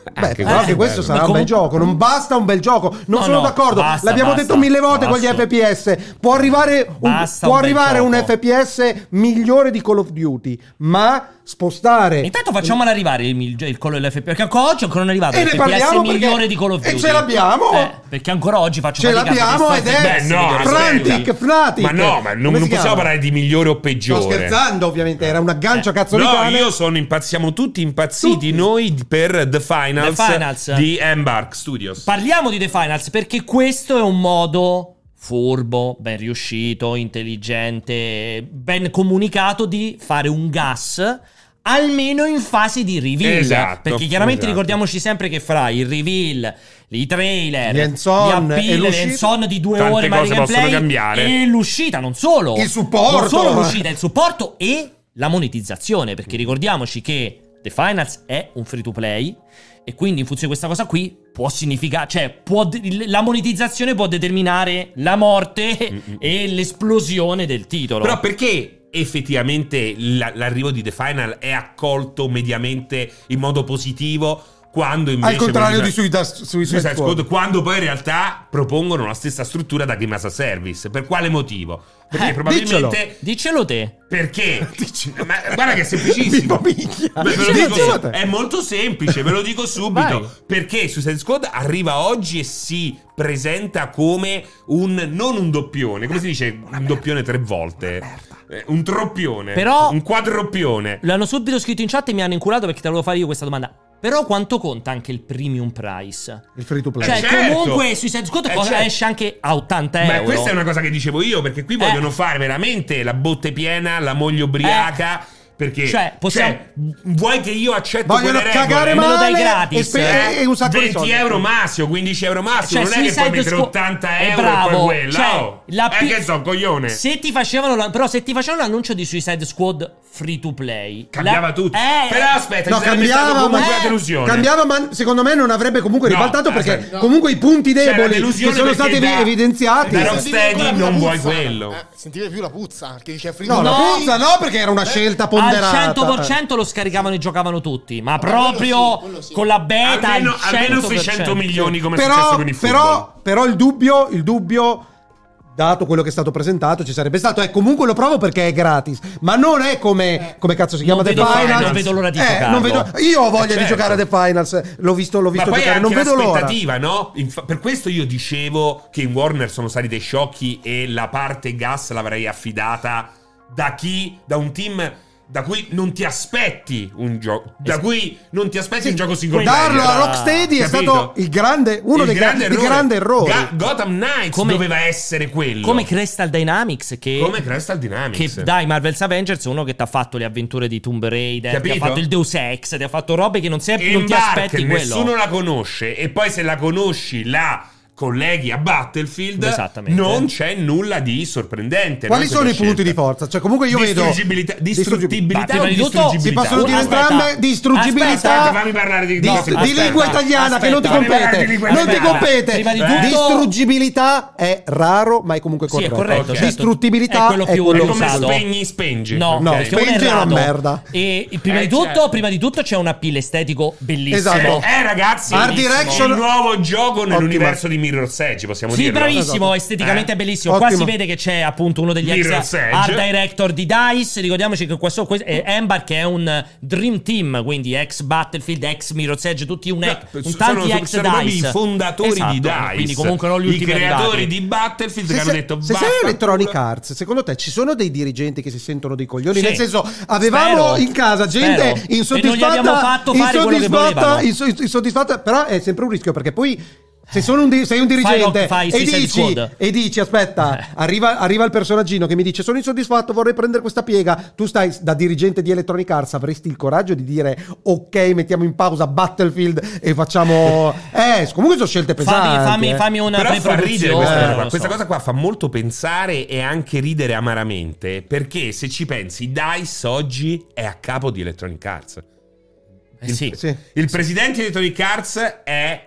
Beh, Anche però questo anche è questo bello. sarà Ma un bel comunque- gioco. Non basta un bel gioco. Non No, sono no, d'accordo. basta, L'abbiamo basta, detto mille volte con gli basta. F P S. Può arrivare un, Basta può un bel arrivare un gioco. F P S migliore di Call of Duty, ma spostare. Intanto facciamolo arrivare il, il, il Call of F P S, perché ancora oggi ancora non è arrivato E ne l'F P S parliamo perché- migliore di Call of e Duty. ce l'abbiamo. Eh, perché ancora oggi faccio Ce fatica a l'abbiamo capire ed sto è F P S Beh, no, migliore. Frantic, Fnatic. Ma no, ma non, Come non si possiamo chiama? parlare di migliore o Sto peggiore. scherzando, ovviamente. Era un aggancio a cazzo di No, cane. io sono impazz- siamo tutti impazziti Tutti. noi per The Finals, The Finals. di Embark Studios. Parliamo di The Finals perché questo è un modo furbo, ben riuscito, intelligente, ben comunicato di fare un gas almeno in fase di reveal. Esatto, Perché chiaramente esatto. ricordiamoci sempre che fra il reveal, i trailer, Gli hands-on gli e appeal, l'uscita, gli hands-on di due tante ore, magari cose possono gameplay, cambiare. e l'uscita, non solo Il supporto, non solo ma- l'uscita, il supporto e la monetizzazione, perché ricordiamoci che The Finals è un free to play e quindi in funzione di questa cosa qui può significare, cioè può de- la monetizzazione può determinare la morte e l'esplosione del titolo. Però perché effettivamente la- l'arrivo di The Final è accolto mediamente in modo positivo, quando invece Al contrario di Suicide Suicide, Suicide Suicide Squad. Squad, quando poi in realtà propongono la stessa struttura da Game as a Service. Per quale motivo? Perché Eh, probabilmente Diccelo te. perché? Ma guarda che è semplicissimo. Pippo minchia. Beh, ve lo Sì, dico sì. su- è molto semplice, ve lo dico subito. Vai. Perché Suicide Squad arriva oggi e si presenta come un non un doppione, come si dice un doppione tre volte? Eh, un troppione, Però- un quadroppione. L'hanno subito scritto in chat e mi hanno inculato perché te la volevo fare io questa domanda. Però quanto conta anche il premium price? Il free to play. Cioè, certo. comunque Suicide Squad Eh, cosa- certo. esce anche a ottanta Ma euro. questa è una cosa che dicevo io, perché qui Eh. vogliono fare veramente la botte piena, la moglie ubriaca. Perché Cioè, possiamo- cioè, vuoi che io accetto Vogliono quelle cagare regole? me lo dai male gratis, e, spe- Eh, e un sacco di venti soldi. euro massimo, quindici euro massimo. Cioè, non è che puoi Suicide mettere Squad- ottanta è euro bravo, e poi quella. cioè, oh. la Eh, pi- che so, coglione. Se ti facevano la- però se ti facevano l'annuncio di Suicide Squad free to play Cambiava la- tutto. Eh, Però aspetta, No, ci sarebbe stato cambiava, comunque ma- la delusione. Cambiava, ma secondo me non avrebbe comunque No, ribaltato perché aspetta, no. comunque i punti C'è la deboli che delusione sono perché stati da- evi- evidenziati. da Eh, Rocksteady sentivi ancora non la vuoi puzza. quello. Eh, sentivi più la puzza che dice free No, to la play. puzza no, perché era una scelta ponderata. al cento per cento lo scaricavano e giocavano tutti, ma quello proprio sì, quello sì. con la beta Almeno, al cento almeno per cento. seicento milioni come è successo Però, con il football. però, però il dubbio, il dubbio, dato quello che è stato presentato, ci sarebbe stato. E comunque lo provo perché è gratis. Ma non è come, come cazzo si chiama Non The vedo- Finals. non vedo l'ora di Eh, giocarlo. non vedo- io ho voglia Eh, di certo. giocare a The Finals. L'ho visto, l'ho Ma visto poi giocare. anche Non vedo l'ora. l'aspettativa, no? Infa- per questo io dicevo che in Warner sono stati dei sciocchi e la parte gas l'avrei affidata da chi? Da un team da cui non ti aspetti un gioco, da Es- cui non ti aspetti Sì, un gioco single darlo player. a Rocksteady è Capito? stato il grande, uno Il dei grande grandi errore. grandi errori. Ga- Gotham Knights Come- doveva essere quello. Come Crystal Dynamics che Come Crystal Dynamics. che dai Marvel's Avengers, uno che ti ha fatto le avventure di Tomb Raider, Capito? ti ha fatto il Deus Ex, ti ha fatto robe che non, si è- E non ti Embark, aspetti quello. nessuno la conosce e poi se la conosci la colleghi a Battlefield, Esattamente. non c'è nulla di sorprendente. Quali no, sono i questa punti scelta. di forza? Cioè, comunque io vedo Distruggibilità, distruttibilità Ma prima o di tutto distruggibilità? si possono dire Aspetta. entrambe distruggibilità. Aspetta, fammi parlare di- di, no, di aspetta. lingua italiana che non ti Aspetta. compete. Fammi parlare di lingua Non ti italiana. compete. Prima di Eh? tutto- Distruggibilità è raro, ma è comunque Sì, è corretto. corretto, Ok. certo. Distruttibilità È quello è più quello È come usato. spegni, spengi. No, Ok. no, perché uno è spegni è una rado. merda. E prima, Eh, di tutto, certo. prima di tutto c'è un appeal estetico bellissimo. Esatto. Eh ragazzi, Art bellissimo. Direction- il nuovo gioco Ottima. nell'universo di Mirror's Edge, possiamo Sì, dirlo. bravissimo, Esatto. esteticamente Eh. è bellissimo. Qua Ottimo. si vede che c'è appunto uno degli ex Mirror's Edge. art director di DICE. Ricordiamoci che questo, questo è Embark, che è un Dream Team, quindi ex Battlefield, ex Mirror's Edge, tutti un, ex, No, un sono- tanti sono- ex sono proprio DICE. i fondatori Esatto, di DICE, quindi comunque non gli i ultimi creatori arrivati. di Battlefield Se, che hanno se- detto se sei "Vaffanculo". Electronic Arts, secondo te ci sono dei dirigenti che si sentono dei coglioni? Sì. Nel senso, avevamo Spero. in casa gente Spero. insoddisfatta, E non gli abbiamo fatto fare quello che insoddisfatta, volevano. inso- insoddisfatta, però è sempre un rischio perché poi se sono un di- sei un dirigente fai e, Suicide dici, Squad. e dici aspetta, arriva, arriva il personaggino che mi dice sono insoddisfatto, vorrei prendere questa piega, tu stai da dirigente di Electronic Arts, avresti il coraggio di dire ok, mettiamo in pausa Battlefield e facciamo eh comunque sono scelte pesanti. Fammi, fammi, eh. fammi una Però fa ridere pre-produzione, questa cosa non qua. lo Questa so. cosa qua fa molto pensare e anche ridere amaramente, perché se ci pensi DICE oggi è a capo di Electronic Arts. Eh sì. Sì. Il presidente di Electronic Arts è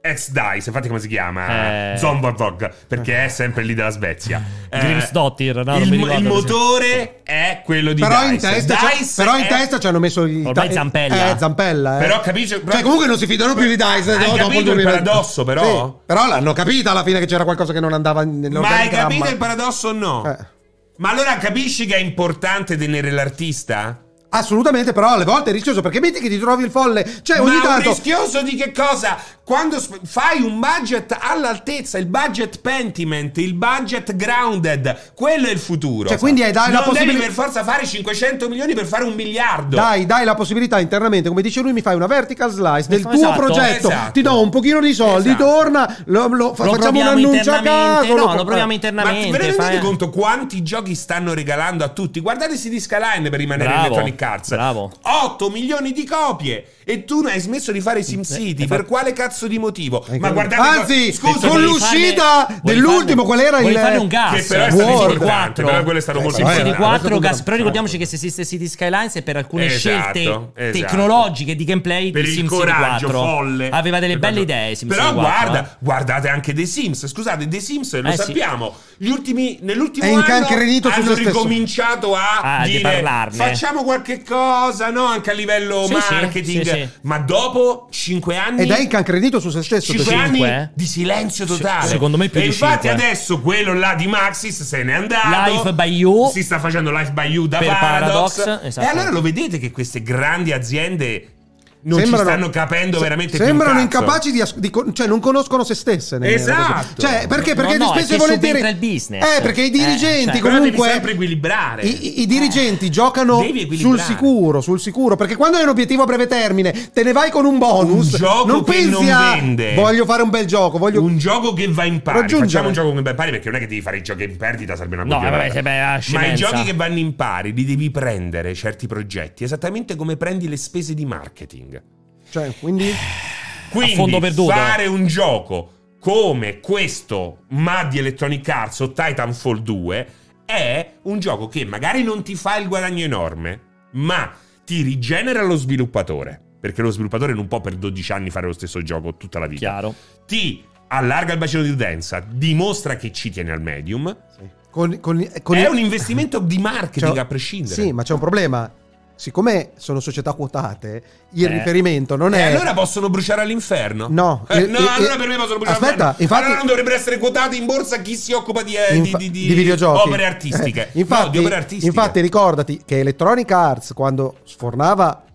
ex Dice, infatti come si chiama? Eh. Zombavog, perché è sempre lì della Svezia. Eh, Grimsdottir, no, non il, mi mo- ricordo il come si- motore è quello di Però in Dice. testa, c'è- Dice però in è- testa ci hanno messo il Ormai ta- Zampella. Eh, Zampella, eh. Però capisci? Cioè, comunque non si fidano più di Dice. Hai no, dopo capito il duemila paradosso, però? Sì, però l'hanno capita alla fine che c'era qualcosa che non andava Ma hai nell'organigramma. capito il paradosso o no? Eh. Ma allora capisci che è importante tenere l'artista? Assolutamente, però alle volte è rischioso perché metti che ti trovi il folle. Cioè, ogni Ma tanto. un rischioso di che cosa? Quando sp- fai un budget all'altezza, il budget Pentiment, il budget Grounded, quello è il futuro. Cioè, quindi hai- dai la non devi possibili- per forza fare cinquecento milioni per fare un miliardo. Dai, dai la possibilità internamente, come dice lui, mi fai una vertical slice del tuo Esatto. progetto, Esatto. ti do un pochino di soldi, Esatto. torna, lo, lo- fa- Lo facciamo un proviamo annuncio a internamente, caso. no, lo- lo proviamo Ma internamente. ve ne rendete fai- conto quanti giochi stanno regalando a tutti? Guardate City Skyline per rimanere in Bravo, Electronic Arts. bravo. otto milioni di copie e tu hai smesso di fare SimCity. Eh, Per fa- quale cazzo di motivo? Hai Ma capito? guardate, Anzi, scusa, con volevi l'uscita farne- volevi dell'ultimo, farne- qual era volevi il farne un gas? Che però è stato Word. importante, però quello è stato Eh, molto però era- SimCity importante. quattro era- gas, però ricordiamoci che se esiste City Skylines è per alcune Esatto, scelte esatto. tecnologiche di gameplay Per di il SimCity coraggio quattro. folle. Aveva delle Per belle quanto- idee SimCity Però quattro, guarda, eh. guardate anche The Sims. Scusate, The Sims lo Eh, sì. sappiamo. Gli ultimi, nell'ultimo È anno incancrenito su hanno se stesso. ricominciato a Ah, di dire parlarne. facciamo qualche cosa, no? Anche a livello Sì, sì, marketing. sì, sì. Ma dopo cinque anni Ed è incancrenito su se stesso. cinque The Sims. anni Cinque? di silenzio totale. secondo me più e di infatti cinque. adesso quello là di Maxis se n'è andato. Life by You. Si sta facendo Life by You da Per Paradox. Paradox, esatto. E allora lo vedete che queste grandi aziende non Sembrano- ci stanno capendo se- veramente più sembrano un cazzo. incapaci di, as- di con- cioè non conoscono se stesse nemmeno, Esatto. così. Cioè perché perché No, no, spesso è e che volentieri subentra il business. eh perché i dirigenti Eh, cioè, Però devi comunque sempre equilibrare. I, i- i dirigenti giocano Devi sul equilibrare. sicuro, sul sicuro, perché quando hai un obiettivo a breve termine, te ne vai con un bonus, Un gioco non che pensi non a vende. voglio fare un bel gioco, voglio Un gioco che va in pari. Raggiungere. Facciamo un gioco che va in pari perché non è che devi fare i giochi in perdita, sarebbe una No, coglionata. vabbè, se beh, la Ma i scemenza. giochi che vanno in pari li devi prendere certi progetti esattamente come prendi le spese di marketing. cioè, quindi Quindi A fondo perduto. fare un gioco come questo, ma di Electronic Arts o Titanfall due, è un gioco che magari non ti fa il guadagno enorme, ma ti rigenera lo sviluppatore. Perché lo sviluppatore non può per dodici anni fare lo stesso gioco tutta la vita. Chiaro. Ti allarga il bacino di utenza, dimostra che ci tiene al medium. con, con, con È un investimento di marketing Cioè, a prescindere. Sì, ma c'è un problema. Siccome sono società quotate, il Eh. riferimento non E è allora possono bruciare all'inferno? No. Eh, Eh, no, eh, allora eh, per me possono bruciare aspetta, all'inferno. infatti- Allora non dovrebbero essere quotati in borsa chi si occupa di, eh, Infa- di, di, di videogiochi, opere artistiche. Eh, infatti, No, di opere artistiche. infatti ricordati che Electronic Arts, quando sfornava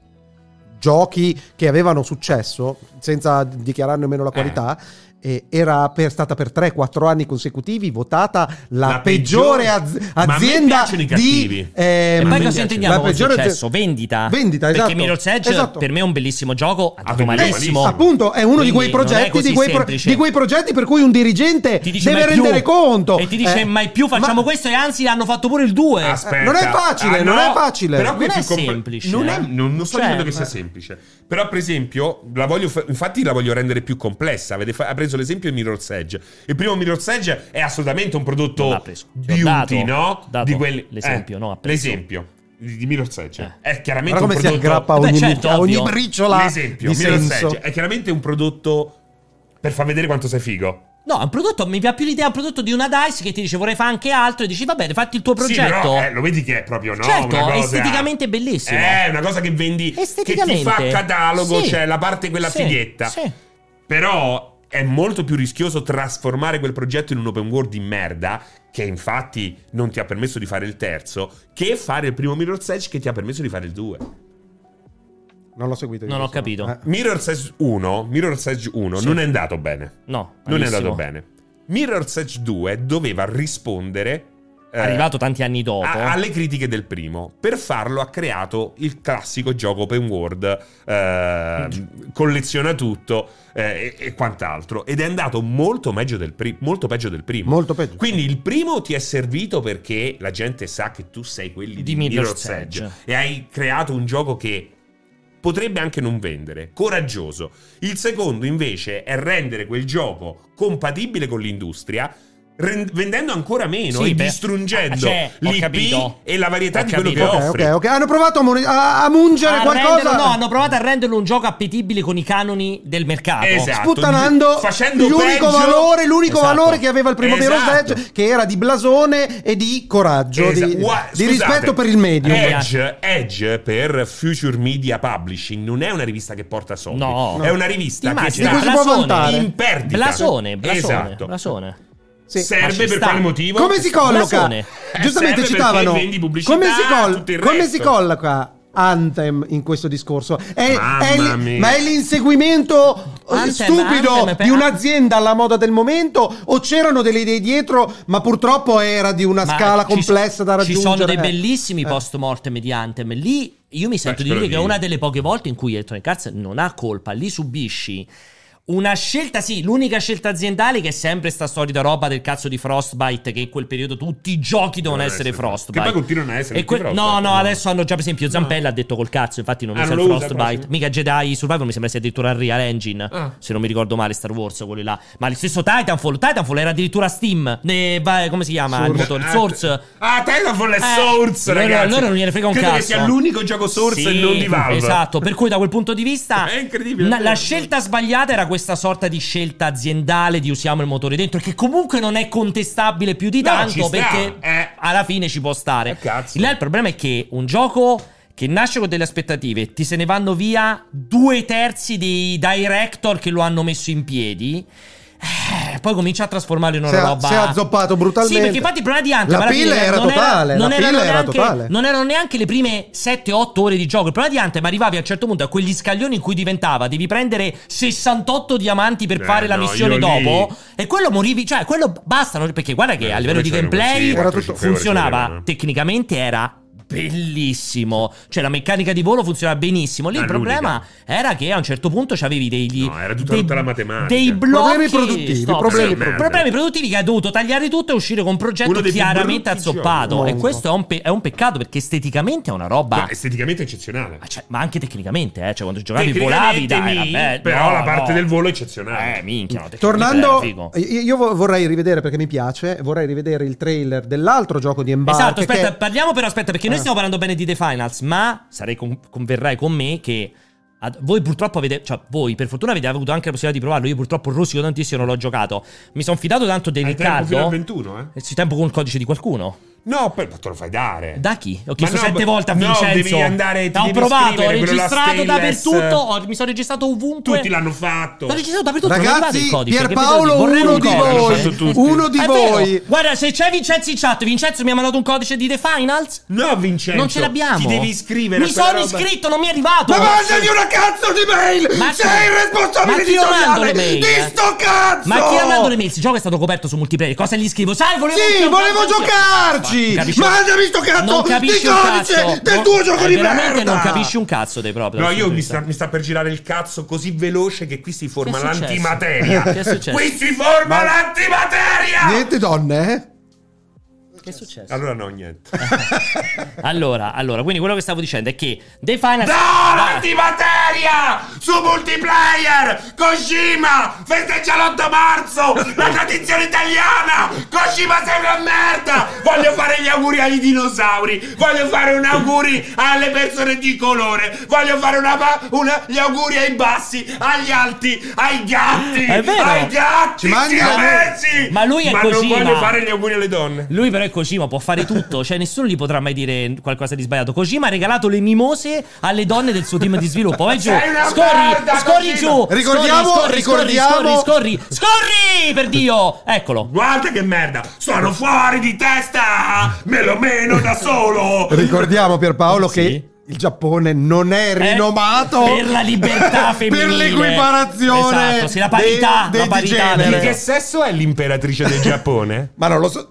giochi che avevano successo senza dichiarare nemmeno la qualità, eh, era per, stata per tre quattro anni consecutivi votata la, La peggiore, peggiore. az- Ma a me azienda piacciono i cattivi. di ehm, E poi mi cosa piace. intendiamo La con peggiore successo? azienda- Vendita. Vendita, Perché esatto. Mirror's Edge Esatto. per me è un bellissimo gioco, ha dato venduto malissimo. malissimo. Appunto, è uno Quindi di quei non è progetti così di quei, pro- semplice. di quei progetti per cui un dirigente Ti dice deve mai più. rendere conto E ti dice Eh, mai più facciamo ma- questo, e anzi hanno fatto pure il due. Aspetta. non è facile, Ah, non no, è facile. Però qui Non più è compl- semplice. Non, è- non- non sto Cioè, dicendo che sia ma- semplice. Però, per esempio, la voglio fa- infatti la voglio rendere più complessa. Avete fa- ha preso l'esempio di Mirror's Edge. Il primo Mirror's Edge è assolutamente un prodotto Non l'ha preso. Ti ho beauty, dato- no? dato di quelli l'esempio, eh, no, ha preso. l'esempio di di Mirror's Edge Eh. è chiaramente Guarda come un si prodotto. aggrappa a Vabbè, ogni, certo, a ogni ovvio. briciola L'esempio di Mirror's senso. Edge è chiaramente un prodotto per far vedere quanto sei figo. No, è un prodotto, mi piace più l'idea, è un prodotto di una DICE che ti dice vorrei fare anche altro e dici va bene, fatti il tuo Sì, progetto. però eh, lo vedi che è proprio no, Certo, una cosa, esteticamente bellissimo. È una cosa che vendi, che ti Esteticamente. fa catalogo, Sì. cioè la parte quella Sì, fighetta. sì. Però è molto più rischioso trasformare quel progetto in un open world di merda, che infatti non ti ha permesso di fare il terzo, che fare il primo Mirror's Edge che ti ha permesso di fare il due. Non l'ho seguito. io Non ho questo. capito. Eh. Mirror's Edge uno, Mirror's Edge uno Sì. non è andato bene. No, Non è malissimo. andato bene. Mirror's Edge due doveva rispondere eh, Arrivato tanti anni dopo. a- alle critiche del primo. Per farlo ha creato il classico gioco open world, eh, colleziona tutto eh, e, e quant'altro, ed è andato molto meglio del pri- molto peggio del primo. Molto peggio. Quindi il primo ti è servito perché la gente sa che tu sei quelli di, Di Mirror's Mirror's Edge Edge. e hai creato un gioco che potrebbe anche non vendere, coraggioso. Il secondo invece è rendere quel gioco compatibile con l'industria, rend- vendendo ancora meno Sì, e beh, distrungendo cioè, ho l'I P capito. e la varietà Ho di quello che capito. Ok, offre. ok, ok. Hanno provato a, moni- a, a mungere A qualcosa. renderlo- no, hanno provato a renderlo un gioco appetibile con i canoni del mercato. Esatto. Sputtanando Facendo l'unico peggio. valore, l'unico Esatto. valore che aveva il primo Mirror's Esatto. Edge, che era di blasone e di coraggio, Esa- di, Ua- di scusate, rispetto per il medium. Edge, Edge per Future Media Publishing non è una rivista che porta soldi. No. È una rivista Ti che immagini? Di cui si può sta vantare. in perdita. Blasone, blasone, Esatto. blasone. Sì. Ma Serve ci per sta. quale motivo? Come si colloca? Blasone. Eh, Giustamente serve citavano. perché vendi pubblicità, Come si, col- tutto il come resto. si colloca Anthem in questo discorso? È, Mamma è il- mia. ma è l'inseguimento eh, Anthem, stupido Anthem, per- di un'azienda alla moda del momento, o c'erano delle idee dietro, ma purtroppo era di una Ma scala ci complessa so- da raggiungere? Ci sono dei Eh. bellissimi Eh. post mortem di Anthem. Lì io mi sento di spero dire che è di- una delle poche volte in cui Electronic Arts non ha colpa. Lì subisci una scelta, sì, l'unica scelta aziendale, che è sempre sta solita roba del cazzo di Frostbite, che in quel periodo tutti i giochi devono Devono essere essere- Frostbite. che poi continuano a essere E tutti que- Frostbite, no, no, no. adesso hanno già, per esempio, Zampella ha detto col cazzo, infatti non Ah, usa non il lo usa Frostbite. proprio? Mica Jedi Survivor mi sembra sia addirittura Unreal Engine, Ah. se non mi ricordo male, Star Wars, quelli là. Ma lo stesso Titanfall, Titanfall era addirittura Steam. Ne- va- come si chiama il motore? Ah, Source. Ah, Titanfall è Eh, Source, loro- ragazzi. loro non gliene frega un Credo cazzo. che sia l'unico gioco Source Sì, e non di Valve. esatto, per cui da quel punto di vista È incredibile, na- è la vero. scelta sbagliata era questa sorta di scelta aziendale di usiamo il motore dentro, che comunque non è contestabile più di No, tanto, ci sta, perché eh. alla fine ci può stare. Eh, cazzo. Là il problema è che un gioco che nasce con delle aspettative, ti se ne vanno via due terzi dei director che lo hanno messo in piedi. Eh, poi comincia a trasformarlo in una Si è- roba. si è azzoppato brutalmente. Sì, perché infatti il problema di Anthem La alla pilla fine era non totale, non la erano pilla era neanche, totale. non erano neanche le prime sette otto ore di gioco. Il problema di Anthem, arrivavi a un certo punto a quegli scaglioni in cui diventava devi prendere sessantotto diamanti per Eh, fare la no, missione io dopo, lì- e quello morivi, cioè quello basta, no? Perché guarda che Eh, a livello di poi c'erano gameplay questi Era quattro tutto- cinque ore ci funzionava, volevano. tecnicamente era bellissimo, cioè la meccanica di volo funzionava benissimo. Lì Ah, il problema era che a un certo punto c'avevi degli No, era tutta dei, tutta la matematica. dei blocchi, Problemi produttivi, stop. problemi Sì, produttivi. problemi produttivi che ha dovuto tagliare tutto e uscire con un progetto Uno dei più chiaramente brutti azzoppato. giochi. E questo è un, pe- è un peccato, perché esteticamente è una roba, No, esteticamente eccezionale. ma, cioè, ma anche tecnicamente, eh. Cioè quando giocavi Tecnicamente volavi, dai, nì, vabbè, però no, la parte no. del volo è eccezionale. Eh, minchia, no, tecnicamente Tornando, era figo. io io vo- vorrei rivedere, perché mi piace, vorrei rivedere il trailer dell'altro gioco di Embark. Esatto, aspetta, che- parliamo però, aspetta, perché noi Ah. stiamo parlando bene di The Finals, ma sarei con- converrai con me che ad- voi purtroppo avete, cioè voi per fortuna avete avuto anche la possibilità di provarlo. Io purtroppo rosico tantissimo, non l'ho giocato. Mi sono fidato tanto di Hai tempo fino al Riccardo. ventuno, eh? E si tempo con il codice di qualcuno. No, per, ma te lo fai dare. Da chi? Ho chiesto Ma no, sette ma- volte a no, Vincenzo. devi andare, ti ho devi provato, ho iscrivere, quello là registrato stainless. dappertutto. ho- mi sono registrato ovunque. Tutti l'hanno fatto. L'ho registrato dappertutto. non mi arrivate il Ragazzi, codice, che Pierpaolo, vedo- vorrei uno un di codice. L'hanno voi, fatto tutti. uno di È vero. voi. Guarda, se c'è Vincenzo in chat, Vincenzo mi ha mandato un codice di The Finals. No, Vincenzo. Non ce l'abbiamo. Ti devi iscrivere. Mi a quella sono roba. iscritto, non mi è arrivato. Ma mandagli una cazzo di mail! Ma Sei chi- il responsabile ma chi io mando le editoriale mail? di sto cazzo! Ma chi ha mandato le mail? Il gioco è stato coperto su multiplayer. Cosa gli scrivo? Sai, volevo Sì, un- volevo Ma- giocarci! Ma capisci- Mandami sto cazzo non capisci di un codice cazzo. del Non- tuo gioco eh, di veramente merda! non capisci un cazzo dei propri. No, io mi sta, mi sta per girare il cazzo così veloce che qui si forma Che è successo? l'antimateria. Che è successo? Qui si forma Ma- l'antimateria! Niente donne, eh? Che è successo? Allora no, niente. Allora, allora, quindi quello che stavo dicendo è che The Finals. No, l'antimateria! Su multiplayer! Kojima! Festeggia l'otto marzo! La tradizione italiana! Kojima sei una merda! Voglio fare gli auguri ai dinosauri! Voglio fare un auguri alle persone di colore! Voglio fare una, una- gli auguri ai bassi, agli alti, ai gatti! È vero. Ai gatti! Ci manca- siamesi! Ma lui è Ma Kojima. non voglio fare gli auguri alle donne. Lui però è Kojima, può fare tutto, cioè nessuno gli potrà mai dire qualcosa di sbagliato. Kojima ha regalato le mimose alle donne del suo team di sviluppo. Vai giù, Sei una scorri, merda, scorri Kojima. giù. Ricordiamo- scorri, ricordiamo- scorri, scorri, scorri, scorri, per Dio. Eccolo. Guarda che merda! Sono fuori di testa! Me lo meno da solo! Ricordiamo, Pierpaolo, Sì. che il Giappone non è rinomato per la libertà femminile. per l'equiparazione Esatto, sì, la parità, dei- la dei parità, generi. Di che sesso è l'imperatrice del Giappone? Ma non lo so.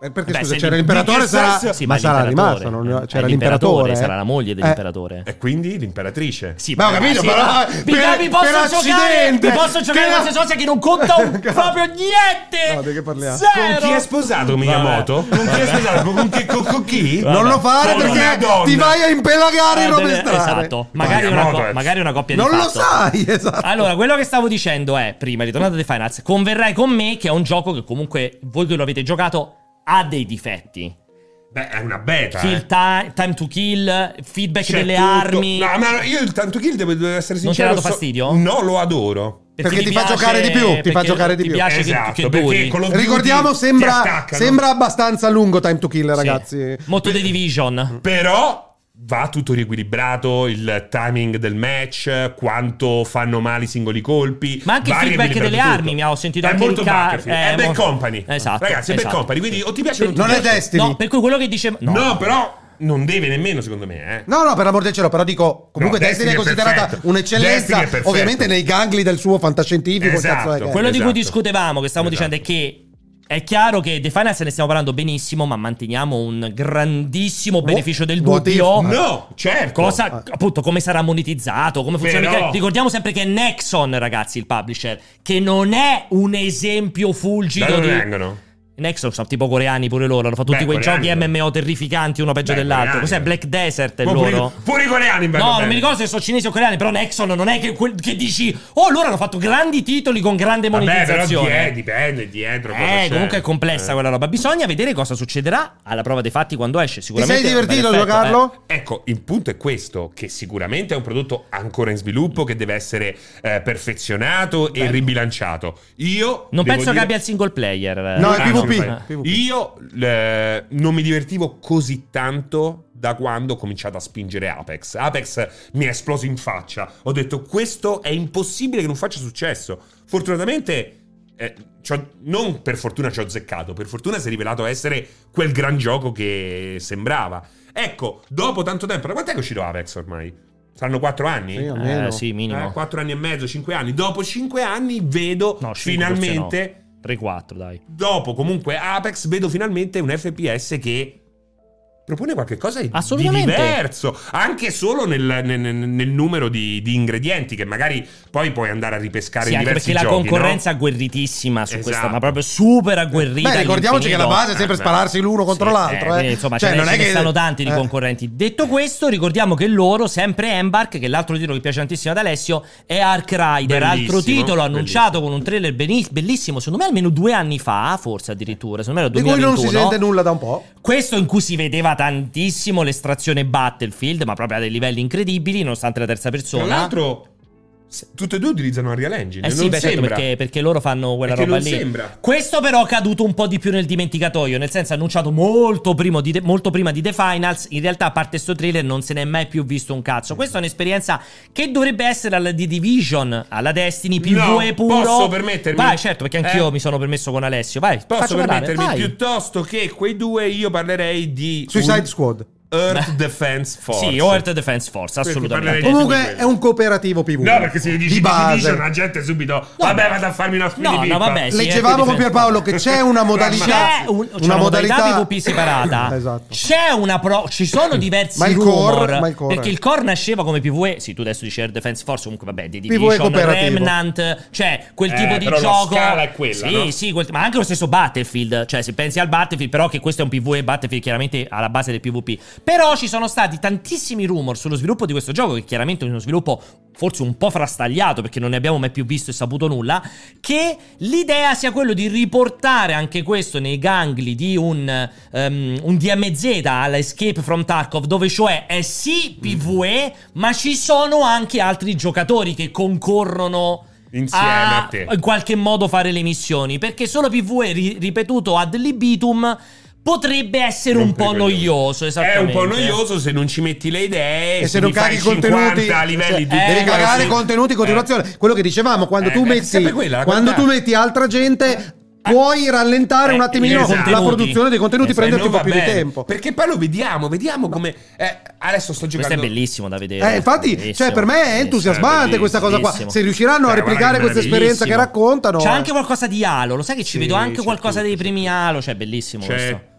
Eh, Perché Beh, scusa, se c'era l'im- l'imperatore, in che sarà, senso? Sì, ma sarà l'imperatore. rimasto, non- Eh, c'era l'imperatore, l'imperatore. sarà la moglie dell'imperatore. E quindi l'imperatrice. Sì, Ma ho capito, sì, però, ma- per- mi, mi posso per giocare, accidente. mi posso giocare Che- qualsiasi cosa che non conta un, proprio niente. No, di che parliamo? Zero. Con chi è sposato Miyamoto? Con chi è sposato? Con chi? Con, con chi? Non lo fare Con una perché donna. ti vai a impelagare in Eh, robe deve- strane. esatto, magari una, Miyamoto co- è- magari una coppia Non di lo fatto. sai, esatto. Allora, quello che stavo dicendo è, prima, ritornando a The Finals, converrai con me che è un gioco che comunque, voi che lo avete giocato, ha dei difetti. Beh, è una beta. Kill eh. time, time to kill, feedback C'è delle tutto. armi. No, ma io il tanto kill devo devo essere Non ti sincero. ha dato so- fastidio? No, lo adoro. Perché mi ti fa piace- giocare di più, ti fa perché giocare di ti più. piace che- Esatto, che, perché duri. Call of Duty Ricordiamo, ti sembra, attaccano. sembra abbastanza lungo Time to Kill, Sì. ragazzi. Molto The Division. Però va tutto riequilibrato, il timing del match, quanto fanno male i singoli colpi. Ma anche il va feedback riequilibrato delle tutto. armi, mi ho sentito è anche molto in ca- Battlefield, eh, è Bad molto- Company. Esatto, Ragazzi, è Bad esatto. Company, quindi o ti piace o non ti Non è piace. Destiny. No, per cui quello che dice no. No, però non deve nemmeno, secondo me, eh. No, no, per l'amor del cielo, però dico, comunque No, Destiny, Destiny è è considerata perfetto. un'eccellenza, Destiny è perfetto. ovviamente nei gangli del suo fantascientifico. Esatto. cazzo è che è. Quello di cui Esatto. discutevamo, che stavamo Esatto. dicendo, è che è chiaro che The Finals ne stiamo parlando benissimo, ma manteniamo un grandissimo beneficio del what dubbio. if? No, certo. Cosa, appunto, come sarà monetizzato, come funziona. Però- Ricordiamo sempre che è Nexon, ragazzi, il publisher, che non è un esempio Da fulgido dove di... vengono? Nexon sono tipo coreani pure loro, hanno fatto tutti Beh, quei coreani, giochi beh. M M O terrificanti, uno peggio Beh, dell'altro. coreani, Cos'è? beh. Black Desert è Ma loro? pure, pure i coreani vanno No, non bene. mi ricordo se sono cinesi o coreani, però Nexon non è che, quel- che dici, oh, loro hanno fatto grandi titoli con grande Vabbè, però monetizzazione. die- dipende dietro cosa Eh, c'è. comunque è complessa Eh. quella roba. Bisogna vedere cosa succederà alla prova dei fatti quando esce. Ti Sicuramente sei divertito a un bel effetto, giocarlo? Ecco, il punto è questo, che sicuramente è un prodotto ancora in sviluppo, che deve essere eh, perfezionato e ribilanciato. Io Non devo penso che dire- abbia il single player. No, è Ah, PvP. no, PvP. Io eh, non mi divertivo così tanto da quando ho cominciato a spingere Apex. Apex mi è esploso in faccia. Ho detto, questo è impossibile che non faccia successo. Fortunatamente, eh, c'ho- non per fortuna ci ho azzeccato, per fortuna si è rivelato essere quel gran gioco che sembrava. Ecco, dopo tanto tempo, da quant'è che è uscito Apex ormai? Saranno quattro anni? Sì, almeno. Eh, sì, minimo. Eh, quattro anni e mezzo, cinque anni. Dopo cinque anni vedo No, cinque forse finalmente... no. tre quattro, dai. Dopo comunque Apex vedo finalmente un F P S che propone qualche cosa di Assolutamente. diverso, anche solo nel, nel- nel numero di, di ingredienti che magari poi puoi andare a ripescare Sì, in anche diversi perché la giochi, concorrenza no? è agguerritissima su Esatto. questa, ma proprio super agguerrita. Beh, ricordiamoci che la all'infinito. base è sempre Eh, beh. spararsi l'uno contro Sì, l'altro. eh, Eh, quindi, insomma, cioè, ce, non ne, è ce ne che stanno tanti di eh. concorrenti. Detto questo, ricordiamo che loro, sempre Embark, che è l'altro titolo che piace tantissimo ad Alessio, è Ark Rider, Bellissimo, altro titolo annunciato bellissimo. con un trailer beni- bellissimo, secondo me almeno due anni fa, forse addirittura, secondo me era Di cui non si duemilaventuno. sente nulla da un po'. Questo in cui si vedeva tantissimo l'estrazione Battlefield, ma proprio a dei livelli incredibili, nonostante la terza Tra persona. l'altro se- tutte e due utilizzano Unreal Engine. Eh sì, non beh, certo, sembra. perché, perché loro fanno quella È che roba non lì. sembra. Questo però è caduto un po' di più nel dimenticatoio, nel senso annunciato molto, primo di The- molto prima di The Finals. In realtà, a parte sto trailer, non se n'è mai più visto un cazzo. Questa è un'esperienza che dovrebbe essere alla The Division, alla Destiny, PvE No, puro. posso permettermi? Vai, certo, perché anch'io Eh. mi sono permesso con Alessio. Vai, Posso faccio parlare, permettermi, vai. piuttosto che quei due, io parlerei di Suicide un Squad. Earth Defense Force. Sì, Earth Defense Force, Perché assolutamente. parlerei di- Comunque quello. è un cooperativo PvP. No, perché se gli dici di di base. Division, la gente subito vabbè, vado a farmi una spina No, di no, pippa. vabbè, sì, Leggevamo Earth con Pierpaolo che c'è una modalità. C'è, un- c'è una, modalità PvP separata. Esatto. C'è una pro. Ci sono diversi Ma il rumor. core- ma il core- Perché il core nasceva come PvE. Sì, tu adesso dici Air Defense Force. Comunque, vabbè, di PvE Division, cooperativo. Remnant. Cioè, quel Eh, tipo di però la gioco. scala è quella, Sì, no? sì, quel- ma anche lo stesso Battlefield. Cioè, se pensi al Battlefield, però, che questo è un PvE, Battlefield chiaramente alla base del PvP. Però ci sono stati tantissimi rumor sullo sviluppo di questo gioco, che chiaramente è uno sviluppo forse un po' frastagliato, perché non ne abbiamo mai più visto e saputo nulla, che l'idea sia quello di riportare anche questo nei gangli di un, um, un D M Z alla Escape from Tarkov, dove cioè è sì PvE, ma ci sono anche altri giocatori che concorrono Insieme a te. in qualche modo fare le missioni, perché solo PvE ri- ripetuto ad libitum potrebbe essere un po' Rompere i coglioni. noioso. È Esattamente. un po' noioso se non ci metti le idee E se non mi fai caghi i contenuti, cinquanta livelli cioè, di eh, devi eh, cagare sì. contenuti in continuazione. Quello che dicevamo, quando Eh, tu è metti sempre quella, la quando qualità. tu metti altra gente, puoi rallentare Eh, un attimino esatto. la produzione dei contenuti, Esatto. prenderti un non po' più va di bene, tempo. perché poi lo vediamo, vediamo come eh, adesso sto Questo giocando. è bellissimo da vedere. Eh, infatti, Bellissimo, cioè, per me è bellissimo. entusiasmante questa cosa qua. bellissimo. Se riusciranno a Eh, replicare guarda che questa esperienza che bellissimo. raccontano, C'è anche qualcosa di Halo, lo sai che ci Sì, vedo anche c'è qualcosa tutto, dei c'è primi tutto. Halo, cioè bellissimo questo. C'è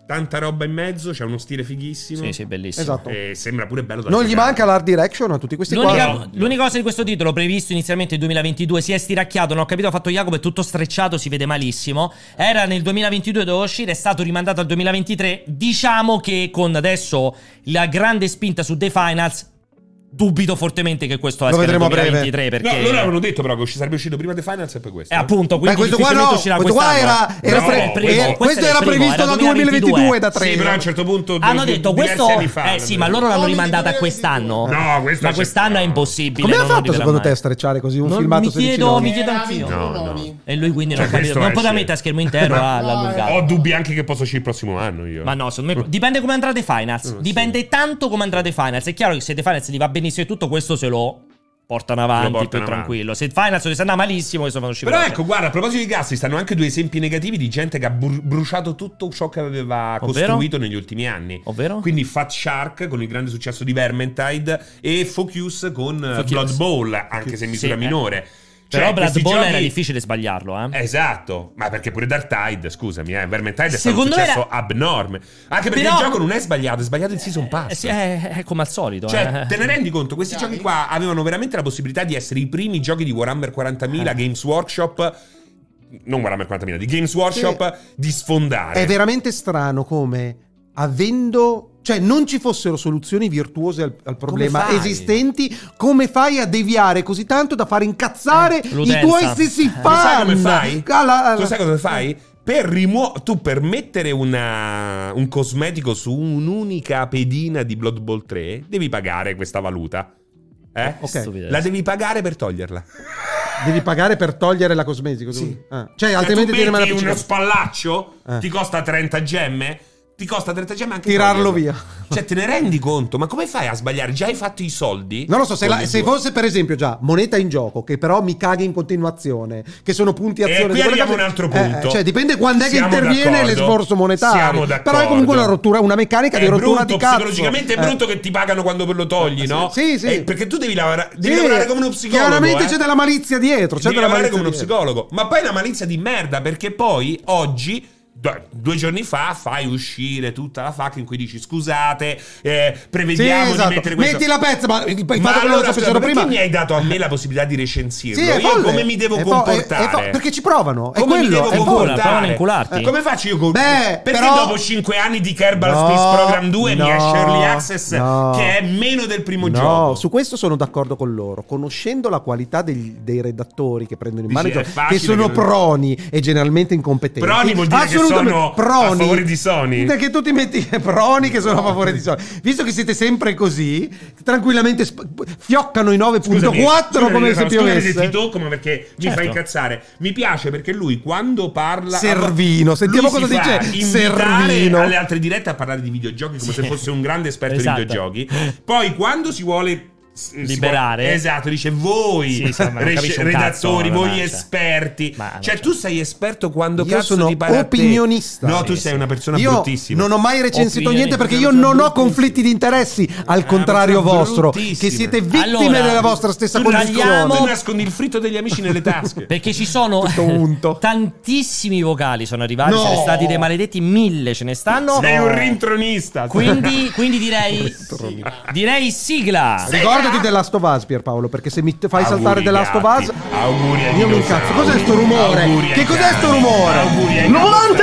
tanta roba in mezzo, c'è uno stile fighissimo. Sì, sì, bellissimo. Esatto. E sembra pure bello da Non gli giocare. manca l'art direction a tutti questi L'unica, qua. l'unica cosa di questo titolo, previsto inizialmente nel duemilaventidue, si è stiracchiato. Non ho capito, ha fatto Jacopo, è tutto strecciato, si vede malissimo. Era nel duemilaventidue, doveva uscire, è stato rimandato al duemilaventitré. Diciamo che con adesso la grande spinta su The Finals, dubito fortemente che questo esca nel vedremo a breve. duemilaventitré, perché No, loro avevano detto però che sarebbe uscito prima The Finals e poi questo. Eh, appunto, quindi Beh, questo qua difficilmente no, uscirà questo qua quest'anno. era, era No, pre- questo- eh, questo questo era era il primo, previsto era da duemilaventidue, da Sì, tre. però a un certo punto Hanno due- detto diversi questo anni fa, eh sì, ma loro l'hanno Sony rimandata a di quest'anno. No, questo ma c'è- quest'anno è impossibile. Come ha non lo fatto arriverà secondo mai. te a strecciare così un Non filmato mi sedici chiedo, noni? mi chiedo Era anch'io. No, Vincoloni. E lui quindi Cioè, non, capito, questo non esce. poteva mettere a schermo intero a allungato. Ho dubbi anche che possa uscire il prossimo anno io. Ma no, secondo me dipende come andrà The Finals. Dipende tanto come andrà The Finals. È chiaro che se The Finals gli va benissimo e tutto, questo se lo portano avanti Lo portano più avanti. tranquillo. Se Finals se andrà malissimo, questo fanno uscire. Però veloce. ecco, guarda, a proposito di gas, ci stanno anche due esempi negativi di gente che ha bru- bruciato tutto ciò che aveva Ovvero? costruito negli ultimi anni. Ovvero? Quindi Fat Shark con il grande successo di Vermintide e Focus con eh, Focus. Blood Bowl, anche se in misura Sì, eh. minore. Però Cioè, Blood questi Bowl giochi- era difficile sbagliarlo, eh. Esatto, ma perché pure Dark Tide, scusami, eh, Vermintide è stato un Secondo me successo era- abnorme. Anche perché Però- il gioco non è sbagliato, è sbagliato il season pass. Eh sì, è, è come al solito. Cioè, eh. te ne rendi conto? Questi giochi qua avevano veramente la possibilità di essere i primi giochi di Warhammer quarantamila, Eh. Games Workshop. Non Warhammer quarantamila, di Games Workshop di sfondare. È veramente strano come avendo, cioè non ci fossero soluzioni virtuose al, al problema fai? esistenti, come fai a deviare così tanto da far incazzare Eh, i l'utenza. tuoi stessi Lo fan? Lo sai come fai? Alla- alla- Tu sai cosa fai? Per rimuo- tu per mettere una- un cosmetico su un'unica pedina di Blood Bowl tre devi pagare questa valuta. Eh? Ok. Stupidezza. La devi pagare per toglierla. Devi pagare per togliere la cosmetica. Sì. Ah. Cioè, Cioè, altrimenti tu ti rimane metti uno appiccicato. spallaccio, Eh. ti costa trenta gemme. Ti costa trenta gemme anche Tirarlo toglierlo. via. Cioè, te ne rendi conto? Ma come fai a sbagliare? Già hai fatto i soldi? Non lo so, se, Con la- le se due. fosse per esempio già moneta in gioco, che però mi caghi in continuazione, che sono punti E azione. qui di quelle arriviamo a cose- un altro punto. Eh, cioè dipende quando è che Siamo interviene d'accordo. l'esborso monetario. Siamo d'accordo. Però è comunque una rottura, una meccanica di È rottura brutto, di cazzo. psicologicamente è Eh. brutto che ti pagano quando lo togli, Eh, no? sì, sì. Eh, perché tu devi lavorare, devi Sì, lavorare come uno psicologo. chiaramente eh. c'è della malizia dietro. C'è Devi della lavorare malizia come uno dietro. psicologo. Ma poi è una malizia di merda, perché poi oggi, d- due giorni fa, fai uscire tutta la F A Q in cui dici scusate, eh, Sì, prevediamo esatto. di mettere questo. Metti la pezza, ma il, il fatto Ma che non lo allora, sapessero scusa, perché prima. mi hai dato a me la possibilità di recensirlo? Sì, è Io folle. come mi devo È fo- comportare? è- è fo- perché ci provano, è Come mi quello, devo è comportare? folle, provano a incularti. Eh, Come faccio io con... Beh, perché però- dopo cinque anni di Kerbal No, Space Program due mi no, esce Early Access no. che è meno del primo No, gioco? su questo sono d'accordo con loro. Conoscendo la qualità degli- dei redattori che prendono in Dici, mano i è giochi, facile che sono che- proni e generalmente incompetenti. Proni vuol dire che Assolutamente. sono a proni, favore di Sony. Perché tu ti metti proni che sono a favore di Sony. Visto che siete sempre così, tranquillamente sp- fioccano i nove virgola quattro come se scusami se piovesse. ti tocco, ma perché mi Certo. fa incazzare. Mi piace perché lui quando parla Servino, lui sentiamo si cosa fa dice. invitare Servino. alle altre dirette a parlare di videogiochi come Sì. se fosse un grande esperto Esatto. di videogiochi. Poi quando si vuole s- si Liberare. vuole- esatto, dice voi Sì, sì, ma non res- capisci un redattori, cazzo, voi non è, cioè. esperti. Ma non cioè c'è. tu sei esperto quando Io cazzo sono ti pare a te. opinionista. No, tu Sì, sei sì. una persona Io bruttissima. non ho mai recensito Opinioni, niente perché io persona non ho bruttissima. conflitti di interessi, al contrario persona vostro, bruttissima. che siete vittime Allora, della vostra stessa Tu condizione. tagliamo- tu nascondi il fritto degli amici nelle tasche. Perché ci sono Tutto unto. tantissimi vocali sono arrivati, No. ce ne stati dei maledetti mille, ce ne stanno. Sei un rintronista. Quindi, quindi direi direi sigla. Ricordati The Last of Us, Pierpaolo, perché se mi t- fai Auguri, saltare The Last of Us, gatti. Auguri ai io mi dinosauri. incazzo. Cos'è sto rumore? Auguri ai Che cos'è cani. sto rumore? Auguri ai Novante!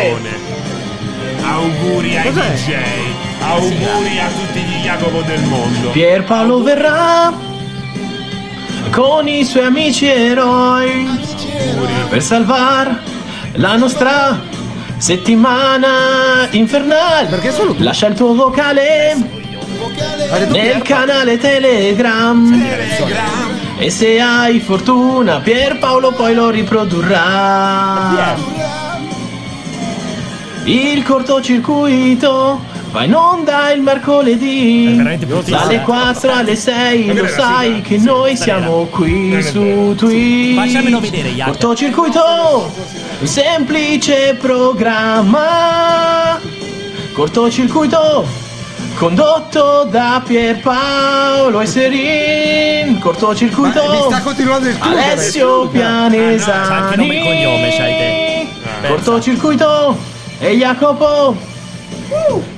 Auguri ai Cos'è? D J. Auguri a tutti gli Jacopo del mondo. Pierpaolo verrà con i suoi amici eroi per salvare la nostra settimana infernale. Perché solo tu? Lascia il tuo vocale Hai detto nel Pierpa? canale Telegram Telegram. e se hai fortuna Pierpaolo poi lo riprodurrà. Il cortocircuito va in onda il mercoledì È veramente bruttissimo. dalle quattro alle sei. Lo sai che noi siamo qui Non è su vero. Twitch. Facciamelo vedere, Jacopo. Cortocircuito, un semplice programma. Cortocircuito condotto da Pierpaolo e Serin. Cortocircuito, Ma mi sta continuando il tuo. Alessio Pianesani. c'ha anche nome e cognome, c'hai te. Cortocircuito e Jacopo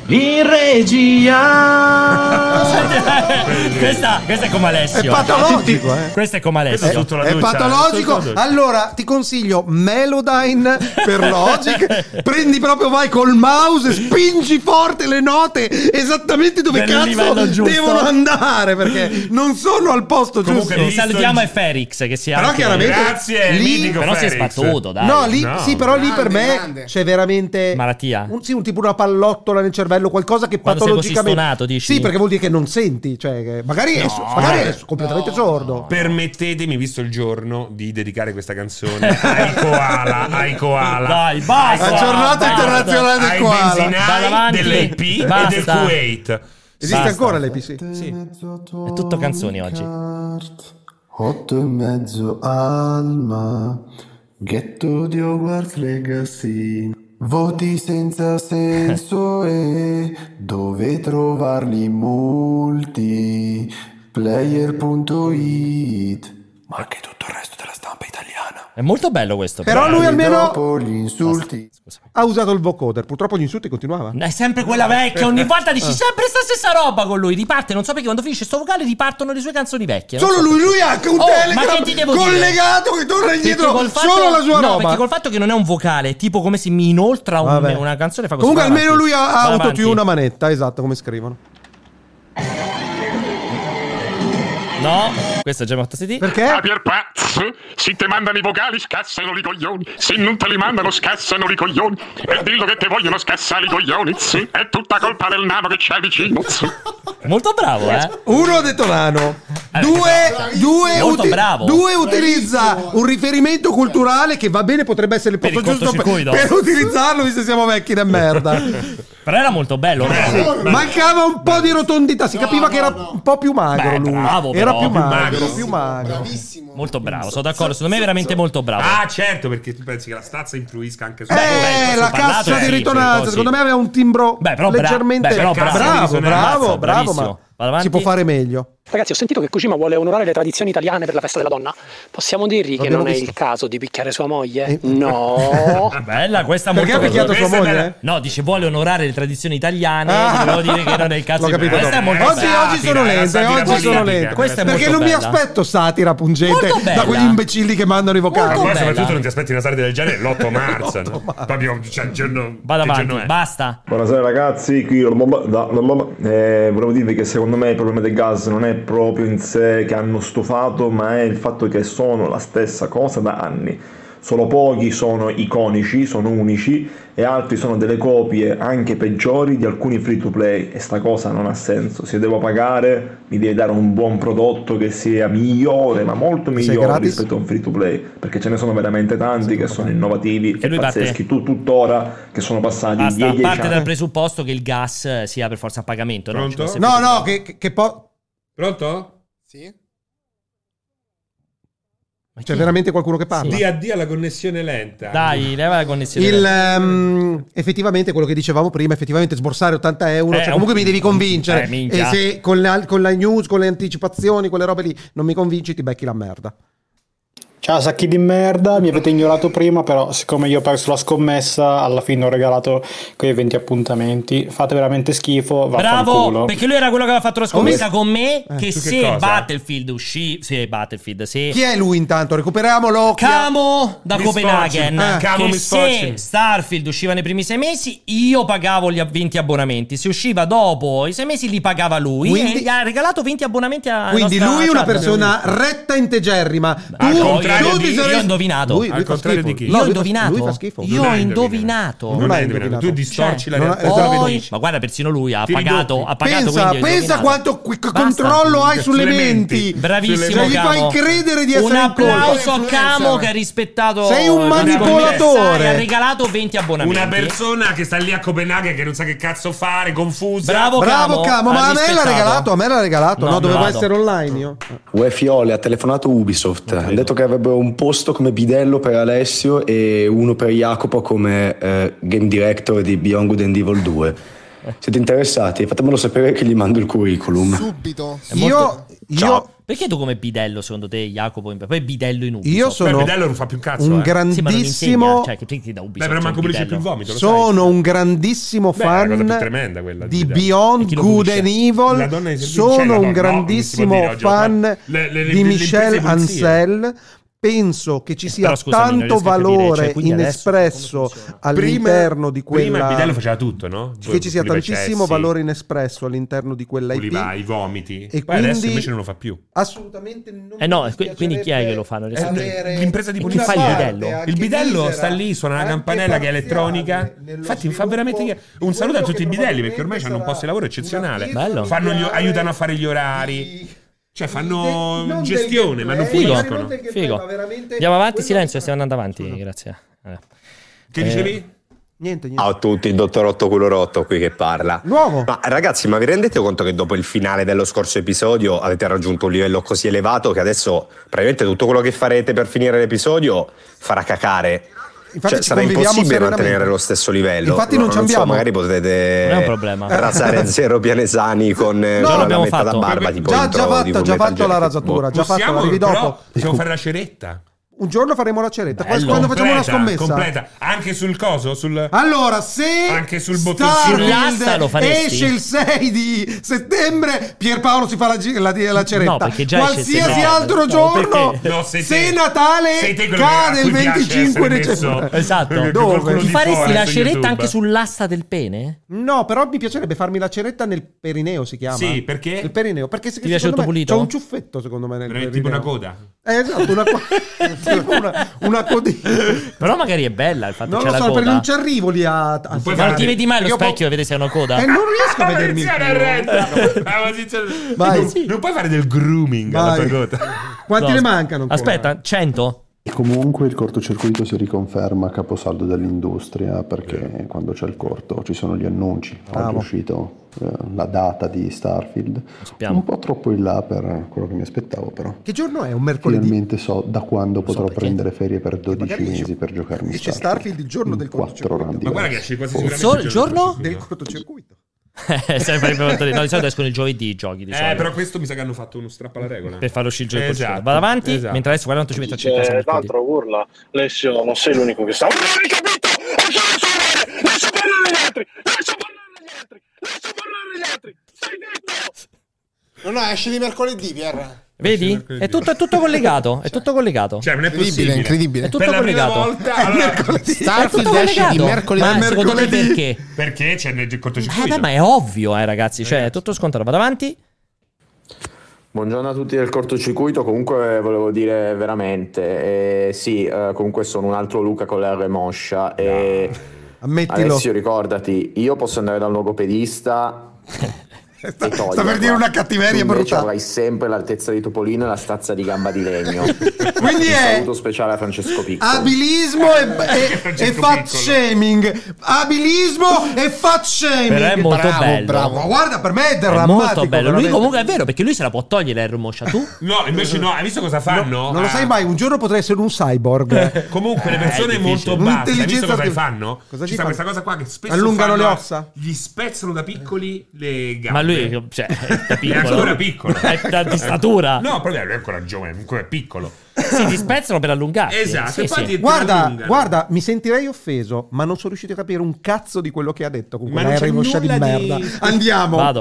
in regia. questa, questa è come Alessio. È patologico, eh. Questo è come Alessio. Questo è sotto la È doccia, patologico. sotto la doccia. Allora ti consiglio Melodyne per Logic. Prendi proprio, vai col mouse, spingi forte le note esattamente dove Nel cazzo livello giusto. devono andare, perché non sono al posto Comunque, giusto. Lo salutiamo a Ferix che sia Però anche- chiaramente Grazie, lì- mitico però si è Felix. sbattuto, dai. No, lì, No. sì, però lì per Grande, me grande. c'è veramente Malattia? un, sì, un tipo una pallottola nel cervello, qualcosa che Quando sei così patologicamente stonato, dici? sì, perché vuol dire che non senti, cioè che magari è, magari è completamente sordo. Permettetemi, visto il giorno, di dedicare questa canzone ai koala, ai koala. Dai, basta. La giornata basta. internazionale del ai koala. Vai benzinai avanti. dell'A P e del Basta. Kuwait. Esiste Basta. ancora l'A P C? Sì. È tutto canzoni oggi. Otto e mezzo Alma, ghetto di Hogwarts Legacy. Voti senza senso e dove trovarli molti. Player punto it, ma anche tutto il resto della stampa italiana. È molto bello questo. Però lui almeno Dopo gli insulti. Scusa. ha usato il vocoder. Purtroppo gli insulti continuavano. È sempre quella vecchia, ogni volta dici sempre sta stessa roba con lui. Riparte, non so perché quando finisce sto vocale ripartono le sue canzoni vecchie. non Solo so lui, perché. lui ha anche un Oh, ma Telegram che ti devo dire? collegato che torna Perché indietro col fatto- solo la sua no, roba. perché col fatto che non è un vocale, è tipo come se mi inoltra un- Vabbè. una canzone fa così. Comunque vai almeno avanti. lui ha, ha Vai autotune avanti. una manetta, esatto, come scrivono. No, questo è già morto C D. Perché? A Pierpazzo, se te mandano i vocali scassano i coglioni, se non te li mandano scassano i coglioni, e dillo che te vogliono scassare i coglioni, sì, è tutta colpa del nano che c'è vicino, sì. Molto bravo, eh. Uno ha detto nano, Eh, due, due, molto uti- bravo. due utilizza un riferimento culturale che va bene, potrebbe essere il Per posto il giusto per, cortocircuito. per utilizzarlo, visto che siamo vecchi da merda. Però era molto bello. no? Mancava un po' di rotondità, si capiva no, che era no. un po' più magro Beh, lui. bravo, Era però. più Più magro, magro. più magro. Bravissimo. Molto bravo, sono d'accordo. Secondo me è veramente molto bravo. Ah, certo, perché tu pensi che la stazza influisca anche su Eh, beh, la ho parlato, cassa eh, di sì, risonanza, così. secondo me aveva un timbro Beh, però bra- leggermente beh, però bravo, bravo, bravo, bravo, ammazza, bravo, ma bravissimo. Vado avanti. si può fare meglio. Ragazzi, ho sentito che Kojima vuole onorare le tradizioni italiane per la festa della donna. Possiamo dirgli che L'abbiamo non è visto. il caso di picchiare sua moglie? Eh. No. Bella, questa Perché ha molto picchiato bella. sua Questa è moglie? No, dice vuole onorare le tradizioni italiane. Ah. Volevo dire che non è il cazzo L'ho di capito questa è dopo. molto Oggi, bella. oggi sono Satira, lente, satira oggi politica. sono lente. Questa è Perché molto non mi bella. aspetto satira pungente Molto bella. da quegli imbecilli che mandano i vocali. Molto Poi bella. soprattutto non ti aspetti una serie del genere l'otto marzo, no? Proprio, cioè, il giorno, Vado che avanti, giorno è? basta. Buonasera ragazzi, qui da, eh, volevo dirvi che secondo me il problema del gas non è proprio in sé che hanno stufato, ma è il fatto che sono la stessa cosa da anni. Solo pochi sono iconici, sono unici, e altri sono delle copie anche peggiori di alcuni free to play, e sta cosa non ha senso. Se devo pagare mi devi dare un buon prodotto che sia migliore, ma molto Sei migliore gratis? rispetto a un free to play, perché ce ne sono veramente tanti che sono innovativi E e lui parte- pazzeschi, tu tuttora che sono passati Basta, dieci parte anni. dal presupposto che il gas sia per forza a pagamento. No, Pronto? Ci può No, sempre- no, che, che, che poi Pronto? Sì? c'è veramente qualcuno che parla. Di addio alla connessione lenta. Dai, leva la connessione. Il, ehm, effettivamente quello che dicevamo prima, effettivamente sborsare ottanta euro, Eh, cioè comunque un- mi devi convincere. Eh, minchia. e se con la, con la news, con le anticipazioni, quelle robe lì non mi convinci, ti becchi la merda. Ciao sacchi di merda, mi avete ignorato prima, però siccome io ho perso la scommessa, alla fine ho regalato quei venti appuntamenti. Fate veramente schifo, Bravo, vaffanculo. perché lui era quello che aveva fatto la scommessa con me. Eh, che su che se cosa? Battlefield uscì, se Battlefield, se Chi è lui intanto? Recuperiamolo. Chi è? Camo da Miss Copenaghen, Fortune. Eh, Camo che Miss se Fortune. Starfield usciva nei primi sei mesi, io pagavo gli venti abbonamenti. Se usciva dopo i sei mesi, li pagava lui. Quindi- e gli ha regalato venti abbonamenti a Quindi nostra lui è una chat. persona retta integerrima. Al Tu, contrario tu di- ti io ho saresti- indovinato. Lui, Al lui fa contrario schifo. di chi? Io ho lui fa- indovinato. Lui fa schifo. Io Non ho hai indovinato. Non Non hai hai indovinato. indovinato. Tu distorci Cioè, la non realtà. è- esatto. Poi, ridoppi. ma guarda, persino lui ha Ti pagato, ridoppi. ha pagato Pensa, quindi ho pensa indovinato. quanto qui- Basta. controllo hai sulle Sulle menti. menti. Bravissimo, Cioè, gli Camo. fai credere di essere un in colpa. applauso a Influencer. Camo che ha rispettato. Sei un la manipolatore. scommessa e ha regalato venti abbonamenti. Una persona che sta lì a Copenaghen che non sa che cazzo fare, confusa. Bravo, Bravo Camo, ha ma a me l'ha rispettato. regalato, a me l'ha regalato. No, No, dovevo vado. essere online io. Uè Fiole ha telefonato Ubisoft, hanno detto che avrebbero un posto come bidello per Alessio e uno per Jacopo come eh, game director di Beyond Good and Evil due. Siete interessati? Fatemelo sapere che gli mando il curriculum. Subito. Io Io... Perché tu come bidello, secondo te, Jacopo? Poi bidello in Ubisoft. Io sono Beh, bidello non fa più un cazzo, un eh. grandissimo... Sì, cioè, che prendi da Ubisoft. Beh, però manco c'è il pulisce più il bidello. vomito, lo Sono sai. un grandissimo Beh, è la cosa fan più tremenda quella di bidello. Beyond E chi lo Good pulisce? and La Evil. donna di servizio, Sono no, un no, grandissimo non si può dire oggi, fan ma le- le- le- di le Michel imprese di pulizia. Ancel. Penso che ci sia Però, scusami, non tanto riesco a capire, valore cioè, quindi adesso inespresso come funziona? all'interno di quella... Prima il bidello faceva tutto, no? che ci sia Puliva i tantissimo cessi, valore inespresso all'interno di quella I P. puliva i vomiti. E Poi adesso quindi- invece non lo fa più. Assolutamente non Eh no, mi qui- quindi chi è che lo fa? Non riesco a avere capire. L'impresa di una pulizia. Chi fa il parte bidello? anche Il bidello misera, sta lì, suona una anche campanella che è parziale elettronica. nello Infatti mi fa sviluppo veramente di un saluto a quello tutti i che bidelli, perché ormai probabilmente hanno un posto di lavoro eccezionale. sarà una Bello. Fanno gli- pietra aiutano a fare gli orari. di- Cioè fanno non del gestione, ma non gameplay, Figo. puliscono. non del gameplay, Figo. ma veramente Andiamo avanti, quello silenzio, che- stiamo andando avanti, grazie. Eh. Che dicevi? Niente, niente. Ciao a tutti, il dottor Otto culo rotto qui che parla. Nuovo. Ma ragazzi, ma vi rendete conto che dopo il finale dello scorso episodio avete raggiunto un livello così elevato che adesso praticamente tutto quello che farete per finire l'episodio farà cacare? Infatti Cioè, ci sarà conviviamo impossibile serenamente. mantenere lo stesso livello. Infatti non ci so, abbiamo. magari Non è un potete problema. rasare zero pianesani con eh, No, una l'abbiamo lametta da fatto. barba tipo Già, intro già di fatto, Full già Metal fatto la Jacket. rasatura, già fatto, Possiamo, arrivi però, dopo. possiamo fare la ceretta. Un giorno faremo la ceretta. Bello. Quando facciamo una Completa, scommessa. completa. Anche sul coso, sul... Allora, se Anche sul bottoncino. Sull'asta lo Starfield faresti? esce il sei di settembre, Pierpaolo si fa la, gi- la, la ceretta. No, perché già esce il Qualsiasi sei. altro No, giorno, perché? No, sei se te. Natale Sei te quello cade che- a il cui piace venticinque essere messo- dicembre. Esatto. Che Dove? qualcuno Ti di faresti fuori la su ceretta YouTube. anche sull'asta del pene? No, però mi piacerebbe farmi la ceretta nel perineo, si chiama. Sì, perché? Il perineo, perché se, Ti piace secondo tutto me pulito? c'è un ciuffetto secondo me nel Però è perineo. tipo una coda. Eh, esatto, una, tipo una, una codina. Però magari è bella il fatto Non che lo c'è so, la perché coda. non ci arrivo lì a... a puoi Ma non ti fare- vedi mai allo Io po- specchio e vedi se è una coda? Eh, non riesco a vedermi il Posizione culo. retta. La posizione- Vai. Non- Non puoi fare del grooming alla Vai. tua coda. Quanti No, ne mancano ancora? Aspetta, cento? Comunque il cortocircuito si riconferma caposaldo dell'industria perché quando c'è il corto ci sono gli annunci. Oggi Bravo. è uscito eh, la data di Starfield, sappiamo. un po' troppo in là per quello che mi aspettavo, però Che giorno è? Un mercoledì? finalmente so da quando potrò perché. prendere ferie per dodici magari mesi esce- per giocarmi esce Starfield. Starfield il giorno del Quattro cortocircuito. run Ma guarda che diversi. esce quasi sicuramente Solo il giorno? Del cortocircuito. Eh, sempre per- no, di solito escono il giovedì i giochi. Di Eh, solito. però questo mi sa che hanno fatto uno strappo alla regola. Per fare uscire il gioco. Esatto, Vado avanti, esatto. mentre adesso guarda quanto ci metto a cercare. C'è mercoledì. l'altro urla. Alessio, non sei l'unico che sta. Non hai capito? Lascia parlare! Lascia parlare gli altri! Lascia parlare gli altri! Lascia parlare gli altri! Stai zitto! No, no, esce di mercoledì, Pierre. Vedi? È tutto, è tutto collegato. È tutto collegato. Cioè, non è Incredibile, possibile. incredibile. È tutto Per la prima collegato. volta, allora, È tutto Starfield esce di collegato. mercoledì. Ma secondo me mercoledì. perché? perché c'è il Eh cortocircuito. beh, ma è ovvio, eh, ragazzi. Cioè, è tutto scontato. Vado avanti. Buongiorno a tutti del cortocircuito, comunque volevo dire veramente, eh, sì, eh, comunque sono un altro Luca con l'R moscia e Ammettilo. Alessio ricordati, io posso andare dal logopedista e Sta, toglierla. sta per dire una cattiveria Tu invece brutale. avrai sempre l'altezza di Topolino e la stazza di gamba di legno. Quindi Un è saluto speciale a Francesco Piccolo. abilismo e, e, e Francesco fat Piccolo. shaming. Abilismo e fat shaming. Però è molto bravo, bello. Bravo. Ma guarda, per me è È drammatico. molto bello. Lui veramente. comunque è vero, perché lui se la può togliere il moscia. Tu? No, invece no. Hai visto cosa fanno? Non lo Ah. sai mai, un giorno potrei essere un cyborg. Comunque le persone è molto difficile. basse, hai visto cosa Un'intelligenza fanno? Cosa Ci gli sta fanno? questa cosa qua che spesso Allungano fanno- le ossa? Gli spezzano da piccoli le gambe. Ma lui, cioè, è da è piccolo. ancora piccolo. È da- di statura. No, proprio lui è ancora giovane, ancora è piccolo. Si dispezzano per allungarsi. Esatto, Sì, e poi sì. ti- Guarda, allungano. guarda, mi sentirei offeso, ma non sono riuscito a capire un cazzo di quello che ha detto con Ma quella non c'è R moscia di nulla di- merda. Andiamo. Vado.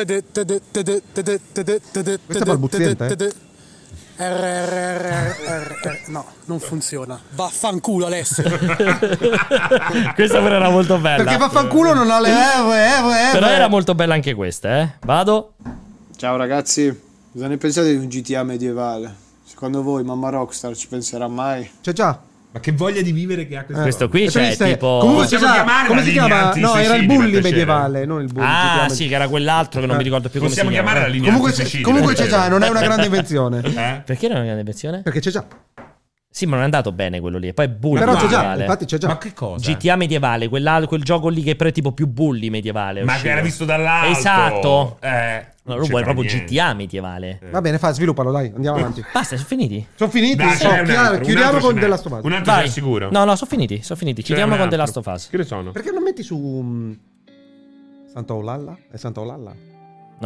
Questa è balbuziente, eh? R, R, R, R, R. No, non funziona. Vaffanculo Alessio. Questa però era molto bella. Perché vaffanculo non ha le R, R, R. Però era molto bella anche questa, eh. Vado. Ciao ragazzi, cosa ne pensate di un G T A medievale? Secondo voi mamma Rockstar ci penserà mai? C'è già. Ma che voglia di vivere che ha questo. Questo qui È c'è triste. tipo. Comunque c'è Possiamo già. chiamarla Come si linea chiama? No, anti-suicidi, era il per bully piacere. medievale, non il bully. Ah, G T A sì, che era quell'altro che non mi ricordo più come Possiamo si chiama. chiamare la linea Comunque, anti-suicidi, comunque per c'è già, piacere. non è una grande invenzione. Eh? Perché non è una invenzione? Perché c'è già. Sì, ma non è andato bene quello lì. E poi è bully Però c'è già, medievale. infatti c'è già. Ma che cosa? G T A medievale, quella- quel gioco lì che però è tipo più bully medievale. è Ma uscito. che era visto dall'alto. Esatto. Eh. No, non lui vuole c'entra proprio niente. G T A medievale. Va bene, fa, sviluppalo, dai, andiamo avanti. Basta, sono finiti. Sono finiti? Dai, So, ce n'è un chiaro, altro, un chiudiamo altro con ce n'è. The Last of Us. Un altro Vai. c'è sicuro. No, no, sono finiti, sono finiti. Ce Chiudiamo n'è un con The altro. Last of Us. Che ne sono? Perché non metti su um, Santa Olalla? È Santa Olalla? No.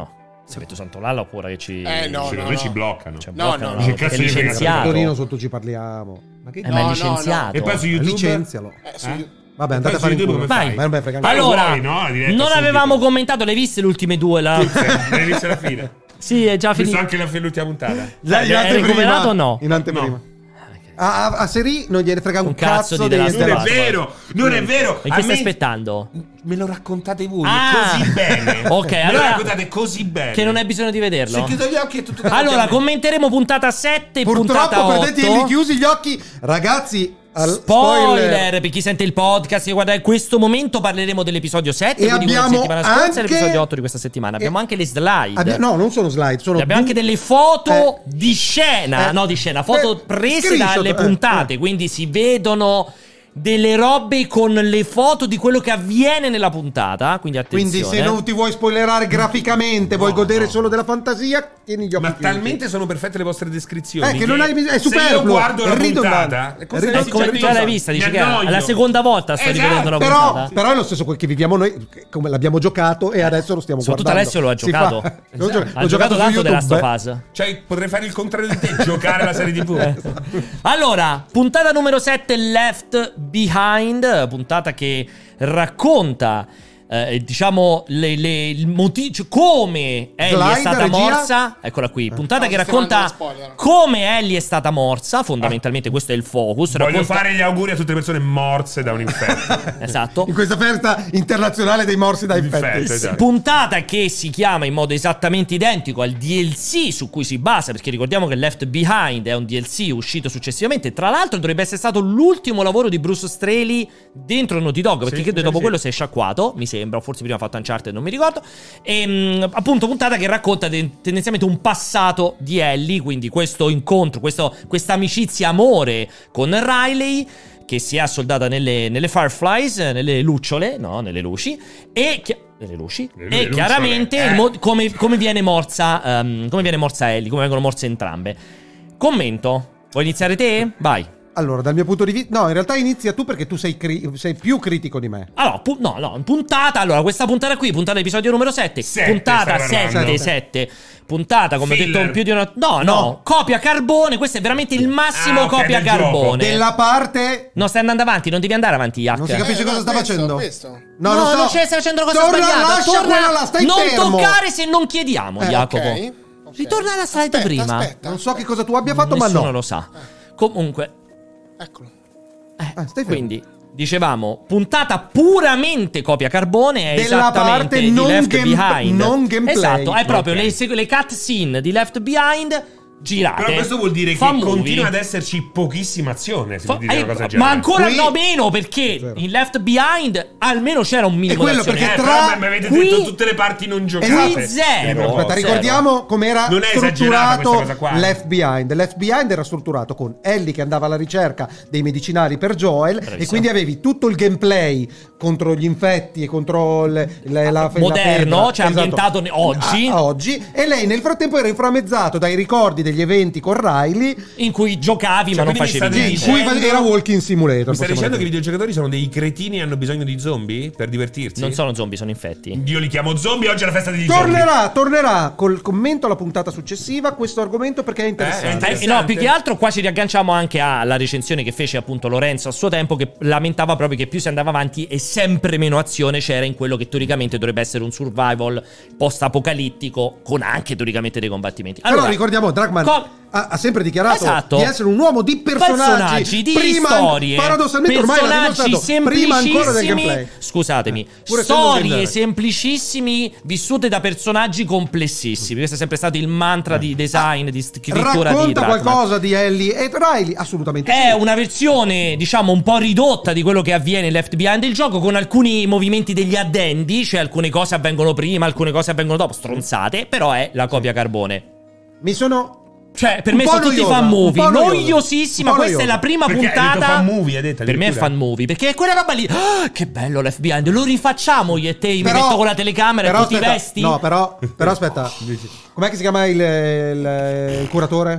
Sapete Santolalla oppure che ci Eh, no, Cioè, no, noi no. ci bloccano. Cioè, No, bloccano, no, no, che perché cazzo è di frega? licenziato. Torino sotto ci parliamo. Ma che Eh, ma è No, no, licenziato. E poi su YouTube licenzialo. Eh, su- Eh? Vabbè, E andate poi a fare su in YouTube culo. come fai? Vai, vai, frega- Ma Allora, vuoi, no? La diretta non subito. avevamo commentato, le hai viste le ultime due? La... Hai visto la fine? Sì, è già Ho visto finito. anche la l'ultima puntata. La- In L'hai anteprima. recuperato o no? In anteprima. A, a, a Seri non gliene frega un, Un cazzo cazzo di di The Last Non of è Us. vero, non è vero. E A che stai me- aspettando? Me lo raccontate voi Ah! così bene. Ok, Me allora- lo raccontate così bene. Che non hai bisogno di Se vederlo. chiudo gli occhi è tutto davanti Allora, a me. commenteremo puntata sette e puntata Purtroppo per otto. tenerli chiusi gli occhi, ragazzi. Al Spoiler, per chi sente il podcast che guarda in questo momento parleremo dell'episodio sette, E quindi quello abbiamo della settimana scorsa e anche- l'episodio otto di questa settimana. Abbiamo anche le slide. Abbia- no, non sono slide, sono E abbiamo du- anche delle foto Eh. di scena, Eh. no di scena, foto Eh, prese screenshot, dalle eh, puntate, quindi si vedono delle robe con le foto di quello che avviene nella puntata, quindi attenzione. Quindi se non ti vuoi spoilerare graficamente, vuoi godere solo della fantasia, tieni gli occhi Ma chiusi. talmente sono perfette le vostre descrizioni Eh, che non hai bisogno- è se io superfluo, guardo la è ridondante. puntata È cosa ridondante. È come già l'hai vista, dici Mi che annoio. è la seconda volta sto Esatto, rivedendo la Però, puntata. però è lo stesso quel che viviamo noi, come l'abbiamo giocato e adesso lo stiamo Soprattutto guardando. Alessio lo ha Si giocato. fa- Esatto. l'ho gio- Ha l'ho giocato su tanto The Last YouTube, of eh. Us. Cioè potrei fare il contrario di te, giocare la serie tivù. Allora, puntata numero sette, Left Behind, puntata che racconta, eh, diciamo, le, le, il motivo, cioè come Ellie Slide, è stata regia. morsa. Eccola qui, puntata No, che stiamo andando racconta a spoiler. come Ellie è stata morsa, fondamentalmente questo è il focus. Voglio racconta- fare gli auguri a tutte le persone morse da un infetto. Esatto. In questa festa internazionale dei morsi da infetti. Infetto, esatto. Puntata che si chiama in modo esattamente identico al D L C su cui si basa, perché ricordiamo che Left Behind è un D L C uscito successivamente. Tra l'altro dovrebbe essere stato l'ultimo lavoro di Bruce Straley dentro Naughty Dog, perché Sì, credo sì, dopo sì. quello si è sciacquato, mi sembra, o forse prima ha fatto Uncharted, non mi ricordo. E mh, appunto puntata che racconta de- tendenzialmente un passato di Ellie, quindi questo incontro, questo, questa amicizia amore con Riley, che si è assoldata nelle, nelle Fireflies, nelle lucciole, no, nelle luci, e chi- nelle luci, Le- e le chiaramente lucciole, il eh. mo- come, come viene morsa, ehm, come viene morsa Ellie, come vengono morse entrambe. Commento, vuoi iniziare te? Vai. Allora, dal mio punto di vista, no, in realtà inizia tu perché tu sei, cri- sei più critico di me. Allora, pu- no, no, puntata, allora, questa puntata qui, puntata episodio numero sette, Sette, puntata stai parlando. sette, sette, puntata, come ho Filler. detto, più di una... No, no, No. copia carbone, questo è veramente il massimo Ah, ok, copia del gioco. carbone. Della parte No, stai andando avanti, non devi andare avanti, Yak. non si capisce Eh, cosa l'ho sta visto, facendo. l'ho visto. No, No, non, so. non c'è, stai facendo una cosa Torna, sbagliata. lascia Torna, quella là, stai non fermo. toccare se non chiediamo, Eh, Jacopo. Ok. ok. Ritorna alla slide Aspetta, prima. aspetta. Non so che cosa tu abbia fatto, Nessuno ma no. lo sa. Comunque, Eccolo. eh, Ah, stai fermo. quindi dicevamo, puntata puramente copia carbone è Della esattamente parte di non Left game- Behind. non gameplay. Esatto, è proprio Ok. le, sec- le cutscene di Left Behind girate. Però questo vuol dire Fan che movie. continua ad esserci pochissima azione. Se Fa- vuol dire eh, una cosa del ma genere. ancora Qui- no meno, perché Zero. in Left Behind almeno c'era un minimo quello, d'azione. perché Eh, tra- però mi avete qui- detto tutte le parti non giocate. Esatto. Qui zero. Aspetta, Zero. ricordiamo com'era Non è esagerata strutturato questa cosa qua. Left Behind. Left Behind era strutturato con Ellie che andava alla ricerca dei medicinali per Joel Bravissimo. e quindi avevi tutto il gameplay contro gli infetti e contro le- le- la, la Moderno, febbre. cioè ambientato ne- oggi. A, a oggi. E lei nel frattempo era inframmezzato dai ricordi degli eventi con Riley, in cui giocavi ma non quindi mi facevi state in niente. dicendo- cui era Walking Simulator. Mi stai possiamo dicendo che i dire. videogiocatori sono dei cretini e hanno bisogno di zombie per divertirsi? Non sono zombie, sono infetti. Io li chiamo zombie, oggi è la festa degli zombie. Tornerà, tornerà col commento alla puntata successiva questo argomento perché è Eh, interessante. è Eh, interessante. no, più che altro qua ci riagganciamo anche alla recensione che fece appunto Lorenzo a suo tempo, che lamentava proprio che più si andava avanti e sempre meno azione c'era in quello che teoricamente dovrebbe essere un survival post-apocalittico con anche teoricamente dei combattimenti. Però ricordiamo, Dragman co- ha, ha sempre dichiarato Esatto. di essere un uomo di personaggi, personaggi di prima, storie, paradossalmente ormai l'ha personaggi dimostrato prima ancora del gameplay. semplicissimi, scusatemi, Pur essendo un storie genere. semplicissimi vissute da personaggi complessissimi. Questo è sempre stato il mantra di design, di scrittura di Racconta Druckmann. qualcosa di Ellie e Riley? Assolutamente È sì. una versione, diciamo, un po' ridotta di quello che avviene in Left Behind il gioco, con alcuni movimenti degli addendi, cioè alcune cose avvengono prima, alcune cose avvengono dopo, stronzate, però è la copia carbone. Mi sono Cioè, per Un me po' sono tutti noiosa, fan un movie, po' noiosa, noiosissima. un po' Questa è noiosa. la prima Perché hai puntata. detto fan movie, hai detto per me è addirittura. fan movie, perché è quella roba lì. Ah, che bello Left Behind. Lo rifacciamo io e te. Mi Però- metto con la telecamera e però tu ti aspetta, vesti. No, però, però aspetta. Com'è che si chiama il, il- il curatore?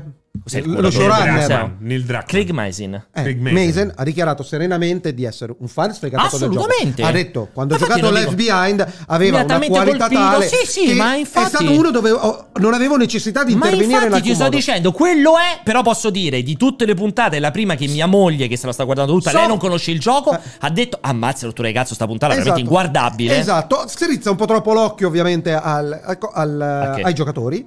Cos'è il lo curatore? showrunner. Cos'è? Neil Druckmann. Craig Mazin. Eh, Craig Mazin. Mazin. ha dichiarato serenamente di essere un fan sfegatato del gioco. Assolutamente. Ha detto quando ha Infatti giocato lo Left dico. Behind aveva Mi ha una talmente qualità colpito. tale Sì, sì, che ma infatti- è stato uno dove oh, non avevo necessità di Ma intervenire in infatti alcun ti sto modo. dicendo, quello è. Però posso dire, di tutte le puntate, la prima che mia moglie, che se la sta guardando tutta, So- lei non conosce il gioco, ha detto ammazza rottura di cazzo sta puntata, Esatto. veramente inguardabile. Esatto, strizza un po' troppo l'occhio ovviamente al- al- al- A che? ai giocatori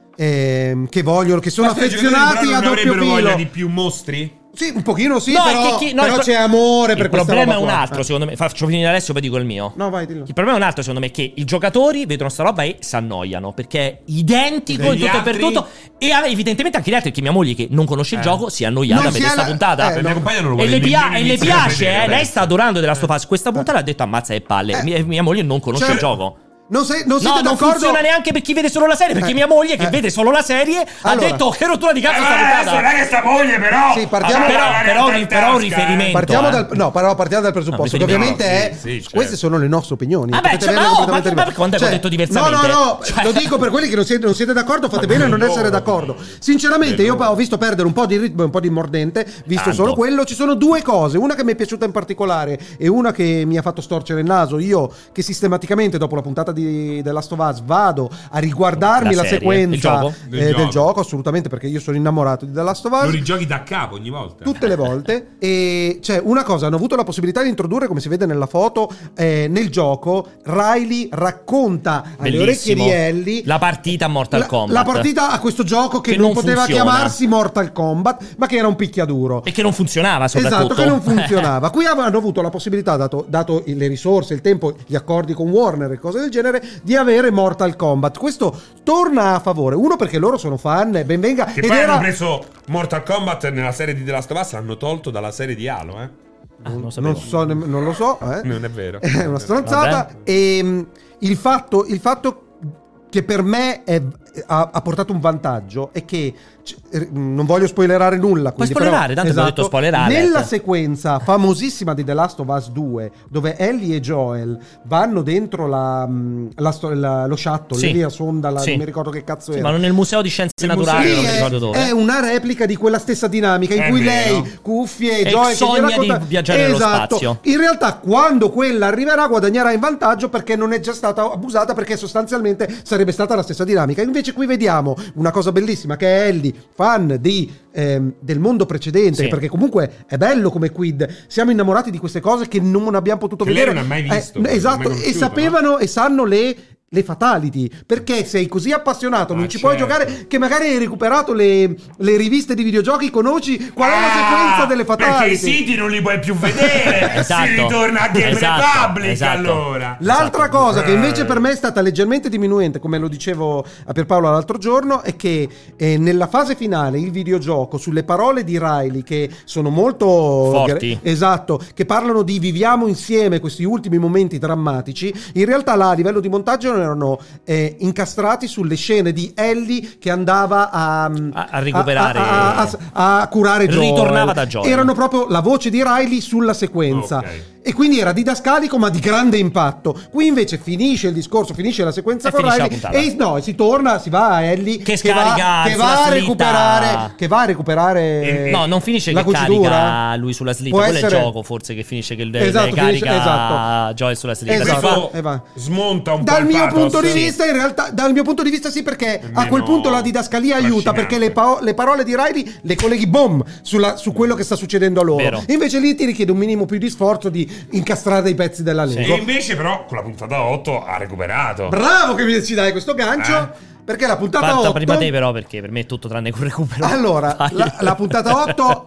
ehm, che vogliono, che sono Ma stai affezionati giocando, a non doppio avrebbero voglia filo. di più mostri? Sì, un pochino sì, No, è però, che chi- no, però il pro- c'è amore per Il questa problema è roba un qua. altro, Eh. secondo me. Faccio finire adesso, poi dico il mio. No, vai, dillo. Il problema è un altro, secondo me, che i giocatori vedono sta roba e si annoiano perché è identico Degli in tutto e per altri? tutto. E ah, evidentemente anche gli altri, perché mia moglie, che non conosce il Eh. gioco, si è annoiata Non a si vedere è sta la- puntata. eh, La mia compagna non lo E vuole le, pia- nemmeno e le iniziare a piace, vedere, eh. Lei dai. sta adorando The Last of Us. Questa puntata ha detto ammazza che palle. Mia, mia moglie non conosce Cioè, il gioco. Non, sei, non No, siete non d'accordo? funziona neanche per chi vede solo la serie, perché Eh, mia moglie, che eh. vede solo la serie, Allora. ha detto che rottura di cazzo Eh, sta ma adesso puntata. non è che sta moglie però. Sì, partiamo- però, Allora, però, in ri- però un tasca, riferimento. Partiamo eh. dal, no, però partiamo dal presupposto No, che ovviamente no, è sì, sì, certo. queste sono le nostre opinioni. Vabbè, potete cioè, averle ma oh, completamente ma- ma diverse. quando hai detto diversamente? No, no, no, Cioè- lo dico per quelli che non siete, non siete d'accordo, fate bene a non essere d'accordo. Sinceramente, io ho visto perdere un po' di ritmo e un po' di mordente, visto Tanto. solo quello. Ci sono due cose, una che mi è piaciuta in particolare e una che mi ha fatto storcere il naso. Io che sistematicamente dopo la puntata di The Last of Us vado a riguardarmi La la, serie? sequenza Il gioco? eh, Del del gioco. gioco, assolutamente, perché io sono innamorato di The Last of Us. Lo rigiochi da capo ogni volta. Tutte le volte. E c'è una cosa, hanno avuto la possibilità di introdurre, come si vede nella foto, eh, nel gioco Riley racconta alle orecchie Bellissimo. di Ellie La partita a Mortal la, Kombat. la partita a questo gioco che, Che non, non poteva funziona. chiamarsi Mortal Kombat, ma che era un picchiaduro. E che non funzionava soprattutto. Esatto, che non funzionava. Qui hanno avuto la possibilità, dato, dato le risorse, il tempo, gli accordi con Warner e cose del genere, di avere Mortal Kombat. Questo torna a favore. Uno, perché loro sono fan, ben venga. Che ed poi era... hanno preso Mortal Kombat nella serie di The Last of Us, l'hanno tolto dalla serie di Halo, eh. Ah, non, lo Non, sapevo. so, nemm- non lo so, eh. Non è vero. È una stronzata. Vabbè. E mh, il fatto, il fatto che per me è- ha, ha portato un vantaggio è che c- eh, non voglio spoilerare nulla. Puoi quindi spoilerare, però- tanto abbiamo detto spoilerare. Nella sequenza famosissima di The Last of Us due, dove Ellie e Joel vanno dentro la, mh, la sto- la- lo shuttle, Sì. lì a sonda, la- Sì. non mi ricordo che cazzo Sì, era. ma nel museo di scienze Nel naturali, Lì non mi è, ricordo dove. è una replica di quella stessa dinamica in È cui vero. lei, cuffie e E Joel che gli sogna di racconta- viaggiare nello Esatto. spazio. In realtà, quando quella arriverà, guadagnerà in vantaggio perché non è già stata abusata, perché sostanzialmente sarebbe stata la stessa dinamica. Invece qui vediamo una cosa bellissima, che è Ellie, fan di, ehm, del mondo precedente, Sì. perché comunque è bello come quid. Siamo innamorati di queste cose che non abbiamo potuto Che lei vedere. non ha mai Eh, visto, non ha mai esatto, e conosciuto, sapevano e sanno le le fatality, perché sei così appassionato, Ah, non ci certo. puoi giocare, che magari hai recuperato le, le riviste di videogiochi, conosci qual è la sequenza delle fatality. Perché i siti non li puoi più vedere. Esatto. Si ritorna a Game Esatto, Republic esatto. allora. L'altra Esatto. cosa che Eh. invece per me è stata leggermente diminuente, come lo dicevo a Pierpaolo l'altro giorno, è che eh, nella fase finale il videogioco, sulle parole di Riley, che sono molto Forti. esatto, che parlano di viviamo insieme questi ultimi momenti drammatici, in realtà là a livello di montaggio erano eh, incastrati sulle scene di Ellie che andava a, A- a recuperare- a, a- a- a curare Joel. Ritornava da Joel. Erano proprio la voce di Riley sulla sequenza. Ok. E quindi era didascalico ma di grande impatto. Qui invece finisce il discorso, finisce la sequenza E con finisce la Riley puntata. e no, si torna, si va a Ellie Che va, scarica che sulla va a slitta. recuperare che va a recuperare E- No, non finisce la che cucitura. carica lui sulla slitta. Può Quello è il essere- gioco, forse, che finisce che il Esatto, le carica finisce- esatto. Joel sulla slitta. Esatto. Perché fa- Questo e va. smonta un po' Dal il mio pathos. punto di Sì. vista, in realtà, dal mio punto di vista, sì, perché a quel Meno punto la didascalia aiuta, trascinante. perché le, pa- le parole di Riley le colleghi boom sulla- su quello che sta succedendo a loro. Vero. Invece lì ti richiede un minimo più di sforzo di incastrare dei pezzi della lingua. E invece però con la puntata otto ha recuperato. Bravo che mi ci dai questo gancio, Eh. perché la puntata Parta otto prima te, però, perché per me è tutto tranne che un recupero. Allora, Vai. la, la puntata otto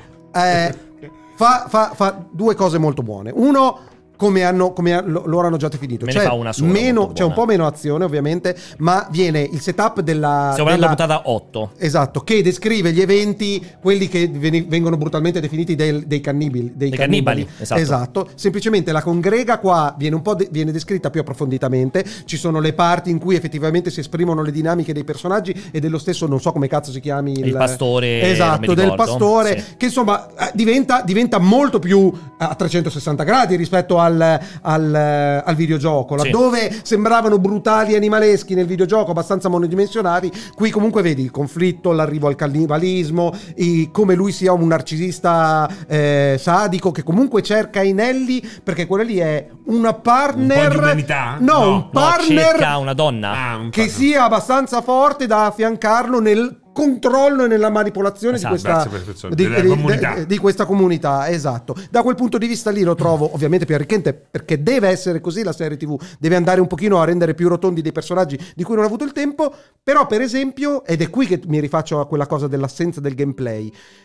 eh, fa, fa- fa due cose molto buone. Uno, come, hanno, come ha- lo- loro hanno già definito, Me ne cioè fa una sola meno, molto c'è un buona. po' meno azione ovviamente, ma viene il setup della... Stiamo parlando della- della puntata otto. Esatto, che descrive gli eventi, quelli che veni- vengono brutalmente definiti del- dei cannibali. Dei Dei cannibali, esatto. Semplicemente la congrega qua viene un po' de- viene descritta più approfonditamente. Ci sono le parti in cui effettivamente si esprimono le dinamiche dei personaggi e dello stesso, non so come cazzo si chiami Il pastore, non esatto, mi del ricordo, pastore, sì. che insomma eh, diventa, diventa molto più a trecentosessanta gradi rispetto al al, al, al videogioco, Sì. laddove sembravano brutali animaleschi nel videogioco, abbastanza monodimensionali. Qui comunque vedi il conflitto, l'arrivo al cannibalismo, i, come lui sia un narcisista eh, sadico che comunque cerca in Ellie, perché quella lì è una partner, Un po' di umanità? no, No. un No, partner cerca una donna. Ah, un che partner. sia abbastanza forte da affiancarlo nel controllo e nella manipolazione Esatto. di questa Grazie per questo- di, della di- comunità. di- di questa comunità, esatto. Da quel punto di vista lì lo trovo ovviamente più arricchente, perché deve essere così la serie tivù, deve andare un pochino a rendere più rotondi dei personaggi di cui non ho avuto il tempo. Però per esempio, ed è qui che mi rifaccio a quella cosa dell'assenza del gameplay,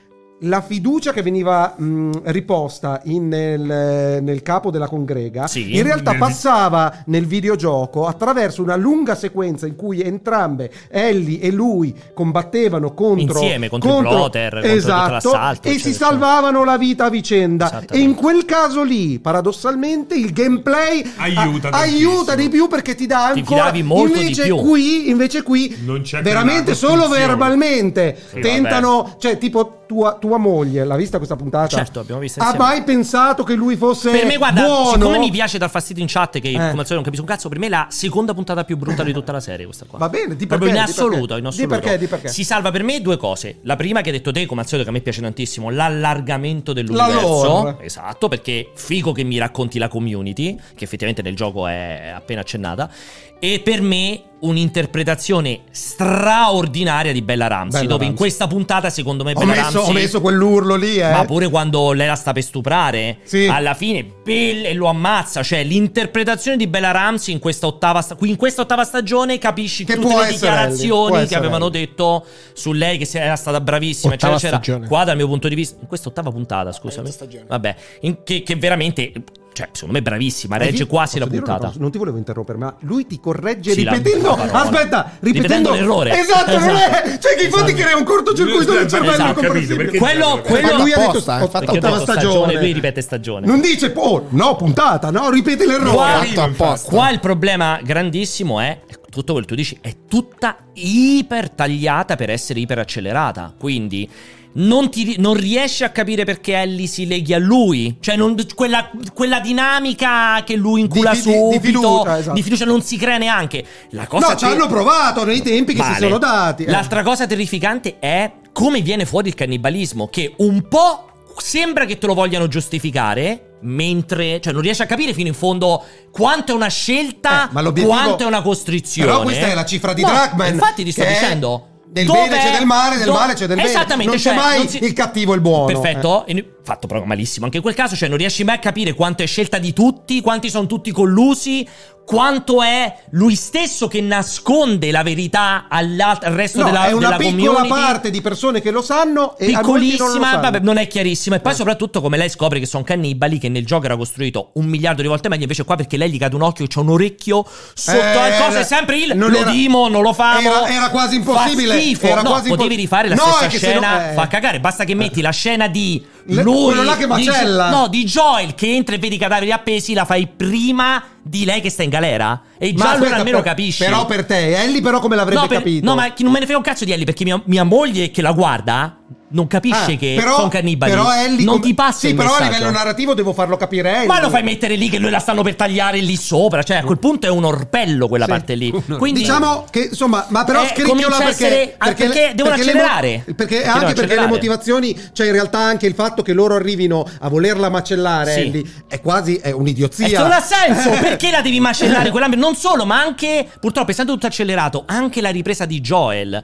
la fiducia che veniva mh, riposta in- nel, nel capo della congrega, Sì. in realtà Nel- passava nel videogioco attraverso una lunga sequenza in cui entrambe, Ellie e lui, combattevano contro Insieme, contro il Blotter, contro tutto esatto, l'assalto, e eccetera, si salvavano la vita a vicenda. Esattamente. E in quel caso lì, paradossalmente, il gameplay Aiuta a- aiuta tantissimo. di più, perché ti dà Ti ancora fidavi molto di invece più. qui invece qui Non c'è veramente quella solo costruzione. verbalmente Sì, tentano, cioè tipo tua, tua moglie l'ha vista questa puntata? Certo, abbiamo visto Ha insieme. mai pensato che lui fosse Per me, guarda, buono? siccome mi piace dar fastidio in chat, che Eh. come al solito non capisco un cazzo, per me è la seconda puntata più brutta di tutta la serie, questa qua. Va bene, di Proprio perché, in di assoluto, perché. in assoluto. Di perché, di perché? Si salva per me due cose. La prima che hai detto te, come al solito, che a me piace tantissimo, l'allargamento La dell'universo. lore. Esatto, perché figo che mi racconti la community, che effettivamente nel gioco è appena accennata. E per me un'interpretazione straordinaria di Bella Ramsey, Bella dove in Ramsey. questa puntata secondo me Ho Bella messo, ho Ramsey, messo quell'urlo lì, eh. ma pure quando lei la sta per stuprare, Sì. alla fine bella, e lo ammazza. Cioè l'interpretazione di Bella Ramsey in questa ottava sta- qui in questa ottava stagione capisci Che tutte può le essere Ellie, può dichiarazioni che essere avevano Ellie. detto su lei, che se- era stata bravissima, Ottava eccetera, eccetera. stagione. Qua dal mio punto di vista, in questa ottava puntata, scusami, vabbè, in- che, che veramente, cioè secondo me è bravissima, Hai regge visto? quasi la Posso dire una puntata. cosa? Non ti volevo interrompere, ma lui ti corregge Sì, la- ripetendo. la parola. Aspetta, Ripetendo ripetendo l'errore. Esatto, non Esatto. è. Cioè, che infatti crea un cortocircuito del cervello Esatto, incomprensibile. perché Quello, c'è- quello Ma lui ha detto apposta, ho è fatto fatto perché ho ottava detto stagione, lui stagione. ripete stagione. Non dice oh, no, puntata, no, ripete l'errore. Qua, Fatto apposta. qua il problema grandissimo è tutto quello che tu dici, è tutta iper tagliata per essere iper accelerata. Quindi non, ti, non riesci a capire perché Ellie si leghi a lui. Cioè non- quella, quella dinamica che lui incula Di fi- di- di subito fiducia, esatto. di fiducia non si crea neanche. La cosa No, ci che- hanno provato nei tempi che si Vale. sono dati. eh. L'altra cosa terrificante è come viene fuori il cannibalismo, che un po' sembra che te lo vogliano giustificare, mentre, cioè non riesci a capire fino in fondo quanto è una scelta, Eh, ma l'obiettivo- quanto è una costrizione. Però questa è la cifra di No, Drachman. infatti ti sto che è dicendo. Del Dov'è- bene c'è del male, del do- male c'è del bene. Esattamente, Non c'è cioè, mai non si- il cattivo e il buono. Perfetto, e- fatto proprio malissimo anche in quel caso, cioè non riesci mai a capire quanto è scelta di tutti, quanti sono tutti collusi, quanto è lui stesso che nasconde la verità all'alt- al resto No, della, è una della piccola community. parte di persone che lo sanno e a molti non lo Piccolissima, sanno. vabbè, non è chiarissima. E poi, soprattutto, come lei scopre che sono cannibali, che nel gioco era costruito un miliardo di volte meglio. Invece, qua perché lei gli cade un occhio e c'ha un orecchio sotto Eh, al coso, la- è sempre il non lo era- dimo, non lo famo. era- era quasi impossibile, Fa schifo. era no, quasi impo- potevi rifare la No, stessa è che se scena. no- eh. Fa cagare. Basta che metti la scena di Le- lui, quello là che di- macella. no, di Joel che entra e vedi i cadaveri appesi. La fai prima di lei che sta in galera. E già Ma allora aspetta, almeno per- capisci. Però per te, Ellie però come l'avrebbe no, per- capito? no, ma chi- non me ne frega un cazzo di Ellie, perché mia, mia moglie che la guarda non capisce Ah, che però- sono cannibali. Però Ellie non come- ti passa sì, il però a messaggio. livello narrativo devo farlo capire a Ellie. Ma lo fai mettere lì che noi la stanno per tagliare lì sopra. Cioè, a quel punto è un orpello quella Sì. parte lì. Quindi Diciamo che insomma, ma però Eh, scricchiola comincia a perché, essere- ah, perché devono le mo- accelerare. perché Perché anche devono perché le accelerare. motivazioni, cioè in realtà anche il fatto che loro arrivino a volerla macellare, Sì. Ellie, è quasi è un'idiozia. E che non ha senso. Perché la devi macellare quell'ambito? Non solo, ma anche, purtroppo, essendo tutto accelerato, anche la ripresa di Joel.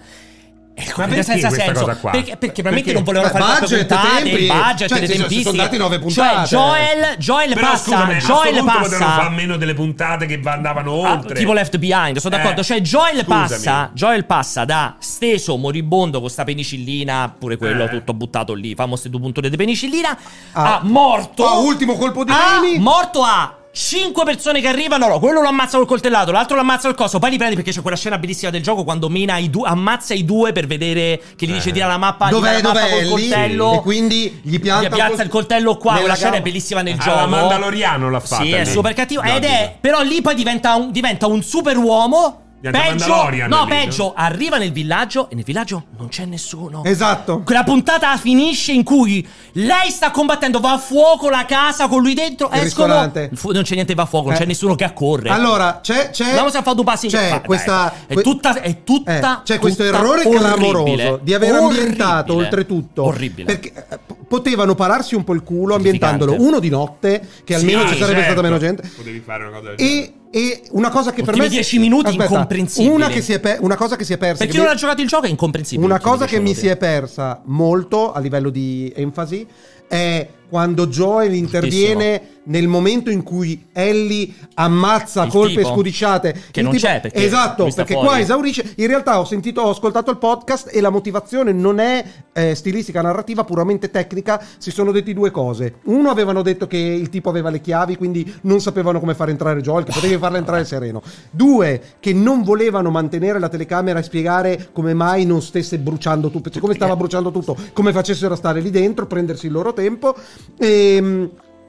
È Ma perché senza questa senso. cosa qua? Perché, perché probabilmente Perché? non volevano Beh, fare troppe budget, puntate, tempi, il budget, cioè, le si sono- si sono tempistiche. dati nove Cioè, puntate. Joel, Joel Però passa, scusami, a sto Joel punto potevano passa. fare meno delle puntate che andavano Ah, oltre. tipo Left Behind, sono Eh, d'accordo. Cioè, Joel scusami. passa, Joel passa da steso moribondo con sta penicillina, pure quello Eh. tutto buttato lì, famose due punture di penicillina, Ah. a morto. Ah, ultimo colpo di a mani. morto a cinque persone che arrivano, no, quello lo ammazza col coltellato, l'altro lo ammazza col coso, poi li prendi perché c'è quella scena bellissima del gioco quando mena i due, ammazza i due per vedere che gli dice Eh. tira la mappa, gli Dov'è, dà la mappa dov'è col Ellie? coltello. E quindi gli pianta, Gli piazza il coltello qua, nella quella scena è gamba. bellissima nel Ah, gioco. la Mandaloriano l'ha fatta Sì, è lì. super cattivo. No, Ed dico. è, però lì poi diventa un, diventa un super uomo Peggio, no, peggio, arriva nel villaggio e nel villaggio non c'è nessuno. Esatto. Quella puntata finisce in cui lei sta combattendo, va a fuoco la casa con lui dentro, Il escono. ristorante. Fu- Non c'è niente, va a fuoco, non Eh. c'è nessuno che accorre. Allora, c'è, c'è Andiamo a fare due passi. c'è Ma- questa dai, è tutta, è tutta eh, c'è questo tutta errore orribile. clamoroso di aver Orribile. ambientato oltretutto Orribile. perché eh, p- potevano pararsi un po' il culo ambientandolo uno di notte, che almeno Sì, ci sarebbe certo. stata meno gente, Potevi fare una cosa del e, e una cosa che per Ultimi me dieci minuti Aspetta, incomprensibili. una, che si è pe- una cosa che si è persa Per che chi mi- non ha giocato il gioco è incomprensibile. una ultimi cosa dieci che mi minuti. si è persa molto a livello di enfasi è quando Joel interviene nel momento in cui Ellie ammazza Il colpe tipo? scudicciate. Che Il non c'è, perché esatto, lui sta perché fuori. qua esaurisce. In realtà ho sentito, ho ascoltato il podcast e la motivazione non è eh, stilistica narrativa, puramente tecnica. Si sono detti due cose. Uno, avevano detto che il tipo aveva le chiavi, quindi non sapevano come far entrare Joel, che potevi farla entrare sereno. Due, che non volevano mantenere la telecamera e spiegare come mai non stesse bruciando tutto, cioè come stava bruciando tutto, come facessero a stare lì dentro, prendersi il loro tempo. E,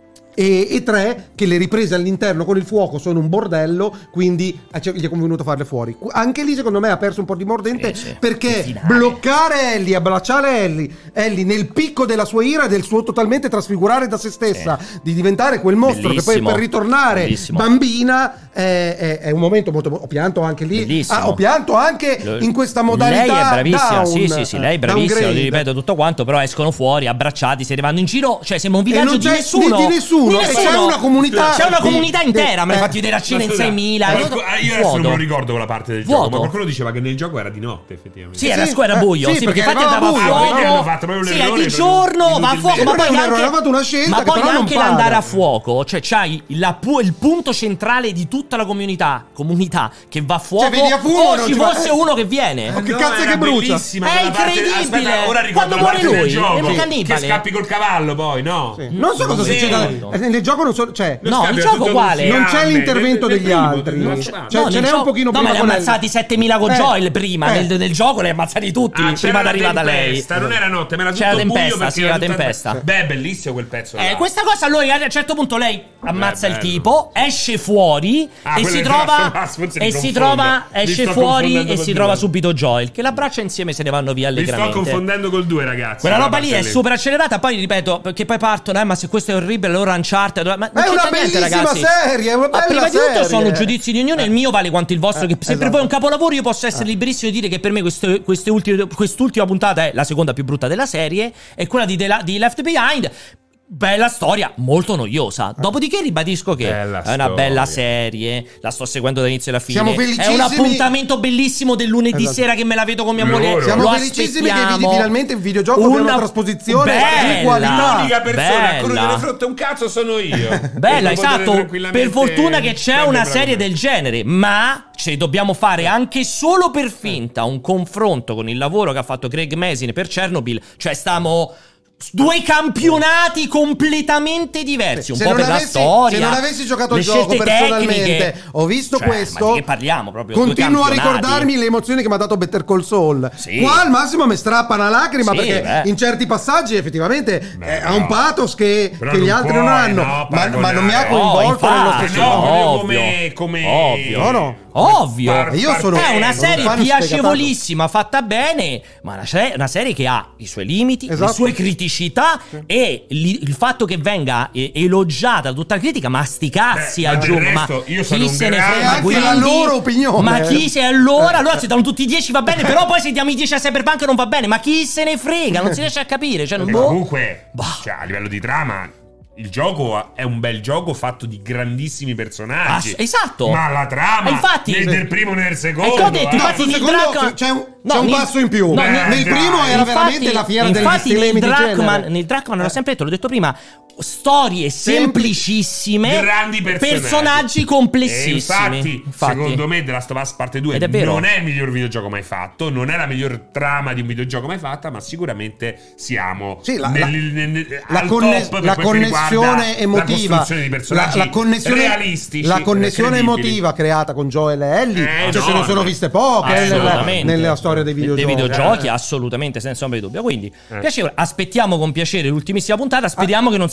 e, e tre, che le riprese all'interno con il fuoco sono un bordello, quindi eh, cioè, gli è convenuto farle fuori. Qu- Anche lì secondo me ha perso un po' di mordente, Sì, sì. perché Il finale. bloccare Ellie, abbracciare Ellie, Ellie nel picco della sua ira e del suo totalmente trasfigurare da se stessa, di diventare quel mostro che poi Bellissimo. per ritornare Bellissimo. bambina è, è- è un momento molto, ho pianto anche lì. Bellissimo. Ah, ho pianto anche Lo- in questa modalità Lei è bravissima, down, sì, sì, sì, lei è bravissima, downgrade. ti ripeto tutto quanto, però escono fuori abbracciati, se ne vanno in giro, cioè sembra un E villaggio non di c'è nessuno. di nessuno, e c'è una comunità C'è una di- comunità di- intera, mi hai eh. fatto vedere a Cina in Ma scusa, seimila. qualcuno- ah, io adesso non me lo ricordo quella parte del Vuoto. gioco, ma qualcuno diceva che nel gioco era di notte, effettivamente. Sì, era Sì, scuola eh, buio, sì, sì, perché perché infatti arrivava andava a buio, fuoco. quindi hanno fatto proprio Sì, è l'errore di per- giorno, va a inutilmente. fuoco, ma Quello poi è un errore, anche hanno fatto una scelta ma che poi però non anche paga. l'andare a fuoco, cioè c'hai la pu- il punto centrale di tutta la comunità, comunità che va a fuoco. vedi a fumo, o non ci ci va- fosse uno che viene. Ma che No, cazzo era che brucia? bellissima È quella parte- incredibile. Aspetta, ora ricordo Quando la muore parte del lui, gioco. è un Che cannibale. scappi col cavallo poi, no? Non so cosa Sì. succede. eh, Nel gioco non so, cioè, Lo No, scambio il è gioco tutto uguale. con non c'è fiamme, l'intervento nel- nel degli primo, altri. non Cioè, so. No, ce nel n'è gioco- un pochino no, prima ma li ha con ammazzati settemila con Eh. Joel prima. Eh. Nel, nel gioco li ha ammazzati tutti Ah, prima c'era di arrivare da la lei. tempesta, non era notte, ma era tutto C'era la buio tempesta, perché sì, era la tutta- tempesta. Beh, è bellissimo quel pezzo Eh, là. questa cosa lui a un certo punto lei ammazza il bello. tipo, esce fuori Ah, e quello si è trova Last of Us, forse li e si confondo. trova Li esce sto fuori confondendo e con si due. trova subito Joel che l'abbraccia insieme e se ne vanno via Mi sto allegramente. confondendo col due, ragazzi. Quella quella roba lì parte è super accelerata, poi ripeto, perché poi partono, eh, ma se questo è orribile, allora Uncharted, ma non È una c'entra niente, bellissima ragazzi. serie, è una Ma bella prima di tutto serie. sono giudizi di ognuno, e il mio vale quanto il vostro, che se per esatto. voi è un capolavoro io posso essere liberissimo di dire che per me queste, queste ultime, quest'ultima puntata è la seconda più brutta della serie, è quella di, The- di Left Behind. Bella storia, molto noiosa. Dopodiché ribadisco che Bella è una storia. bella serie. La sto seguendo dall'inizio alla fine. Siamo È felicissimi. un appuntamento bellissimo del lunedì Esatto. sera che me la vedo con mia Loro. moglie. Siamo Lo felicissimi che aspettiamo. vedi finalmente il videogioco abbia una trasposizione bella, di qualità. L'unica persona a cui non bella. gliene frutta un cazzo sono io. Bella, Per poter esatto. tranquillamente Per fortuna che c'è spendere una la serie mia- del genere, ma ci dobbiamo fare anche solo per finta un confronto con il lavoro che ha fatto Craig Mazin per Chernobyl. Cioè, stiamo due campionati completamente diversi. Un Se po' non per la avessi- storia. se non avessi giocato le il gioco scelte personalmente, tecniche. ho visto Cioè, questo. Ma di che parliamo proprio? Due Continuo a campionati. ricordarmi le emozioni che mi ha dato Better Call Saul. Sì. Qua al massimo mi strappa una lacrima Sì, perché beh. in certi passaggi effettivamente Beh, eh, ha un no. pathos che, Però che gli non altri puoi, non hanno. no, ma, ma non mi ha paragonare. coinvolto No, nello infatti, stesso No, modo. proprio ovvio. come, come... Ovvio. No, no. Ovvio. Par- Io sono- È una un serie fan piacevolissima, fatta bene, ma una, se- una serie che ha i suoi limiti, Esatto. le sue criticità e li- il fatto che venga eh, elogiata da tutta la critica, ma sti cazzi Beh, ma del aggiungo, ma resto io sono chi un se ne grande- frega, È anche quindi- la loro opinione. Ma chi se allora, allora se danno tutti i dieci va bene, però poi se diamo i dieci a Cyberpunk non va bene, ma chi se ne frega, non si riesce a capire, cioè non Ma boh. comunque, Bah. cioè, a livello di trama, il gioco è un bel gioco fatto di grandissimi personaggi. Ass- esatto. Ma la trama, E infatti- né del primo né del secondo. Ecco, ho detto, eh. infatti sul Neil secondo Druckmann- c'è un, No, c'è un Neil- passo in più. no, Beh, Neil- Nel primo dai. era Infatti- veramente la fiera degli infatti stilemi Neil di Druckmann, genere. Neil Druckmann l'ho sempre detto, l'ho detto prima, storie semplicissime, grandi personaggi, personaggi complessissimi. E infatti, secondo me The Last of Us Parte due Ed è vero. non è il miglior videogioco mai fatto, non è la miglior trama di un videogioco mai fatta, ma sicuramente siamo Sì, la- nel, la- nel- nel- la, al conne- top per la quel che riguarda connessione la emotiva, costruzione di personaggi la, la connessione, realistici, la connessione credibili. emotiva creata con Joel e Ellie, Eh, cioè no, se ne sono no. viste poche eh, nella, Assolutamente. nella storia dei Dei videogiochi. videogiochi, assolutamente, senza ombra di dubbio. Quindi, Eh. piacevole. Aspettiamo con piacere l'ultimissima puntata. Speriamo che non sia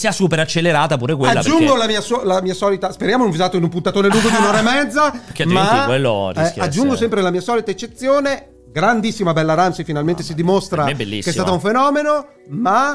sia super accelerata pure quella. Aggiungo perché... la, mia so- la mia solita, speriamo non usato in un puntatone lungo di un'ora e mezza, Perché altrimenti ma quello eh, rischia aggiungo essere- sempre la mia solita eccezione. Grandissima Bella Ramsey, finalmente si dimostra per me è che è bellissima. stata un fenomeno, ma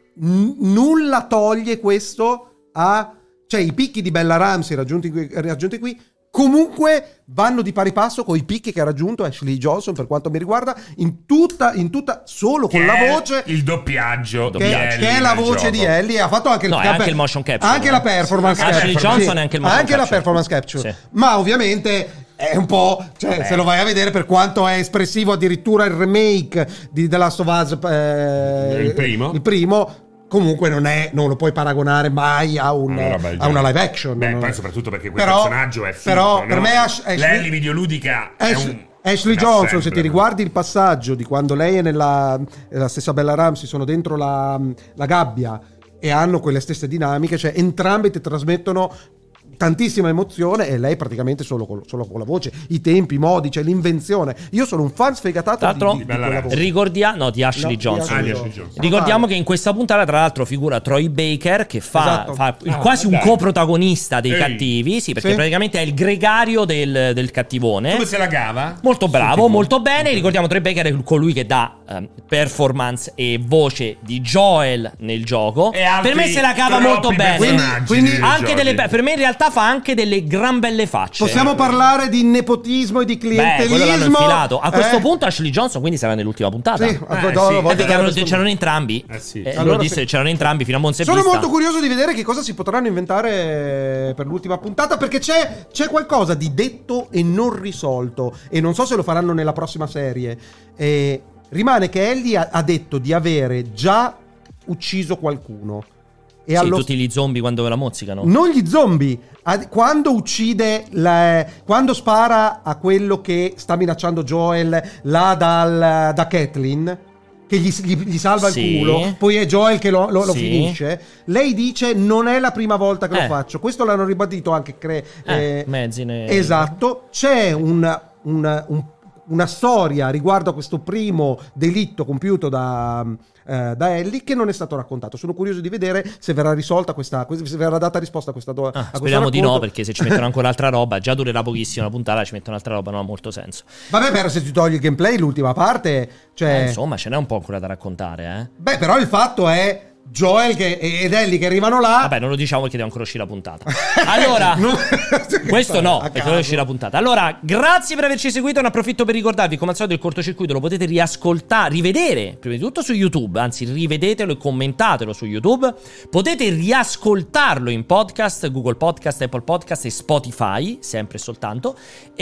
n- nulla toglie questo a... Cioè i picchi di Bella Ramsey raggiunti qui, raggiunti qui comunque vanno di pari passo con i picchi che ha raggiunto Ashley Johnson per quanto mi riguarda in tutta, in tutta solo con Che la è voce, il doppiaggio che, di Ellie che è la nel voce gioco. di Ellie, ha fatto anche il, No, è la anche per- il motion capture, anche eh. la performance Ashley capture, Johnson sì. è anche il motion anche la capture. performance capture, Sì. ma ovviamente è un po', cioè, Vabbè. se lo vai a vedere per quanto è espressivo addirittura il remake di The Last of Us, eh, Il primo? il primo comunque non è, non lo puoi paragonare mai a, un, Una roba del a una genere. live action. Beh, non- poi soprattutto perché quel Però- personaggio è finto, però no? per me Ash- Ashley- L'Ellie videoludica è Ash- un... Ashley da Johnson, sempre, se ti per riguardi il passaggio di quando lei è nella la stessa Bella Ramsey, sono dentro la, la gabbia e hanno quelle stesse dinamiche, cioè entrambe ti trasmettono tantissima emozione e lei praticamente solo con, solo con la voce, i tempi, i modi, cioè l'invenzione. Io sono un fan sfegatato Tra l'altro, di, di, di quella voce. ricordiamo, no, di Ashley No, di Johnson. Ashley Ah, di Ashley Johnson. Ricordiamo che in questa puntata, tra l'altro, figura Troy Baker che fa, Esatto. fa il- Ah, quasi un dai. coprotagonista dei Ehi. cattivi. Sì, perché Sì. praticamente è il gregario del, del cattivone. Come se la cava? Molto bravo, Su T V. molto bene. Ricordiamo Troy Baker è colui che dà ehm, performance e voce di Joel nel gioco. E altri Per me se la cava troppi molto bene. personaggi Quindi- nei Anche giochi. delle, per me in realtà fa anche delle gran belle facce. Possiamo parlare di nepotismo e di Beh, quello l'hanno clientelismo. infilato. A questo Eh? punto Ashley Johnson quindi sarà nell'ultima puntata. Sì, Eh, do- sì. do- Eh, voglio perché dare erano- questo- c'erano entrambi. Eh sì. Eh, Allora lo disse, sì. c'erano entrambi fino a buon Sono servista. molto curioso di vedere che cosa si potranno inventare per l'ultima puntata, perché c'è, c'è qualcosa di detto e non risolto, e non so se lo faranno nella prossima serie. Eh, rimane che Ellie ha, ha detto di avere già ucciso qualcuno. E Sì, allo- tutti gli zombie quando la mozzicano. non gli zombie, a- quando uccide la- quando spara a quello che sta minacciando Joel là dal, da Kathleen, che gli, gli- gli salva Sì. il culo, poi è Joel che lo, lo- lo Sì. finisce. Lei dice non è la prima volta che Eh. lo faccio. Questo l'hanno ribadito anche cre- Eh, eh, mezzi ne- esatto. C'è un, un- un- una storia riguardo a questo primo delitto compiuto da, eh, da Ellie che non è stato raccontato. Sono curioso di vedere se verrà risolta questa, se verrà data risposta a questa do- a Ah, questo speriamo di no, racconto. perché se ci mettono ancora altra roba, già durerà pochissimo la puntata, ci mettono altra roba, non ha molto senso. Vabbè, però se ti togli il gameplay, l'ultima parte, cioè... Eh, insomma, ce n'è un po' ancora da raccontare, eh. Beh, però il fatto è Joel che, ed Ellie che arrivano là... Vabbè, non lo diciamo perché deve ancora uscire la puntata. Allora, No, questo no, a perché caso. deve uscire la puntata. Allora, grazie per averci seguito. Ne approfitto per ricordarvi, come al solito, il cortocircuito lo potete riascoltare, rivedere, prima di tutto su YouTube. Anzi, rivedetelo e commentatelo su YouTube. Potete riascoltarlo in podcast, Google Podcast, Apple Podcast e Spotify, sempre e soltanto.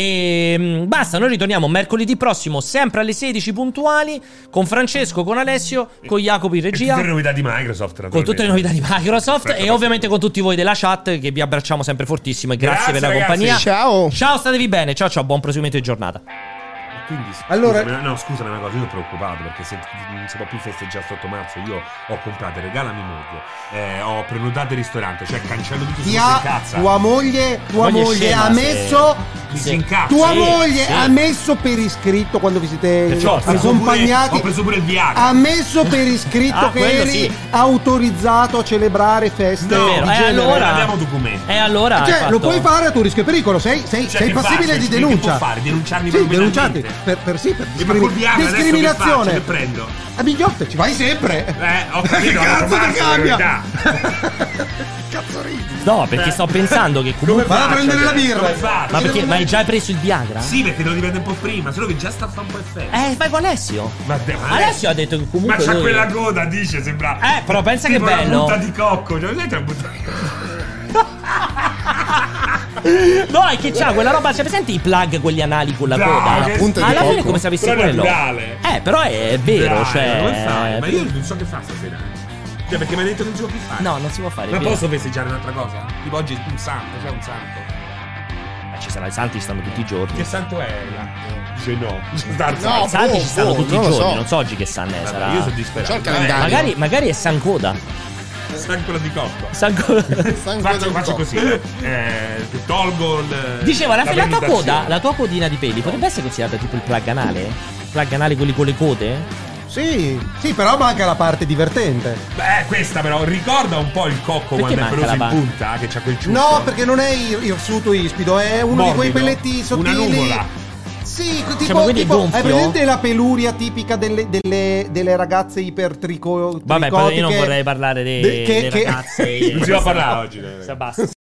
E mm, basta, noi ritorniamo mercoledì prossimo, sempre alle sedici puntuali, con Francesco, con Alessio, con Jacopo in E regia. tutte le novità di Microsoft, Con tutte le novità di Microsoft Perfetto, e ovviamente con tutti voi della chat che vi abbracciamo sempre fortissimo e grazie, Grazie, per la ragazzi. compagnia. Ciao. Ciao, statevi bene. Ciao ciao, buon proseguimento di giornata. Quindi, Allora- scusami, no, scusami una cosa, io sono preoccupato perché se non si può più festeggiare sotto marzo, io ho comprato regali a mia moglie, eh, ho prenotato il ristorante, cioè cancello tutto, Ti se ha, si incazza. tua moglie, tua Moglie moglie scema, ha se- messo... Mi Sì. si incazza. Tua Sì, moglie sì. ha messo per iscritto quando vi siete Per forza. Ho preso pure- accompagnati. ho preso pure il Viagra. Ha messo per iscritto Ah, che quello eri sì. autorizzato a celebrare feste No, di Vero, e genere. allora- non abbiamo documenti. E allora hai Cioè, fatto- lo puoi fare a tuo rischio e pericolo, sei, sei, Cioè, sei che passibile fa? di Cioè, denuncia. Che può fare? Denunciarmi Sì, denunciarti penalmente? per, per sì, per E ma col Viagra adesso che faccio? discriminazione. Che prendo? A migliotte, ci vai sempre. Eh, ho Che capito, cazzo ma ti cambia? verità. Cazzo ridi. No, perché sto pensando che comunque. Vado a faccio, prendere la cioè, birra. come faccio? Ma perché? Ma hai già preso il Viagra? Sì, perché devo dipendere un po' prima, solo che già sta a fare un po' effetto. Eh, vai con Alessio. Ma te- ma Alessio ha detto che Ma comunque. c'ha lui- quella coda, dice, sembra. Eh, però pensa che tipo una bello. punta di cocco. Cioè, sai, te la butta- No, è che c'ha quella roba. C'è presente i plug, quelli anali con la Bravo, coda? che punta di Alla fine è cocco. come se avessi Però è quello. naturale. Eh, però è vero, Dai, cioè. come fai? Ma io non so che fa stasera. Cioè, perché mi ha detto che non si può più fare. No, non si può fare. Ma è vero. posso festeggiare un'altra cosa? Tipo oggi è un santo, c'è un santo. Ma ci sarà i santi, stanno tutti i giorni. Che santo è? là? Dice no. Star No, I santi boh, ci stanno boh, tutti i non lo giorni, so. non so oggi che sanno è. Sarà. Io sono disperato. C'ho il calendario. Magari, magari è San Coda. San quello di cocco. San Coda. Faccio, faccio così. Eh, tolgo il. Dicevo, alla fine la tua prenotazione. coda, la tua codina di peli potrebbe essere considerata tipo il plug anale? Plug anale quelli con le code? Sì, sì, però manca la parte divertente. Beh, questa però ricorda un po' il cocco Perché quando è manca preso la in parte? punta, che c'ha quel ciuffo. No, perché non è ir- irsuto ispido, è uno di quei Morbido, pelletti sottili. una nuvola. Sì, Cioè, tipo, ma quindi è tipo gonfio? hai presente la peluria tipica delle, delle, delle ragazze ipertrico Vabbè, però io non vorrei parlare dei, De- che- delle che- ragazze. Non si va a parlare oggi. Basta.